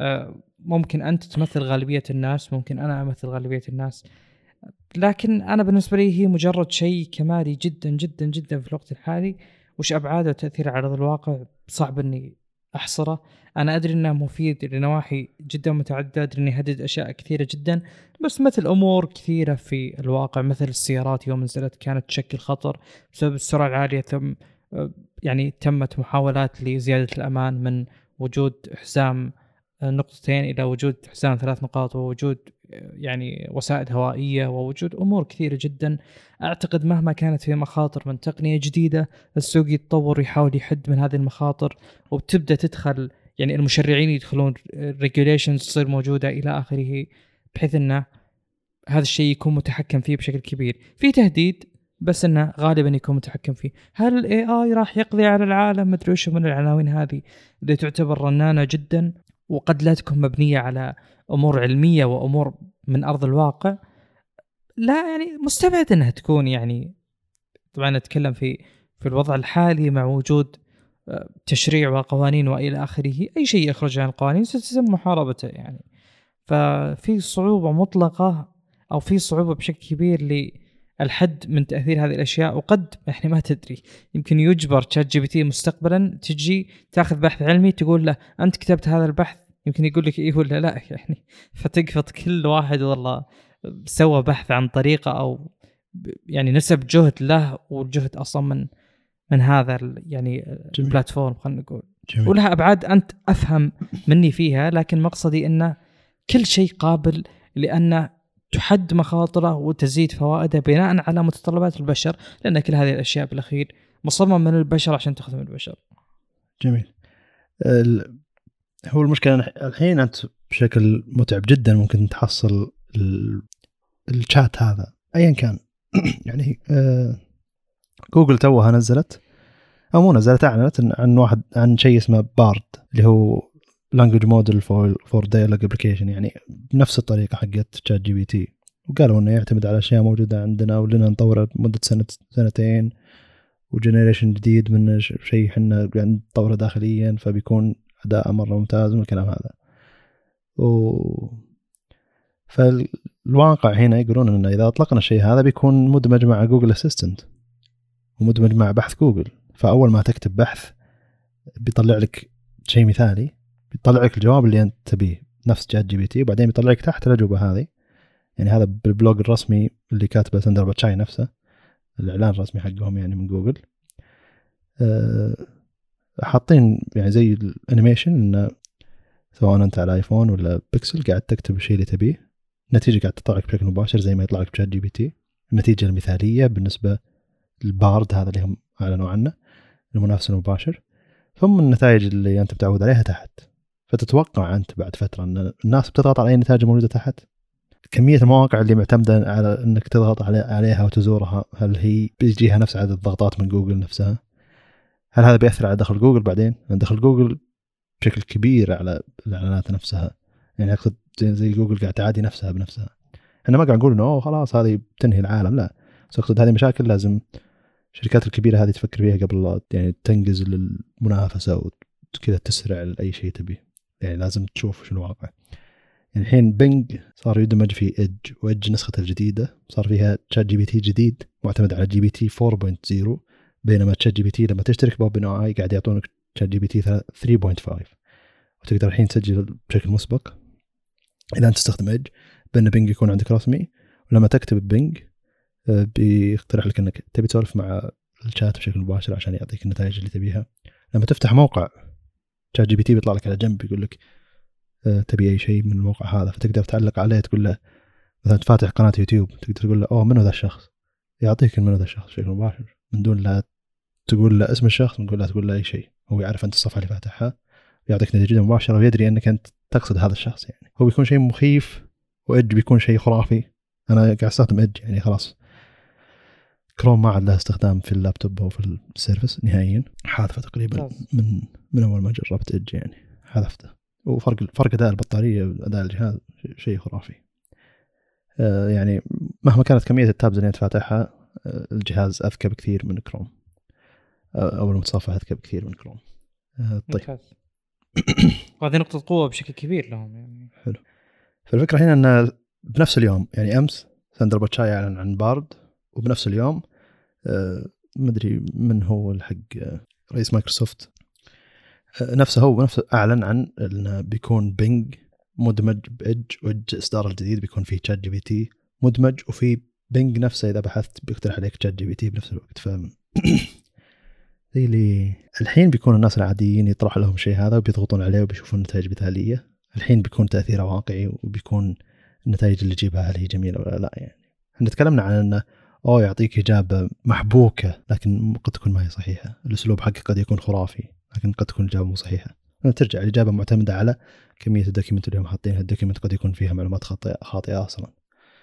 ممكن أنت تمثل غالبية الناس، ممكن أنا أمثل غالبية الناس، لكن أنا بالنسبة لي هي مجرد شيء كمالي جدا جدا جدا في الوقت الحالي. وش أبعاده وتأثيره على أرض الواقع صعب أني أحصره. أنا أدري أنه مفيد لنواحي جدا متعددة، أدري أنه يهدد أشياء كثيرة جدا، بس مثل أمور كثيرة في الواقع مثل السيارات يوم نزلت كانت تشكل خطر بسبب السرعة العالية، ثم يعني تمت محاولات لزيادة الأمان من وجود حزام نقطتين إلى وجود حزام ثلاث نقاط، ووجود يعني وسائد هوائية، ووجود أمور كثيرة جدا. أعتقد مهما كانت في مخاطر من تقنية جديدة، السوق يتطور يحاول يحد من هذه المخاطر، وبتبدأ تدخل يعني المشرعين يدخلون regulations تصير موجودة إلى آخره، بحيث أنه هذا الشيء يكون متحكم فيه بشكل كبير. في تهديد بس أنه غالبا يكون متحكم فيه. هل ال إيه آي راح يقضي على العالم؟ مدري وش من العناوين هذه اللي تعتبر رنانة جدا وقد لا تكون مبنية على أمور علمية وأمور من أرض الواقع، لا يعني مستبعد أنها تكون يعني. طبعا نتكلم في في الوضع الحالي مع وجود تشريع وقوانين وإلى آخره، أي شيء يخرج عن القوانين ستتم محاربته يعني. ففي صعوبة مطلقة أو في صعوبة بشكل كبير للحد من تأثير هذه الأشياء. وقد إحنا ما تدري، يمكن يجبر تشات جي بي تي مستقبلا تجي تأخذ بحث علمي تقول له أنت كتبت هذا البحث، يمكن يقول لك إيه ولا لا يعني. فتقفط كل واحد والله سوى بحث عن طريقة أو يعني نسب جهد له والجهد أصلا من من هذا يعني البلاتفورم خلينا نقول. جميل. ولها أبعاد أنت أفهم مني فيها، لكن مقصدي أنه كل شيء قابل لأن تحد مخاطره وتزيد فوائده بناء على متطلبات البشر، لأن كل هذه الأشياء بالأخير مصمم من البشر عشان تخدم البشر. جميل. ال... هو المشكلة الحين أنت بشكل متعب جدا ممكن تحصل ال... الشات هذا أيا كان يعني آه... جوجل توها نزلت أو مو نزلت أعلنت عن واحد عن شيء اسمه بارد اللي هو language model for for dialogue application، يعني بنفس الطريقة حقت شات جي بي تي، وقالوا إنه يعتمد على أشياء موجودة عندنا ولنا نطورها مدة سنة سنتين وجنريشن جديد من شيء حنا يعني نطوره داخليا، فبيكون أداء مرة ممتاز من الكلام هذا. و فالواقع هنا يقولون إن إذا أطلقنا الشيء هذا بيكون مدمج مع جوجل أسيستنت ومدمج مع بحث جوجل، فأول ما تكتب بحث بيطلع لك شيء مثالي، بيطلع لك الجواب اللي أنت تبيه نفس شات جي بي تي، وبعدين بيطلع لك تحت الأجوبة هذه. يعني هذا بالبلوج الرسمي اللي كاتبه سندر باتشاي نفسه، الإعلان الرسمي حقهم يعني من جوجل. أه حاطين يعني زي الانيميشن إنه سواء أنت على آيفون ولا بيكسل قاعد تكتب الشيء اللي تبيه، النتيجة قاعد تطلع لك بشكل مباشر زي ما يطلع لك بشات جي بي تي. النتيجة المثالية بالنسبة للبارد هذا اللي هم أعلنوا عنه المنافس المباشر، ثم النتائج اللي أنت بتعود عليها تحت. فتتوقع أنت بعد فترة أن الناس بتضغط على أي نتائج موجودة تحت. كمية المواقع اللي معتمدة على أنك تضغط عليها وتزورها، هل هي بيجيها نفس عدد الضغطات من جوجل نفسها؟ هل هذا بيأثر على دخل جوجل بعدين؟ دخل جوجل بشكل كبير على الإعلانات نفسها، يعني أقصد زي جوجل قاعد تعادي نفسها بنفسها. احنا ما قاعد نقول إنه خلاص هذه بتنهي العالم، لا، بس أقصد هذه مشاكل لازم الشركات الكبيرة هذه تفكر فيها قبل يعني تنجز للمنافسة وكذا تسرع لأي شيء تبيه. يعني لازم تشوف شو الواقع. يعني الحين بينج صار يدمج في إدج، وإدج نسخته الجديدة صار فيها تشات جي بي تي جديد معتمد على جي بي تي فور بوينت زيرو، بينما تشات جي بي تي لما تشترك بأوبن إيه آي قاعد يعطونك تشات جي بي تي ثري بوينت فايف، وتقدر الحين تسجل بشكل مسبق إذا أنت تستخدم إدج بأن بينج يكون عندك رسمي. ولما تكتب بينج بيقترح لك أنك تبي تسولف مع الشات بشكل مباشر عشان يعطيك النتائج اللي تبيها. لما تفتح موقع تشات جي بي تي بيطلع لك على جنب يقول لك تبي أي شيء من الموقع هذا، فتقدر تعلق عليه تقول له مثلا فاتح قناة يوتيوب تقدر تقول له أوه منو ذا الشخص، يعطيك منو ذا الشخص بشكل مباشر من دون لا تقول له اسم الشخص، من دون لا تقول له أي شيء. هو يعرف أنت الصفحة اللي فاتحها، يعطيك نتيجة مباشرة ويدري أنك أنت تقصد هذا الشخص. يعني هو بيكون شيء مخيف وإدج بيكون شيء خرافي. أنا قاعد أستخدم إدج يعني خلاص كروم ما عاد له استخدام في اللابتوب أو في السيرفس نهائيا، حذفه تقريبا من من أول ما جربت إدج يعني حذفته. وفرق فرق أداء البطارية أداء الجهاز شيء خرافي. آه يعني مهما كانت كمية التابز اللي أنت فاتحها آه الجهاز أذكى بكثير من كروم آه أو المتصفح أذكى بكثير من كروم. آه طيب وهذه نقطة قوة بشكل كبير لهم يعني. حلو. فالفكرة هنا أن بنفس اليوم يعني أمس سندر باتشاي أعلن عن بارد، وبنفس اليوم آه مدري من هو الحق آه رئيس مايكروسوفت آه نفسه هو نفسه أعلن عن أنه بيكون بينج مدمج بإدج، وإدج إصدار الجديد بيكون فيه تشات جي بي تي مدمج وفي بينج نفسه إذا بحثت بيقترح عليك تشات جي بي تي بنفس الوقت. ف زي اللي الحين بيكون الناس العاديين يطرح لهم شيء هذا وبيضغطون عليه وبيشوفون نتائج مثالية. الحين بيكون تأثيره واقعي وبيكون النتائج اللي يجيبها هل هي جميلة ولا لا. يعني احنا تكلمنا عن أنه أوه يعطيك إجابة محبوكة لكن قد تكون ما هي صحيحة، الأسلوب حقك قد يكون خرافي لكن قد تكون الإجابة مو صحيحة. ترجع الإجابة معتمدة على كمية الدوكيمنت اللي هم حاطينها. الدوكيمنت قد يكون فيها معلومات خاطئة خاطئة أصلا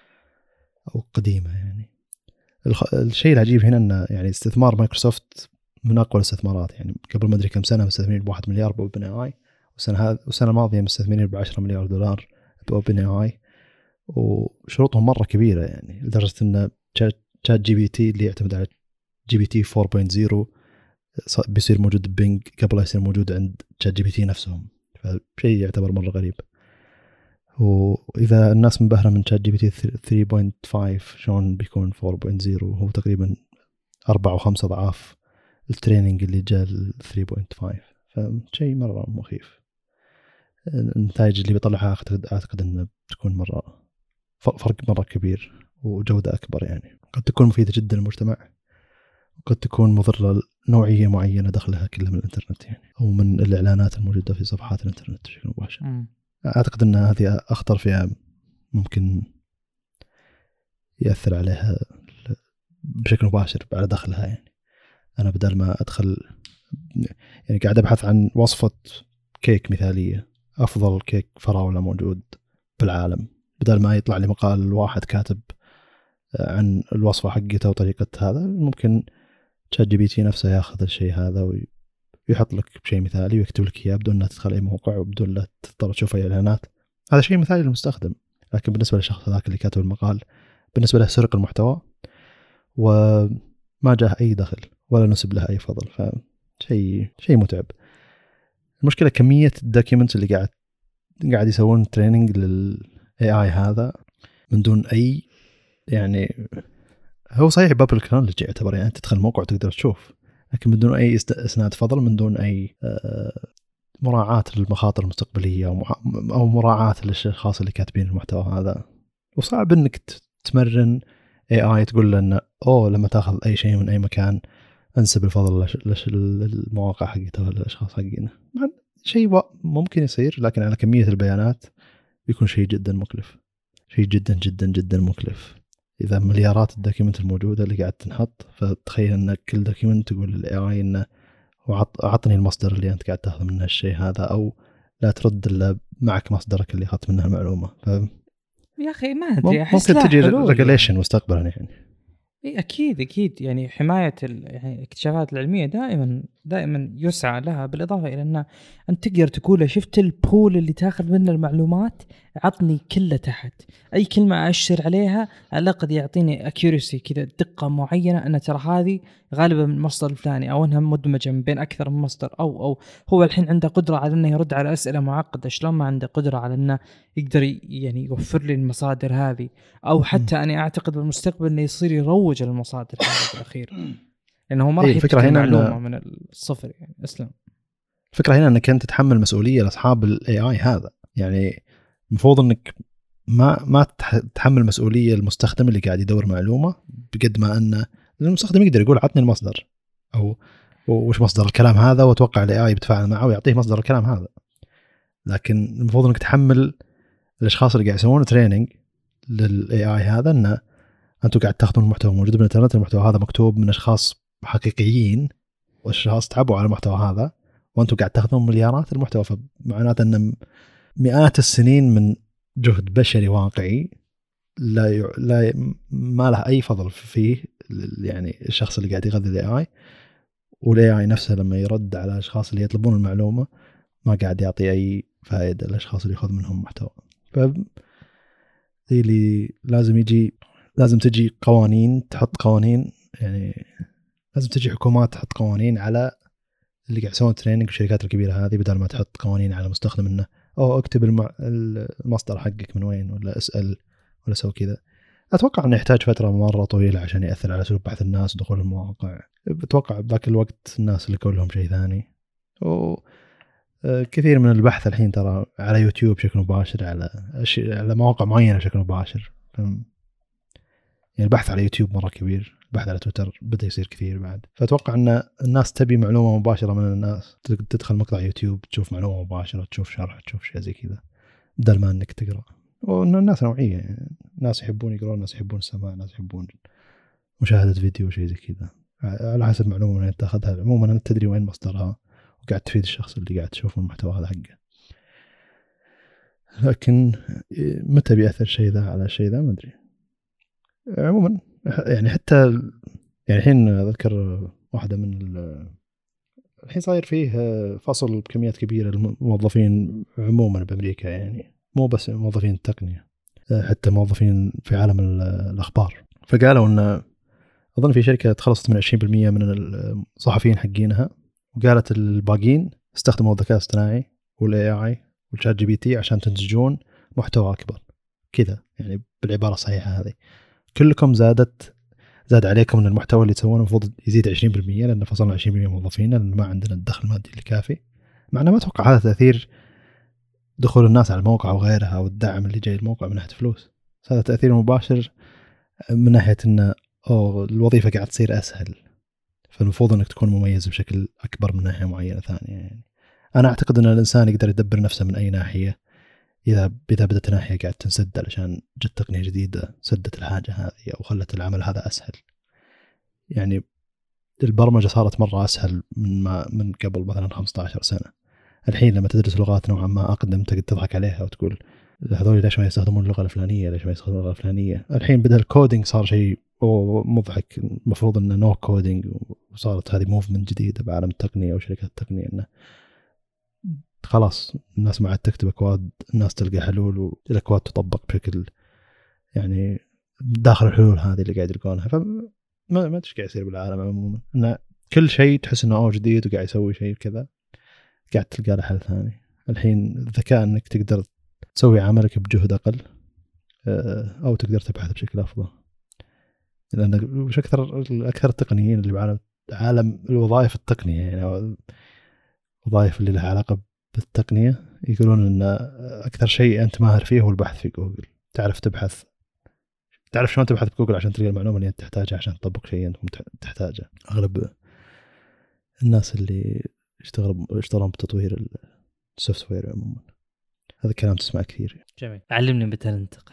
أو قديمة. يعني الخ... الشيء العجيب هنا أن يعني استثمار مايكروسوفت من أقوى الاستثمارات. يعني قبل ما أدري كم سنة مستثمرين بواحد مليار بأوبن إيه آي، والسنة هذه والسنة الماضية مستثمرين بعشرة مليار دولار بأوبن إيه آي، وشروطهم مرة كبيرة يعني لدرجة أن شات جي بي تي اللي يعتمد على جي بي تي فور بوينت زيرو بيصير موجود ببينج قبل لا يصير موجود عند شات جي بي تي نفسهم، فشيء يعتبر مرة غريب. وإذا الناس منبهرة من شات جي بي تي ثري بوينت فايف شلون بيكون فور بوينت زيرو؟ هو تقريبا أربعة وخمسة ضعاف التريننج اللي جاء ثري بوينت فايف، فشيء مرة مخيف. النتائج اللي بيطلعها أعتقد أعتقد أنه بتكون مرة فرق مرة كبير وجودة أكبر، يعني قد تكون مفيدة جدا للمجتمع وقد تكون مضرة نوعية معينة دخلها كلها من الإنترنت يعني، أو من الإعلانات الموجودة في صفحات الإنترنت بشكل مباشر. أعتقد أن هذه أخطر فئة ممكن يأثر عليها بشكل مباشر على دخلها. يعني أنا بدل ما أدخل يعني قاعد أبحث عن وصفة كيك مثالية، أفضل كيك فراولة موجود بالعالم، بدل ما يطلع لي مقال واحد كاتب عن الوصفة حقتها وطريقة هذا، ممكن شات جي بي تي نفسه ياخذ الشيء هذا ويحط لك شيء مثالي ويكتب لك إياه بدون لا تدخل أي موقع وبدون لا تضطر تشوف أي إعلانات. هذا شيء مثالي للمستخدم، لكن بالنسبة للشخص ذاك اللي كاتب المقال بالنسبة له سرق المحتوى وما جاه أي دخل ولا نسب له أي فضل، فشيء شيء متعب. المشكلة كمية الدوكيومنتس اللي قاعد قاعد يسوون تريننج لل إيه آي هذا من دون أي يعني، هو صحيح بابل كنولوجي يعتبر يعني تدخل موقع وتقدر تشوف، لكن من دون أي إسناد فضل، من دون أي مراعاة للمخاطر المستقبلية أو مراعاة للأشخاص اللي كاتبين المحتوى هذا. وصعب إنك تمرن إيه آي تقول له إنه أوه لما تأخذ أي شيء من أي مكان أنسب الفضل للمواقع حقته ولا الأشخاص حقينه. شيء ممكن يصير، لكن على كمية البيانات بيكون شيء جدا مكلف، شيء جدا جدا جدا مكلف. إذا مليارات الدوكيمنت الموجودة اللي قاعد تنحط، فتخيل أن كل دوكيمنت تقول للإي آي إنه وعطني المصدر اللي أنت قاعد تأخذ منه الشيء هذا، أو لا ترد إلا معك مصدرك اللي أخذت منه المعلومة. ف يا أخي ما أدري، ممكن تجي ريجوليشن مستقبلا يعني. إيه أكيد أكيد يعني حماية يعني الاكتشافات العلمية دائما دائما يسعى لها، بالإضافة إلى أن أنت تقدر تقول شفت البول اللي تأخذ منه المعلومات عطني كله تحت، أي كلمة أشر عليها على قد يعطيني أكيوريسي كذا دقة معينة أن ترى هذه غالبا من المصدر الفلاني أو أنها مدمجة من بين أكثر من مصدر، أو أو هو الحين عنده قدرة على أنه يرد على أسئلة معقدة، شلون ما عنده قدرة على أنه يقدر يعني يوفر لي المصادر هذه، أو حتى م. أنا أعتقد بالمستقبل أنه يصير يروج للمصادر هذه بالأخير، لأنه هو ما راح يبتكر معلومة من الصفر يعني. أسلم الفكرة هنا أنك أنت تتحمل مسؤولية لأصحاب ال إيه آي هذا، يعني المفروض أنك ما ما تتحمل مسؤولية المستخدم اللي قاعد يدور معلومة، بقد ما أن المستخدم يقدر يقول عطني المصدر أو وش مصدر الكلام هذا، وتوقع ال إيه آي بيتفاعل معه ويعطيه مصدر الكلام هذا. لكن المفروض أنك تحمل الأشخاص اللي قاعد يسوون تريننج لل إيه آي هذا أن أنتوا قاعد تأخذون المحتوى موجود بالإنترنت، المحتوى هذا مكتوب من أشخاص حقيقيين والأشخاص تعبوا على المحتوى هذا، وأنتوا قاعد تأخذون مليارات المحتوى، فمعناته أن مئات السنين من جهد بشري واقعي لا ي... لا ي... ما له أي فضل فيه يعني الشخص اللي قاعد يغذي ال إيه آي، وال إيه آي نفسه لما يرد على الأشخاص اللي يطلبون المعلومة ما قاعد يعطي أي فائدة للأشخاص اللي يأخذ منهم محتوى. ف اللي لازم يجي لازم تجي قوانين، تحط قوانين، يعني لازم تجي حكومات تحط قوانين على اللي قاعد يسوون تريننج الشركات الكبيرة هذه، بدل ما تحط قوانين على المستخدم انه او اكتب المصدر حقك من وين، ولا اسأل، ولا سوي كذا. اتوقع انه يحتاج فترة مرة طويلة عشان يأثر على اسلوب بحث الناس ودخول المواقع. بتوقع بذاك الوقت الناس اللي كلهم شيء ثاني. وكثير من البحث الحين ترى على يوتيوب بشكل مباشر، على على مواقع معينة بشكل مباشر. يعني البحث على يوتيوب مرة كبير، البحث على تويتر بدأ يصير كثير بعد. فأتوقع أن الناس تبي معلومة مباشرة من الناس، تدخل مقطع يوتيوب تشوف معلومة مباشرة، تشوف شرح، تشوف شيء زي كذا، بدل ما أنك تقرأ. وأن الناس نوعية، يعني ناس يحبون يقرأون، ناس يحبون السماع، ناس يحبون مشاهدة فيديو شيء زي كذا، على حسب معلومة من تأخذها. عموما أنت تدري وين مصدرها وقاعد تفيد الشخص اللي قاعد تشوف المحتوى هذا حقه. لكن متى بيأثر شيء ذا على شيء ذا ما أدري. عموما يعني حتى يعني الحين أذكر واحدة من الحين صاير فيه فصل بكميات كبيرة للموظفين عموما بأمريكا، يعني مو بس موظفين التقنية، حتى موظفين في عالم الأخبار. فقالوا أن أظن في شركة تخلصت من عشرين بالمئة من الصحفيين حقينها، وقالت الباقين استخدموا الذكاء الاصطناعي والاي اي والشات جي بي تي عشان تنتجون محتوى أكبر كذا. يعني بالعبارة الصحيحة هذه، كلكم زادت زاد عليكم من المحتوى اللي تسوونه المفروض يزيد عشرين بالمئة، لأن فصلنا عشرين بالمئة موظفين لأن ما عندنا الدخل المادي الكافي. معنا ما أتوقع هذا تأثير دخول الناس على الموقع وغيرها أو الدعم اللي جاي الموقع من ناحية فلوس. هذا تأثير مباشر من ناحية أن أو الوظيفة قاعد تصير أسهل، فالمفروض أنك تكون مميز بشكل أكبر من ناحية معينة ثانية. يعني أنا أعتقد أن الإنسان يقدر يدبر نفسه من أي ناحية، إذا إذا بدت ناحية قاعد تنسد علشان جت تقنية جديدة سدت الحاجة هذه أو خلت العمل هذا أسهل. يعني البرمجة صارت مرة أسهل من ما من قبل مثلا خمسة عشر سنة. الحين لما تدرس لغات نوعا ما أقدم تقدر تضحك عليها وتقول هذول ليش ما يستخدمون اللغة الفلانية، ليش ما يستخدمون اللغة الفلانية. الحين بدأ الكودينج صار شيء مضحك، المفروض إنه نو كودينج، وصارت هذه موفمنت جديدة بعالم التقنية وشركات التقنية، إنه خلاص الناس ما عاد تكتب أكواد، الناس تلقى حلول والأكواد تطبق بشكل يعني داخل الحلول هذه اللي قاعد يلقونها. فما ما إيش قاعد يصير بالعالم عموما، إن كل شيء تحس إنه أو جديد وقاعد يسوي شيء كذا قاعد تلقى له حل ثاني. الحين الذكاء إنك تقدر تسوي عملك بجهد أقل، أو تقدر تبحث بشكل أفضل، لأن وش أكثر أكثر التقنيين اللي بعالم عالم الوظائف التقنية، يعني وظائف اللي لها علاقة بالتقنية، يقولون إن أكثر شيء أنت ماهر فيه هو البحث في جوجل. تعرف تبحث، تعرف شلون تبحث بجوجل عشان تلقى المعلومة اللي أنت تحتاجها عشان تطبق شيء أنت تحتاجه. أغلب الناس اللي يشتغلون يشتغلون بتطوير السوفت وير عموما، هذا الكلام تسمع كثير. جميل، علمني متى ننتقل.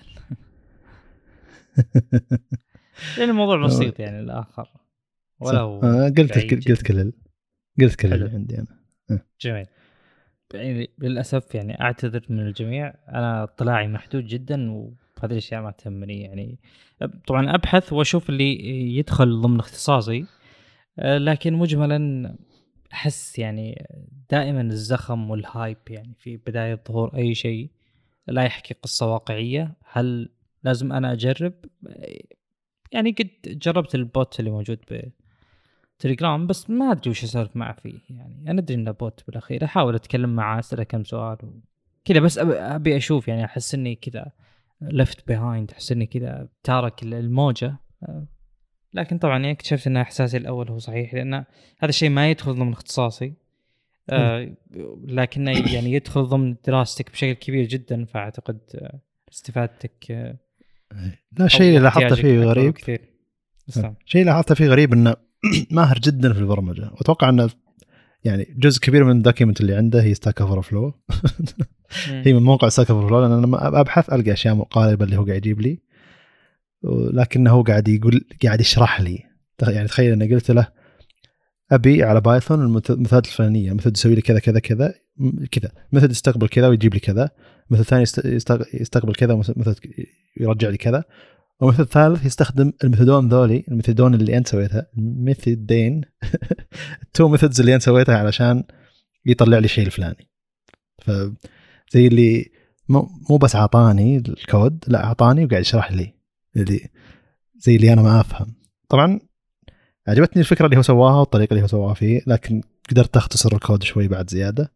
لأن الموضوع بسيط يعني الآخر، ولو آه قلت قلت كل قلت كل اللي عندي أنا. آه. جميل. يعني للأسف يعني أعتذر من الجميع، أنا اطلاعي محدود جدا وهذه الأشياء ما تهمني. يعني طبعا أبحث وأشوف اللي يدخل ضمن اختصاصي، لكن مجملا أحس يعني دائما الزخم والهايب يعني في بداية ظهور أي شيء لا يحكي قصة واقعية. هل لازم أنا أجرب؟ يعني قد جربت البوت اللي موجود بتليجرام، بس ما أدري وش أسولف معه فيه. يعني أنا أدري إنه بوت بالأخير، أحاول أتكلم معه أسأله كم سؤال كذا، بس أبي أشوف يعني أحس إني كذا left behind، أحس إني كذا تارك الموجة. لكن طبعا يعني اكتشفت إن إحساسي الأول هو صحيح، لأن هذا الشيء ما يدخل ضمن اختصاصي، آه لكنه يعني يدخل ضمن دراستك بشكل كبير جدا. فأعتقد استفادتك آه لا شيء لاحظته فيه غريب، شيء لاحظته فيه غريب إنه ماهر جدا في البرمجة، وأتوقع إنه يعني جزء كبير من الدوكيمنت اللي عنده هي ستاك اوفر فلو. هي من موقع ستاك اوفر فلو، لأن أنا لما أبحث ألقى أشياء مقاربة اللي هو قاعد يجيب لي، لكنه هو قاعد يقول قاعد يشرح لي. يعني تخيل أنا قلت له أبي على بايثون المثال الفلانية، مثل يسوي لي كذا كذا كذا كذا، مثل يستقبل كذا ويجيب لي كذا، مثل ثاني يستقبل كذا مثل يرجع لي كذا، ومثل ثالث يستخدم الميثودون ذولي، الميثودون اللي أنت سويتها، ميثودين تو ميثودز اللي أنت سويتها علشان يطلع لي الشيء الفلاني. فزي اللي مو بس عطاني الكود، لا عطاني وقاعد يشرح لي اللي زي اللي أنا ما أفهم. طبعا عجبتني الفكرة اللي هو سواها والطريقة اللي هو سواها فيه، لكن قدرت أختصر الكود شوي بعد زيادة،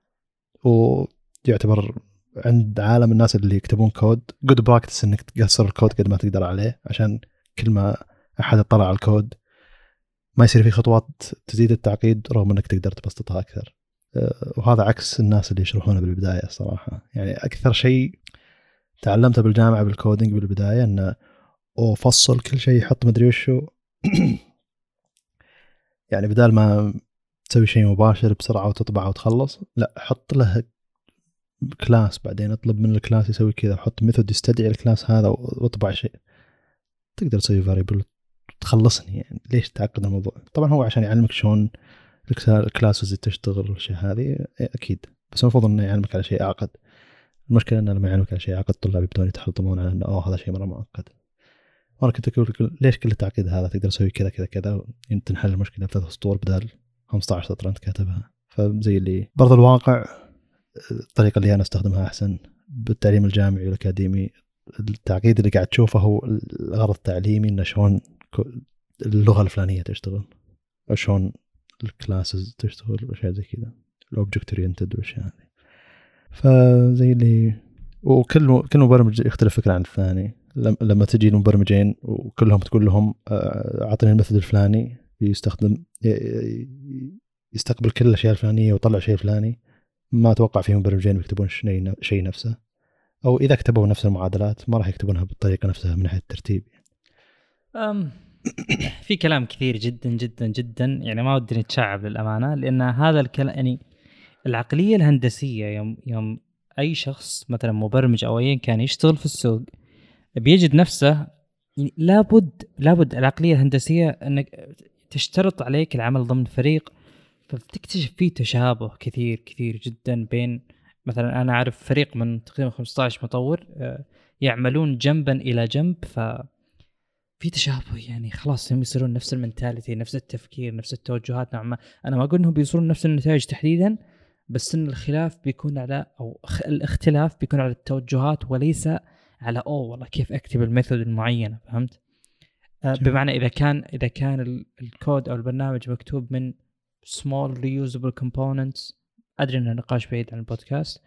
ويعتبر عند عالم الناس اللي يكتبون كود good practice إنك تقصر الكود قد ما تقدر عليه، عشان كل ما أحد اطلع على الكود ما يصير فيه خطوات تزيد التعقيد رغم إنك تقدر تبسطها أكثر. وهذا عكس الناس اللي يشرحونه بالبداية الصراحة. يعني أكثر شيء تعلمته بالجامعة بالكودينج بالبداية إنه أفصل كل شيء، يحط مدري وشو. يعني بدال ما تسوي شيء مباشر بسرعة وتطبعه وتخلص، لا حط له كلاس، بعدين اطلب من الكلاس يسوي كذا، حط ميثود يستدعي الكلاس هذا واطبع شيء. تقدر تسوي فاريبل تخلصني. يعني ليش تعقد الموضوع؟ طبعا هو عشان يعلمك شلون الكلاس ازاي تشتغل والاشياء هذه اكيد، بس المفروض انه يعلمك على شيء اعقد. المشكله انه لما يعلمك على شيء اعقد طلاب يبدون يتحطمون على انه اوه هذا شيء مره معقد. وانا كنت اقول ليش كل التعقيد هذا؟ تقدر تسوي كذا كذا كذا تنحل المشكله بثلاث سطور بدل خمسة عشر سطر أنت كاتبها. فزي اللي برضو الواقع الطريقة اللي أنا استخدمها أحسن بالتعليم الجامعي والأكاديمي. التعقيد اللي قاعد تشوفه هو الغرض التعليمي، إنه شلون اللغة الفلانية تشتغل أو شلون الكلاسز تشتغل وأشياء زي كذا، الأوبجكت أورينتد والأشياء هذه. فزي اللي وكل كل مبرمج يختلف فكرة عن الثاني. لما تجي المبرمجين وكلهم تقول لهم أعطني الميثود الفلاني، يستخدم يستقبل كل الأشياء الفلانية ويطلع شيء فلاني. ما أتوقع فيهم مبرمجين يكتبون شيء شيء نفسه، أو إذا كتبوا نفس المعادلات ما راح يكتبونها بالطريقة نفسها من ناحية الترتيب. أم في كلام كثير جدا جدا جدا، يعني ما ودي نتشعب للأمانة، لأن هذا الكلام يعني العقلية الهندسية يوم يوم أي شخص مثلا مبرمج أو أي كان يشتغل في السوق بيجد نفسه يعني لابد لابد العقلية الهندسية أنك تشترط عليك العمل ضمن فريق، فبتكتشف فيه تشابه كثير كثير جدا بين مثلا أنا أعرف فريق من تقريبا خمسة عشر مطور يعملون جنبا إلى جنب، ففي تشابه يعني خلاص هم يصيرون نفس المنتاليتي، نفس التفكير، نفس التوجهات نوعا ما. أنا ما أقول إنهم بيصيرون نفس النتائج تحديدا، بس إن الخلاف بيكون على أو الاختلاف بيكون على التوجهات وليس على أو والله كيف أكتب الميثود المعينة. فهمت؟ بمعنى إذا كان إذا كان الكود أو البرنامج مكتوب من small reusable components، أدري أنه نقاش بعيد عن البودكاست،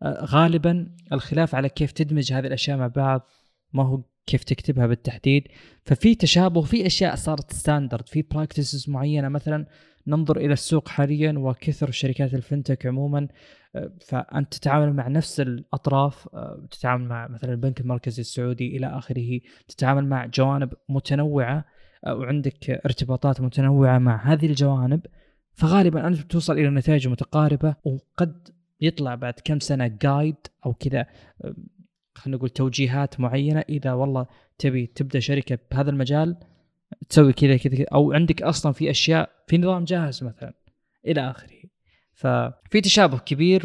غالبا الخلاف على كيف تدمج هذه الأشياء مع بعض، ما هو كيف تكتبها بالتحديد. ففي تشابه، في أشياء صارت ستاندرد، في براكتسز معينة. مثلا ننظر إلى السوق حاليا وكثر شركات الفنتك عموما، فأنت تتعامل مع نفس الأطراف، تتعامل مع مثلا البنك المركزي السعودي إلى آخره، تتعامل مع جوانب متنوعة وعندك ارتباطات متنوعة مع هذه الجوانب، فغالبا أنت بتوصل إلى نتائج متقاربة. وقد يطلع بعد كم سنة جايد أو كذا، خلينا نقول توجيهات معينة، إذا والله تبي تبدأ شركة بهذا المجال تسوي كذا كذا، أو عندك أصلا في أشياء في نظام جاهز مثلا إلى آخره. ففي تشابه كبير،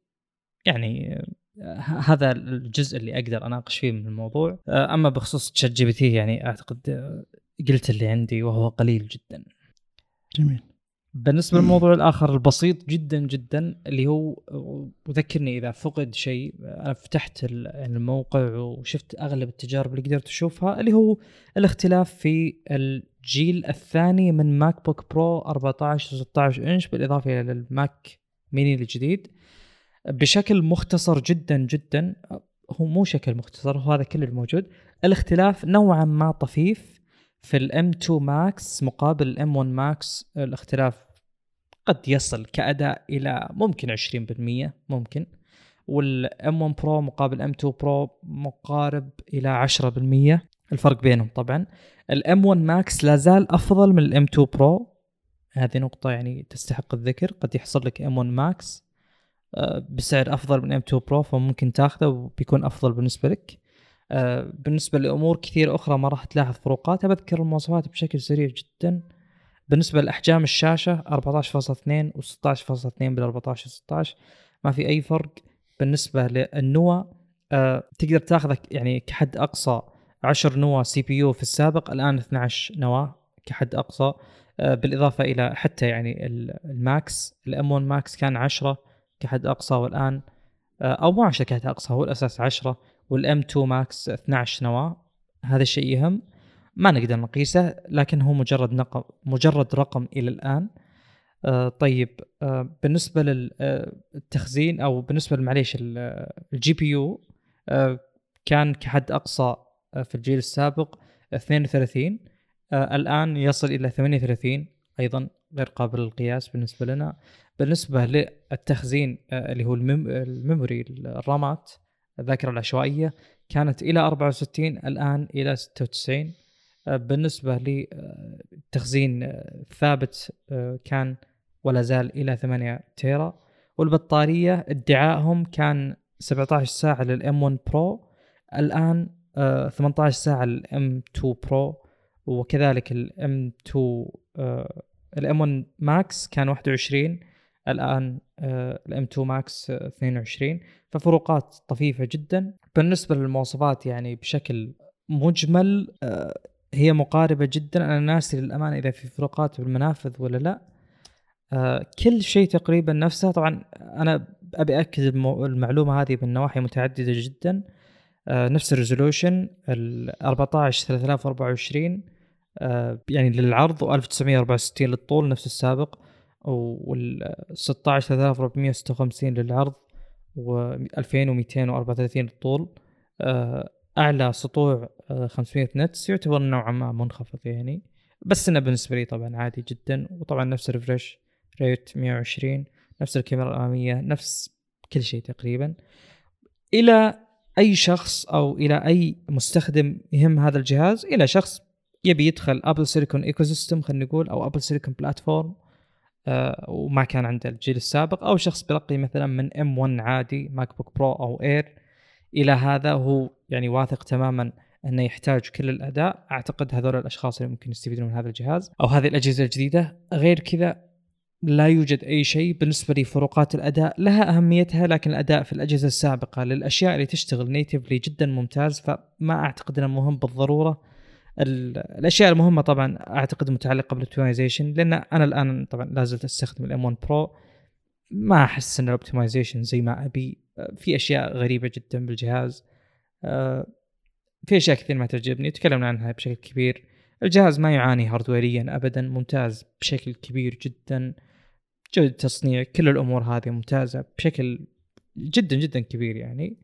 ويعني هذا الجزء اللي أقدر أناقش فيه من الموضوع. أما بخصوص تشات جي بي تي يعني أعتقد قلت اللي عندي وهو قليل جدا. جميل. بالنسبة للموضوع الآخر البسيط جدا جدا اللي هو، وذكرني إذا فقد شيء، أنا فتحت الموقع وشفت أغلب التجارب اللي قدرت أشوفها، اللي هو الاختلاف في الجيل الثاني من ماك بوك برو أربعة عشر ستة عشر إنش بالإضافة إلى الماك ميني الجديد بشكل مختصر جدا جدا. هو مو شكل مختصر، هو هذا كل الموجود. الاختلاف نوعا ما طفيف في الام تو ماكس مقابل الام ون ماكس. الاختلاف قد يصل كأداء إلى ممكن عشرين بالمية ممكن، والام ون برو مقابل ام تو برو مقارب إلى عشرة بالمية الفرق بينهم. طبعا الام ون ماكس لازال أفضل من الام تو برو، هذه نقطة يعني تستحق الذكر. قد يحصل لك ام ون ماكس بسعر أفضل من ام تو برو، فممكن تاخذه وبيكون أفضل بالنسبة لك. بالنسبة لأمور كثير أخرى ما راح تلاحظ فروقات. بذكر المواصفات بشكل سريع جدا. بالنسبة لأحجام الشاشة أربعة عشر فاصلة اثنين و ستة عشر فاصلة اثنين بال أربعة عشر ستة عشر ما في أي فرق. بالنسبة للنوى أه تقدر تاخذك يعني كحد أقصى عشر نوى سي بي يو في السابق، الآن اثني عشر نواة كحد أقصى. أه بالإضافة إلى حتى يعني الماكس الام ون ماكس كان عشرة كحد أقصى، والآن أه أو مو عشرة كحد أقصى، هو الأساس عشرة، والام تو ماكس اثني عشر نواة. هذا الشيء يهم، ما نقدر نقيسه، لكن هو مجرد نقم مجرد رقم إلى الآن. آه طيب آه بالنسبة للتخزين أو بالنسبة لمعليش الجي بي يو، آه كان كحد أقصى آه في الجيل السابق اثنين وثلاثين، آه الآن يصل إلى ثمانية وثلاثين، أيضا غير قابل للقياس بالنسبة لنا. بالنسبة للتخزين آه اللي هو الميم الميموري الرامات الذاكرة العشوائية كانت إلى أربعة وستين، الآن إلى ستة وتسعين. بالنسبة للتخزين الثابت كان ولا زال إلى ثمانية تيرا. والبطارية ادعائهم كان سبعة عشر ساعة للإم ون برو، الآن ثمانية عشر ساعة للإم تو برو، وكذلك الإم تو الإم ون ماكس كان واحد وعشرين، الآن الإم تو ماكس اثنين وعشرين. ففروقات طفيفة جدا. بالنسبة للمواصفات يعني بشكل مجمل هي مقاربة جدا. أنا ناسي للأمانة إذا في فروقات بالمنافذ ولا لا، آه كل شيء تقريبا نفسه. طبعا انا ابي اكد المعلومه هذه من نواحي متعدده جدا. آه نفس الريزولوشن ال أربعة عشر ثلاثة آلاف وأربعة وعشرين آه يعني للعرض، و ألف وتسعمية وأربعة وستين للطول نفس السابق، وال ستة عشر ثلاثة آلاف وأربعمية وستة وخمسين للعرض، و ألفين ومئتين وأربعة وثلاثين للطول. آه اعلى سطوع آه خمسمية نتس، يعتبر نوعا ما منخفض يعني، بس انه بالنسبه لي طبعا عادي جدا. وطبعا نفس الريفرش ريت مئة وعشرين، نفس الكاميرا الاماميه، نفس كل شيء تقريبا. الى اي شخص او الى اي مستخدم يهم هذا الجهاز، الى شخص يبي يدخل ابل سيليكون ايكو سيستم خلينا نقول، او ابل سيليكون بلاتفورم آه وما كان عنده الجيل السابق، او شخص برقي مثلا من ام واحد عادي ماك بوك برو او اير، الى هذا هو يعني واثق تماما انه يحتاج كل الاداء. اعتقد هذول الاشخاص اللي ممكن يستفيدون من هذا الجهاز او هذه الاجهزه الجديده. غير كذا لا يوجد اي شيء. بالنسبه لي فروقات الاداء لها اهميتها، لكن الاداء في الاجهزه السابقه للاشياء اللي تشتغل نيتيفلي جدا ممتاز، فما اعتقد انه مهم بالضروره. الاشياء المهمه طبعا اعتقد متعلقه بالاوبتمايزيشن، لان انا الان طبعا لازلت استخدم الام واحد برو، ما احس ان الاوبتمايزيشن زي ما ابي. في اشياء غريبه جدا بالجهاز، في اشياء كثير ما تعجبني، تكلمنا عنها بشكل كبير. الجهاز ما يعاني هاردويريا ابدا، ممتاز بشكل كبير جدا. جودة تصنيع، كل الامور هذه ممتازه بشكل جدا جدا كبير يعني.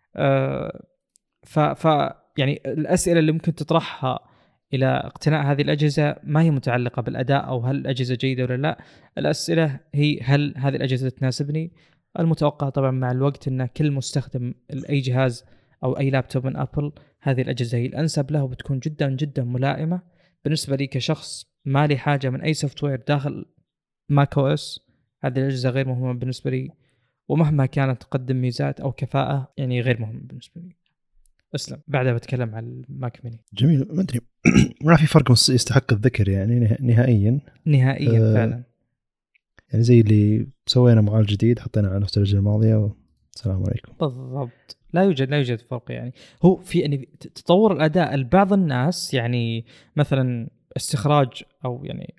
أه ف ف يعني الاسئله اللي ممكن تطرحها الى اقتناء هذه الاجهزه ما هي متعلقه بالاداء او هل الاجهزه جيده ولا لا. الاسئله هي هل هذه الاجهزه تناسبني. المتوقع طبعا مع الوقت ان كل مستخدم لاي جهاز او اي لابتوب من ابل هذه الاجهزه هي الانسب له، وبتكون جدا جدا ملائمه. بالنسبه لي كشخص ما لي حاجه من اي سوفت وير داخل ماك او اس، هذه الاجهزه غير مهمه بالنسبه لي، ومهما كانت تقدم ميزات او كفاءه يعني غير مهمه بالنسبه لي. اسلم بعدها بتكلم عن الماك ميني. جميل. ما ادري ما في فرق يستحق الذكر يعني نهائيا نهائيا آه فعلا. يعني زي اللي سوينا معالج جديد حطينا على نفس الأجهزة الماضيه والسلام عليكم. بالضبط، لا يوجد لا يوجد فرق يعني. هو في يعني تطور الاداء لبعض الناس، يعني مثلا استخراج او يعني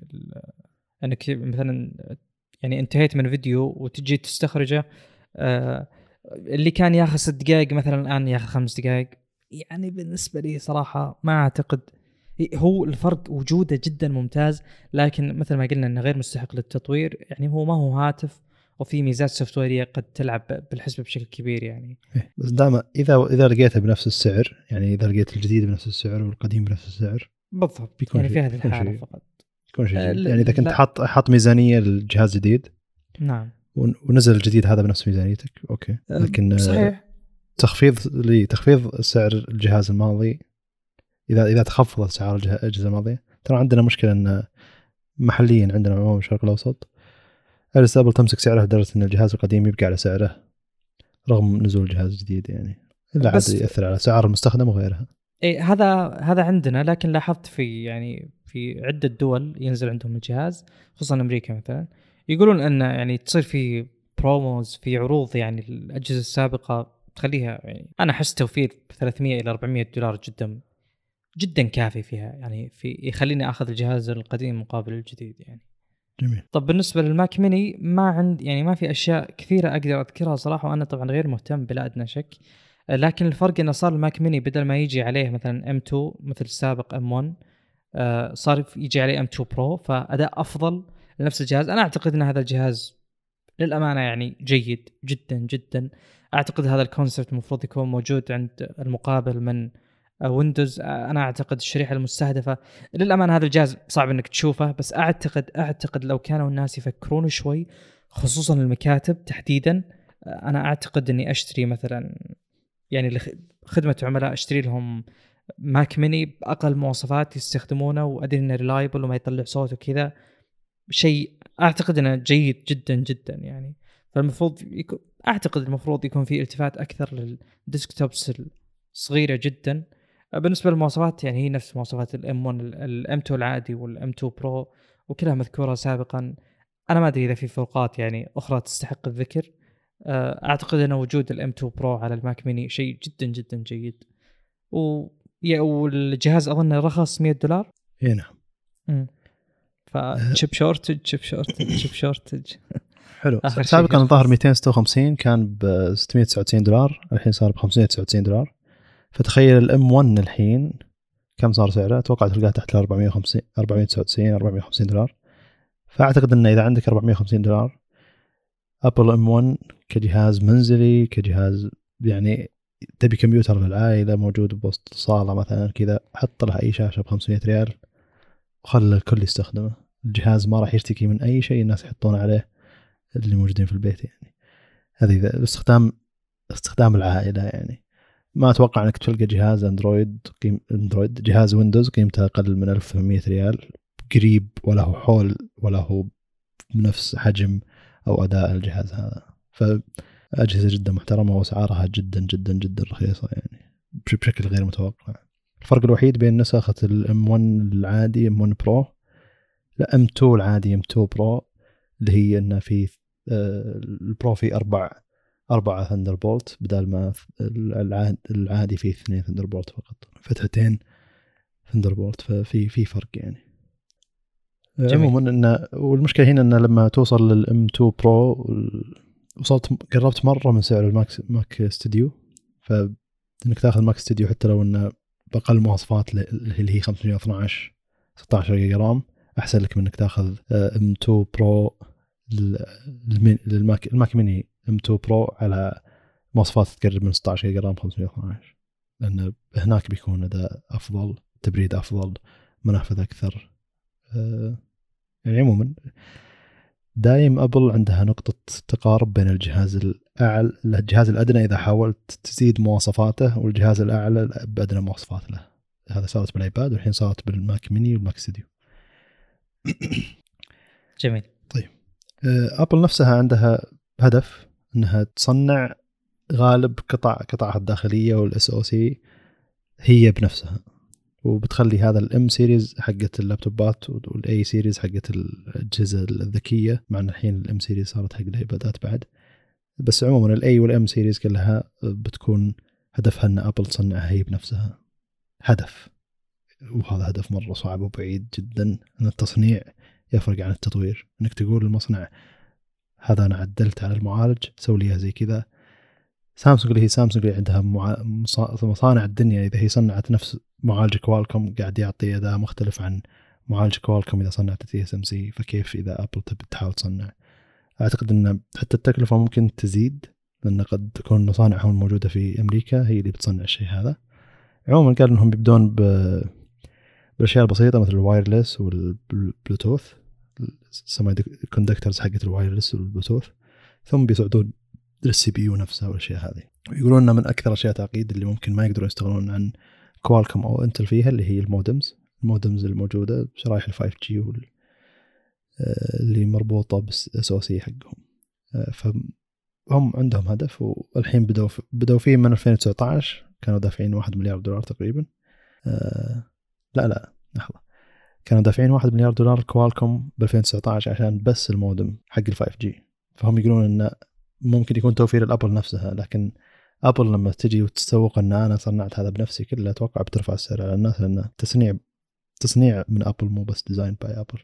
انك مثلا يعني انتهيت من فيديو وتجي تستخرجه آه اللي كان ياخذ ست دقائق مثلا الان ياخذ خمس دقائق. يعني بالنسبه لي صراحه ما اعتقد هو الفرق وجوده جدا ممتاز، لكن مثل ما قلنا انه غير مستحق للتطوير. يعني هو ما هو هاتف، وفي ميزات سوفتويريه قد تلعب بالحسبه بشكل كبير يعني. بس دام اذا اذا لقيتها بنفس السعر، يعني اذا لقيت الجديد بنفس السعر والقديم بنفس السعر بالضبط، يعني في هذه الحاله فقط يكون شيء جيد. يعني اذا كنت حاط حاط ميزانيه للجهاز الجديد نعم ونزل الجديد هذا بنفس ميزانيتك اوكي، لكن صحيح تخفيض لتخفيض سعر الجهاز الماضي، اذا اذا تخفضت اسعار الاجهزه الماضيه. ترى عندنا مشكله ان محليا عندنا عموما الشرق الاوسط اجهزه ابل تمسك سعرها لدرجه ان الجهاز القديم يبقى على سعره رغم نزول الجهاز الجديد، يعني الا عاد ياثر على سعر المستخدم وغيرها. اي هذا هذا عندنا، لكن لاحظت في يعني في عده دول ينزل عندهم الجهاز، خصوصا امريكا مثلا، يقولون ان يعني تصير في بروموز، في عروض يعني الاجهزه السابقه تخليها، يعني انا احس توفير ثلاثمية الى أربعمية دولار جدا جدا كافي فيها، يعني في يخليني اخذ الجهاز القديم مقابل الجديد يعني. جميل. طب بالنسبه للماك ميني ما عندي يعني ما في اشياء كثيره اقدر اذكرها صراحه، وانا طبعا غير مهتم بلا ادنى شك. لكن الفرق انه صار الماك ميني بدل ما يجي عليه مثلا إم تو مثل السابق إم ون، صار يجي عليه إم تو برو، فاداء افضل لنفس الجهاز. انا اعتقد ان هذا الجهاز للامانه يعني جيد جدا جدا. اعتقد هذا الكونسبت المفروض يكون موجود عند المقابل من ويندوز. انا اعتقد الشريحه المستهدفه للامانه هذا الجهاز صعب انك تشوفه، بس اعتقد اعتقد لو كانوا الناس يفكرون شوي، خصوصا المكاتب تحديدا، انا اعتقد اني اشتري مثلا يعني خدمه عملاء، اشتري لهم ماك ميني باقل مواصفات يستخدمونه، وادري انه ريلايبل وما يطلع صوت وكذا، شيء اعتقد انه جيد جدا جدا يعني. فالمفروض يكون اعتقد المفروض يكون في التفات اكثر للديسكتوبس الصغيره جدا. بالنسبه للمواصفات يعني هي نفس مواصفات الام واحد الام تو العادي والام تو برو، وكلها مذكوره سابقا. انا ما ادري اذا في فروقات يعني اخرى تستحق الذكر. اعتقد ان وجود الام تو برو على الماك ميني شيء جدا جدا جيد، و والجهاز اظن رخص مية دولار. اي نعم. فشيب شورتج شيب شورتج شيب شورتج. حلو. سابقا الظاهر مئتين وستة وخمسين كان ب ستمائة وتسعة وتسعين دولار، الحين صار ب خمسمائة وتسعة وتسعين دولار. فتخيل الام واحد الحين كم صار سعره؟ اتوقع تلقاه تحت ال أربعمائة وخمسين أربعمائة وتسعة وتسعين أربعمائة وخمسين دولار. فاعتقد ان اذا عندك أربعمائة وخمسين دولار ابل ام واحد كجهاز منزلي، كجهاز يعني تبي كمبيوتر للعائله موجود بوسط الصاله مثلا كذا، حط له اي شاشه ب خمسمائة ريال وخلى الكل يستخدمه. الجهاز ما راح يشتكي من اي شيء الناس يحطون عليه اللي موجودين في البيت. يعني هذه استخدام استخدام العائله. يعني ما اتوقع انك تلقى جهاز اندرويد قيم اندرويد جهاز ويندوز قيمته اقل من ألف وثمانمائة ريال قريب، ولا هو حول ولا هو بنفس حجم او اداء الجهاز هذا. فاجهزه جدا محترمه واسعارها جدا جدا جدا رخيصه يعني بشكل غير متوقع. الفرق الوحيد بين نسخه الام واحد العادي ام واحد برو لا ام اثنين العادي ام اثنين برو اللي هي انه في البرو في اربع اربعه ثندر بولت بدل ما العادي فيه اثنين ثندر بولت فقط، فتحتين ثندر بولت. ففي في فرق يعني. عموما ان والمشكله هنا ان لما توصل للام اثنين برو وصلت قربت مره من سعر الماك ماك ستوديو، فانك تاخذ ماك ستوديو حتى لو انه باقل مواصفات اللي هي خمسمائة واثناشر ستة عشر جيجا رام احسن لك من انك تاخذ ام اثنين برو للماك الماك ميني ام اثنين برو على مواصفات تقرب من ستة عشر جيجا رام خمسمائة واثناشر، لان هناك بيكون اداء افضل، تبريد افضل، منافذ اكثر. يعني عموما دايم ابل عندها نقطه تقارب بين الجهاز الاعلى الجهاز الادنى اذا حاولت تزيد مواصفاته، والجهاز الاعلى بادنى مواصفات له. هذا صارت بالايباد والحين صارت بالماك ميني والماك ستوديو. جميل. طيب ابل نفسها عندها هدف انها تصنع غالب قطع قطعها الداخليه والاس او سي هي بنفسها، وبتخلي هذا الام سيريز حقت اللابتوبات والاي سيريز حقت الاجهزه الذكيه، مع ان الحين الام سيريز صارت حق الايبادات بعد. بس عموما الاي والام سيريز كلها بتكون هدفها ان ابل تصنعها هي بنفسها. هدف، وهذا هدف مره صعب وبعيد جدا. ان التصنيع يفرق عن التطوير. انك تقول المصنع هذا انا عدلت على المعالج سوي لي زي كذا. سامسونج اللي هي سامسونج اللي عندها مصانع الدنيا، اذا هي صنعت نفس معالج كوالكوم قاعد يعطي اداء مختلف عن معالج كوالكوم اذا صنعت تي اس ام سي، فكيف اذا ابل تبي تحاول تصنع؟ اعتقد ان حتى التكلفه ممكن تزيد، لان قد تكون مصانعهم موجوده في امريكا هي اللي بتصنع الشيء هذا. عموما قال انهم بيبدون ب بالاشياء البسيطه مثل الوايرلس والبلوتوث، السماي كوندكتورز حقت الوايرلس والبلوتوث، ثم بيصعدون للسي بي يو نفسها والاشياء هذه. ويقولون ان من اكثر اشياء تعقيد اللي ممكن ما يقدرون يستغنون عن كوالكوم او انتل فيها اللي هي المودمز المودمز الموجوده بشرايح ال فايف جي وال اللي مربوطه بالاس او سي حقهم. فهم عندهم هدف، والحين بدأوا بدأوا فيه من ألفين وتسعة عشر، كانوا دافعين واحد مليار دولار تقريبا. أه لا لا لحظة كانوا دافعين واحد مليار دولار كوالكوم ب ألفين وتسعة عشر عشان بس المودم حق ال فايف جي. فهم يقولون إن ممكن يكون توفير الأبل نفسها، لكن أبل لما تجي وتسوق إن أنا صنعت هذا بنفسي كله أتوقع بترفع السعر على الناس، لأن تصنيع تصنيع من أبل مو بس ديزاين باي أبل.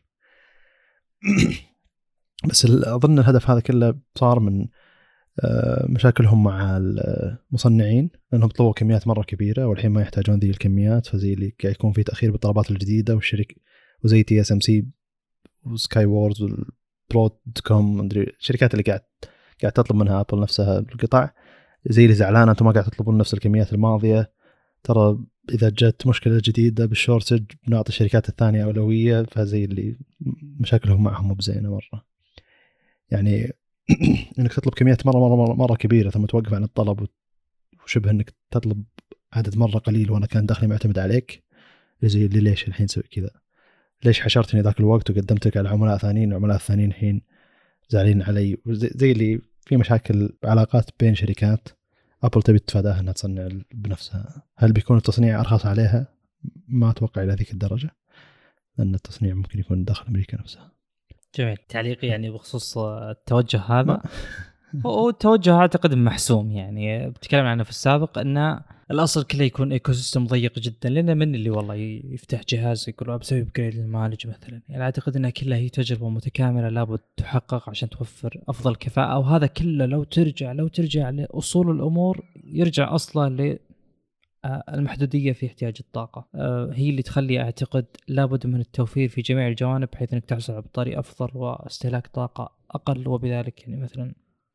بس أظن الهدف هذا كله صار من مشاكلهم مع المصنعين، لأنهم طلبوا كميات مرة كبيرة والحين ما يحتاجون ذي الكميات، فزي اللي قاعد يكون في تأخير بالطلبات الجديدة. والشركة وزي تي اس ام سي وسكاي وورز والبروت كوم مدري الشركات اللي قاعد قاعد تطلب منها أبل نفسها القطع، زي اللي زعلانة أنتم ما قاعد تطلبون نفس الكميات الماضية. ترى إذا جت مشكلة جديدة بالشورتج بنعطي الشركات الثانية أولوية. فزي اللي مشاكلهم معهم بزينة مرة، يعني انك تطلب كميات مرة مرة مرة, مرة كبيرة ثم توقف عن الطلب، وشبه انك تطلب عدد مرة قليل وانا كان دخلي معتمد عليك. زي اللي ليش الحين سوي كذا؟ ليش حشرتني ذاك الوقت وقدمتك على عملاء ثانيين وعملاء الثانيين الحين زعلين علي؟ زي اللي في مشاكل علاقات بين شركات ابل تبي تتفاداها انها تصنع بنفسها. هل بيكون التصنيع ارخص عليها؟ ما اتوقع الى ذيك الدرجة، لان التصنيع ممكن يكون داخل امريكا نفسها. جميل. تعليقي يعني بخصوص التوجه هذا هو توجه اعتقد محسوم، يعني بتكلم عنه في السابق ان الاصل كله يكون ايكو سيستم ضيق جدا، لان من اللي والله يفتح جهاز يقول ابسوي ابجريد للمعالج مثلا. يعني اعتقد انها كلها هي تجربه متكامله لابد تحقق عشان توفر افضل كفاءه، وهذا كله لو ترجع لو ترجع لاصول الامور يرجع اصلا ل المحدودية في احتياج الطاقة، هي اللي تخلي أعتقد لابد من التوفير في جميع الجوانب بحيث أنك تحصل على بطارية أفضل واستهلاك طاقة أقل، وبذلك يعني مثلا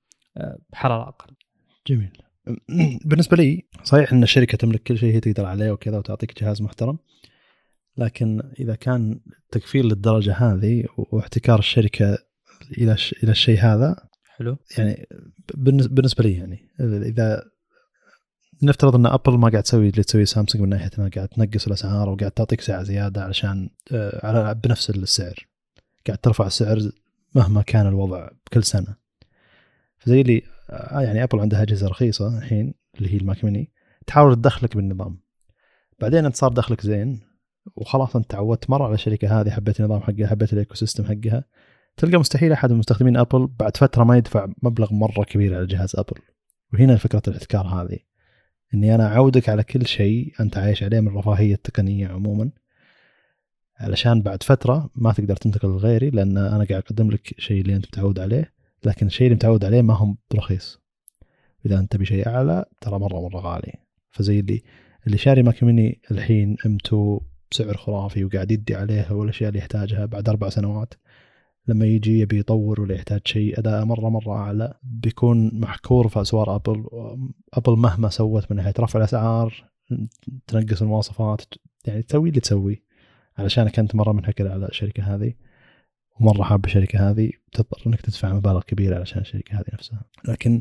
بحرارة أقل. جميل. بالنسبة لي صحيح أن الشركة تملك كل شيء هي تقدر عليه وكذا وتعطيك جهاز محترم، لكن إذا كان تكفير للدرجة هذه واحتكار الشركة إلى إلى الشيء هذا حلو. يعني بالنسبة لي يعني إذا نفترض أن أبل ما قاعد تسوي اللي تسوي سامسونج من ناحية أنها قاعد تنقص الأسعار وقاعد تعطيك سعة زيادة علشان على بنفس السعر، قاعد ترفع السعر مهما كان الوضع كل سنة. فزي اللي يعني أبل عندها أجهزة رخيصة الحين اللي هي الماك ميني تحاول تدخلك بالنظام، بعدين أنت صار دخلك زين وخلاص أنت تعودت مرة على الشركة هذه، حبيت النظام حقها، حبيت الإيكو سيستم حقها، تلقى مستحيل أحد من مستخدمين أبل بعد فترة ما يدفع مبلغ مرة كبير على جهاز أبل. وهنا فكرة الاحتكار هذه، إني أنا أعودك على كل شيء أنت عايش عليه من الرفاهية التقنية عموما، علشان بعد فترة ما تقدر تنتقل لغيري لأن أنا قاعد أقدم لك شيء اللي أنت متعود عليه، لكن الشيء اللي متعود عليه ما هم برخيص، إذا أنت بشيء أعلى ترى مرة مرة غالي. فزي اللي اللي شاري ماك ميني الحين إم تو بسعر خرافي وقاعد يدي عليها والأشياء اللي يحتاجها، بعد أربع سنوات لما يجي يبي يطور ولا يحتاج شيء أداء مرة مرة أعلى بيكون محكور في أسوار أبل. أبل مهما سوت من ناحية رفع الأسعار، تنقص المواصفات، يعني تسوي اللي تسوي علشان كنت مرة منحكر على الشركة هذه ومرة حاب الشركة هذه، تضطر إنك تدفع مبالغ كبيرة علشان الشركة هذه نفسها. لكن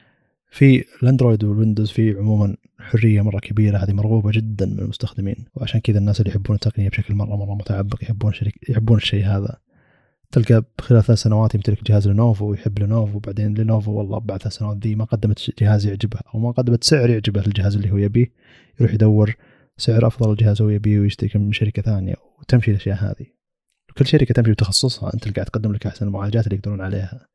في الأندرويد والويندوز في عموما حرية مرة كبيرة، هذه مرغوبة جدا من المستخدمين، وعشان كذا الناس اللي يحبون التقنية بشكل مرة مرة متعمق يحبون شركة يحبون الشيء هذا. تلقى خلال ثلاث سنوات يمتلك جهاز لينوفو ويحب لينوفو، وبعدين لينوفو والله بعد ثلاث سنوات ذي ما قدمت جهاز يعجبه أو ما قدمت سعر يعجبه للجهاز اللي هو يبيه، يروح يدور سعر أفضل الجهاز هو يبيه ويشتري من شركة ثانية، وتمشي الأشياء هذه. كل شركة تمشي بتخصصها، أنت اللي قاعد تقدم لك أحسن المعالجات اللي يقدرون عليها،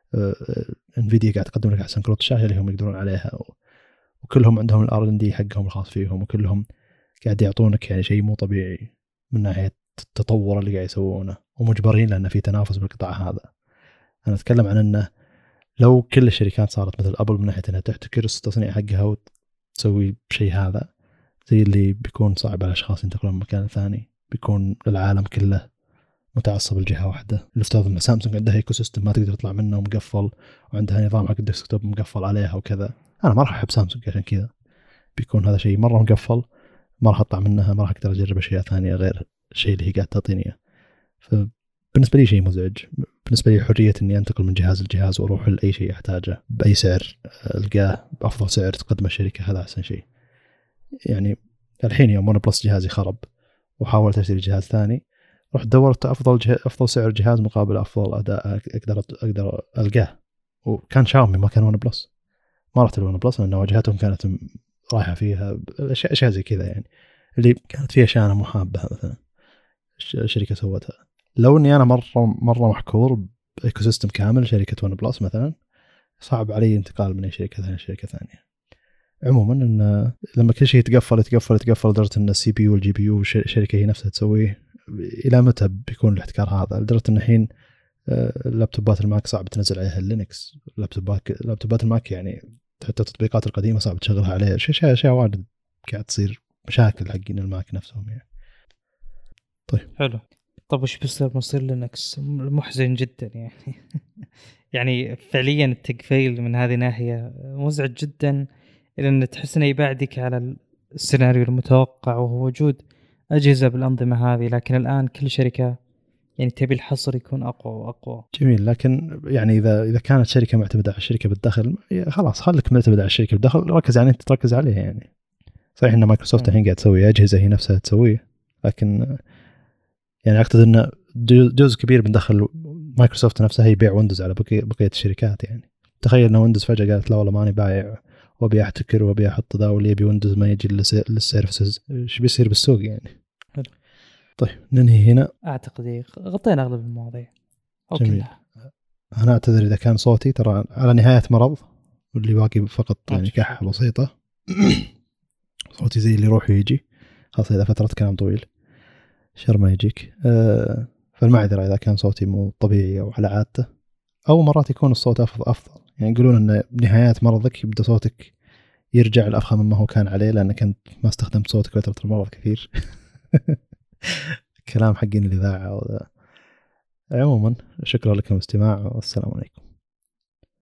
انفيديا قاعد تقدم لك أحسن كروت الشاشة اللي هم يقدرون عليها، وكلهم عندهم الار ان دي حقهم الخاص فيهم، وكلهم قاعد يعطونك يعني شيء مو طبيعي من ناحية التطور اللي قاعد يسوونه، ومجبرين لأن في تنافس بالقطاع هذا. أنا أتكلم عن أنه لو كل الشركات صارت مثل أبل من ناحية أنها تحتكر التصنيع حقها وتسوي بشيء هذا، زي اللي بيكون صعب على الأشخاص ينتقلون من مكان ثاني، بيكون العالم كله متعصب الجهة واحدة. الافتراض أن سامسونج عندها ايكو سيستم ما تقدر تطلع منه مقفل، وعندها نظام حق الديسكتوب مقفل عليها وكذا، أنا ما راح أحب سامسونج عشان كذا، بيكون هذا شيء مرة مقفل، ما راح أطلع منها، ما راح أقدر أجرب أشياء ثانية غير الشيء اللي هي قاعد تعطيني. فبالنسبة لي شيء مزعج، بالنسبة لي حرية إني أنتقل من جهاز لجهاز وأروح لأي شيء أحتاجه بأي سعر ألقاه بأفضل سعر تقدم الشركة، هذا أحسن شيء. يعني الحين يوم ون بلس جهازي خرب وحاولت أشتري جهاز ثاني، رحت دورت أفضل جه... أفضل سعر جهاز مقابل أفضل أداء أقدر أقدر ألقاه، وكان شاومي ما كان ون بلس. ما رحت لون بلس لأن واجهتهم كانت رايحة فيها أشياء أشياء زي كذا، يعني اللي كانت فيها أشياء أنا محابة مثلا الشركة سوتها. لو إني أنا مرة مرة محكور بإيكو سيستم كامل شركة ون بلس مثلا، صعب علي انتقال من أي شركة ثانية لشركة ثانية. عموما إن لما كل شيء يتقفل يتقفل يتقفل لدرجة إن السي بي يو والجي بي يو الشركة هي نفسها تسويه، إلى متى بيكون الاحتكار هذا؟ لدرجة إن الحين اللابتوبات الماك صعب تنزل عليها اللينكس، لابتوبات لابتوبات الماك يعني حتى التطبيقات القديمة صعب تشغلها عليها، أشياء أشياء واجد قاعد تصير مشاكل حقين الماك نفسهم يعني. طيب حلو. طب وش بيصير مصير لينكس؟ محزن جدا يعني يعني فعليا التقفيل من هذه ناحية مزعج جدا، لأن تحس إنه يبعدك على السيناريو المتوقع وهو وجود أجهزة بالأنظمة هذه، لكن الآن كل شركة يعني تبي الحصر يكون أقوى وأقوى. جميل، لكن يعني إذا إذا كانت شركة معتمدة على الشركة بالدخل خلاص خليك معتمد على الشركة بالدخل، ركز على أنت تركز عليه. يعني صحيح إن مايكروسوفت الحين قاعد تسوي أجهزة هي نفسها تسويه، لكن يعني أعتقد إن جزء كبير من دخل مايكروسوفت نفسها يبيع ويندوز على بقية بقية الشركات. يعني تخيل إن ويندوز فجأة قالت لا والله ماني بايع وأبي أحتكر وأبي أحط ذا، واللي يبي ويندوز ما يجي للسيرفيسز، إيش بيصير بالسوق يعني؟ حلو. طيب ننهي هنا. أعتقد غطينا أغلب المواضيع. جميل. أنا أعتذر إذا كان صوتي ترى على نهاية مرض واللي باقي فقط يعني كحة بسيطة صوتي زي اللي يروح ويجي، خاصة إذا فترة كلام طويل شر ما يجيك. أه فالمعذرة إذا كان صوتي مو طبيعي أو على عادته، أو مرات يكون الصوت أفضل أفضل يعني يقولون أن بنهايات مرضك يبدأ صوتك يرجع الأفخم مما هو كان عليه لأنك أنت ما استخدمت صوتك فترة المرض كثير. كلام حقين الإذاعة. عموما شكرا لكم الاستماع والسلام عليكم.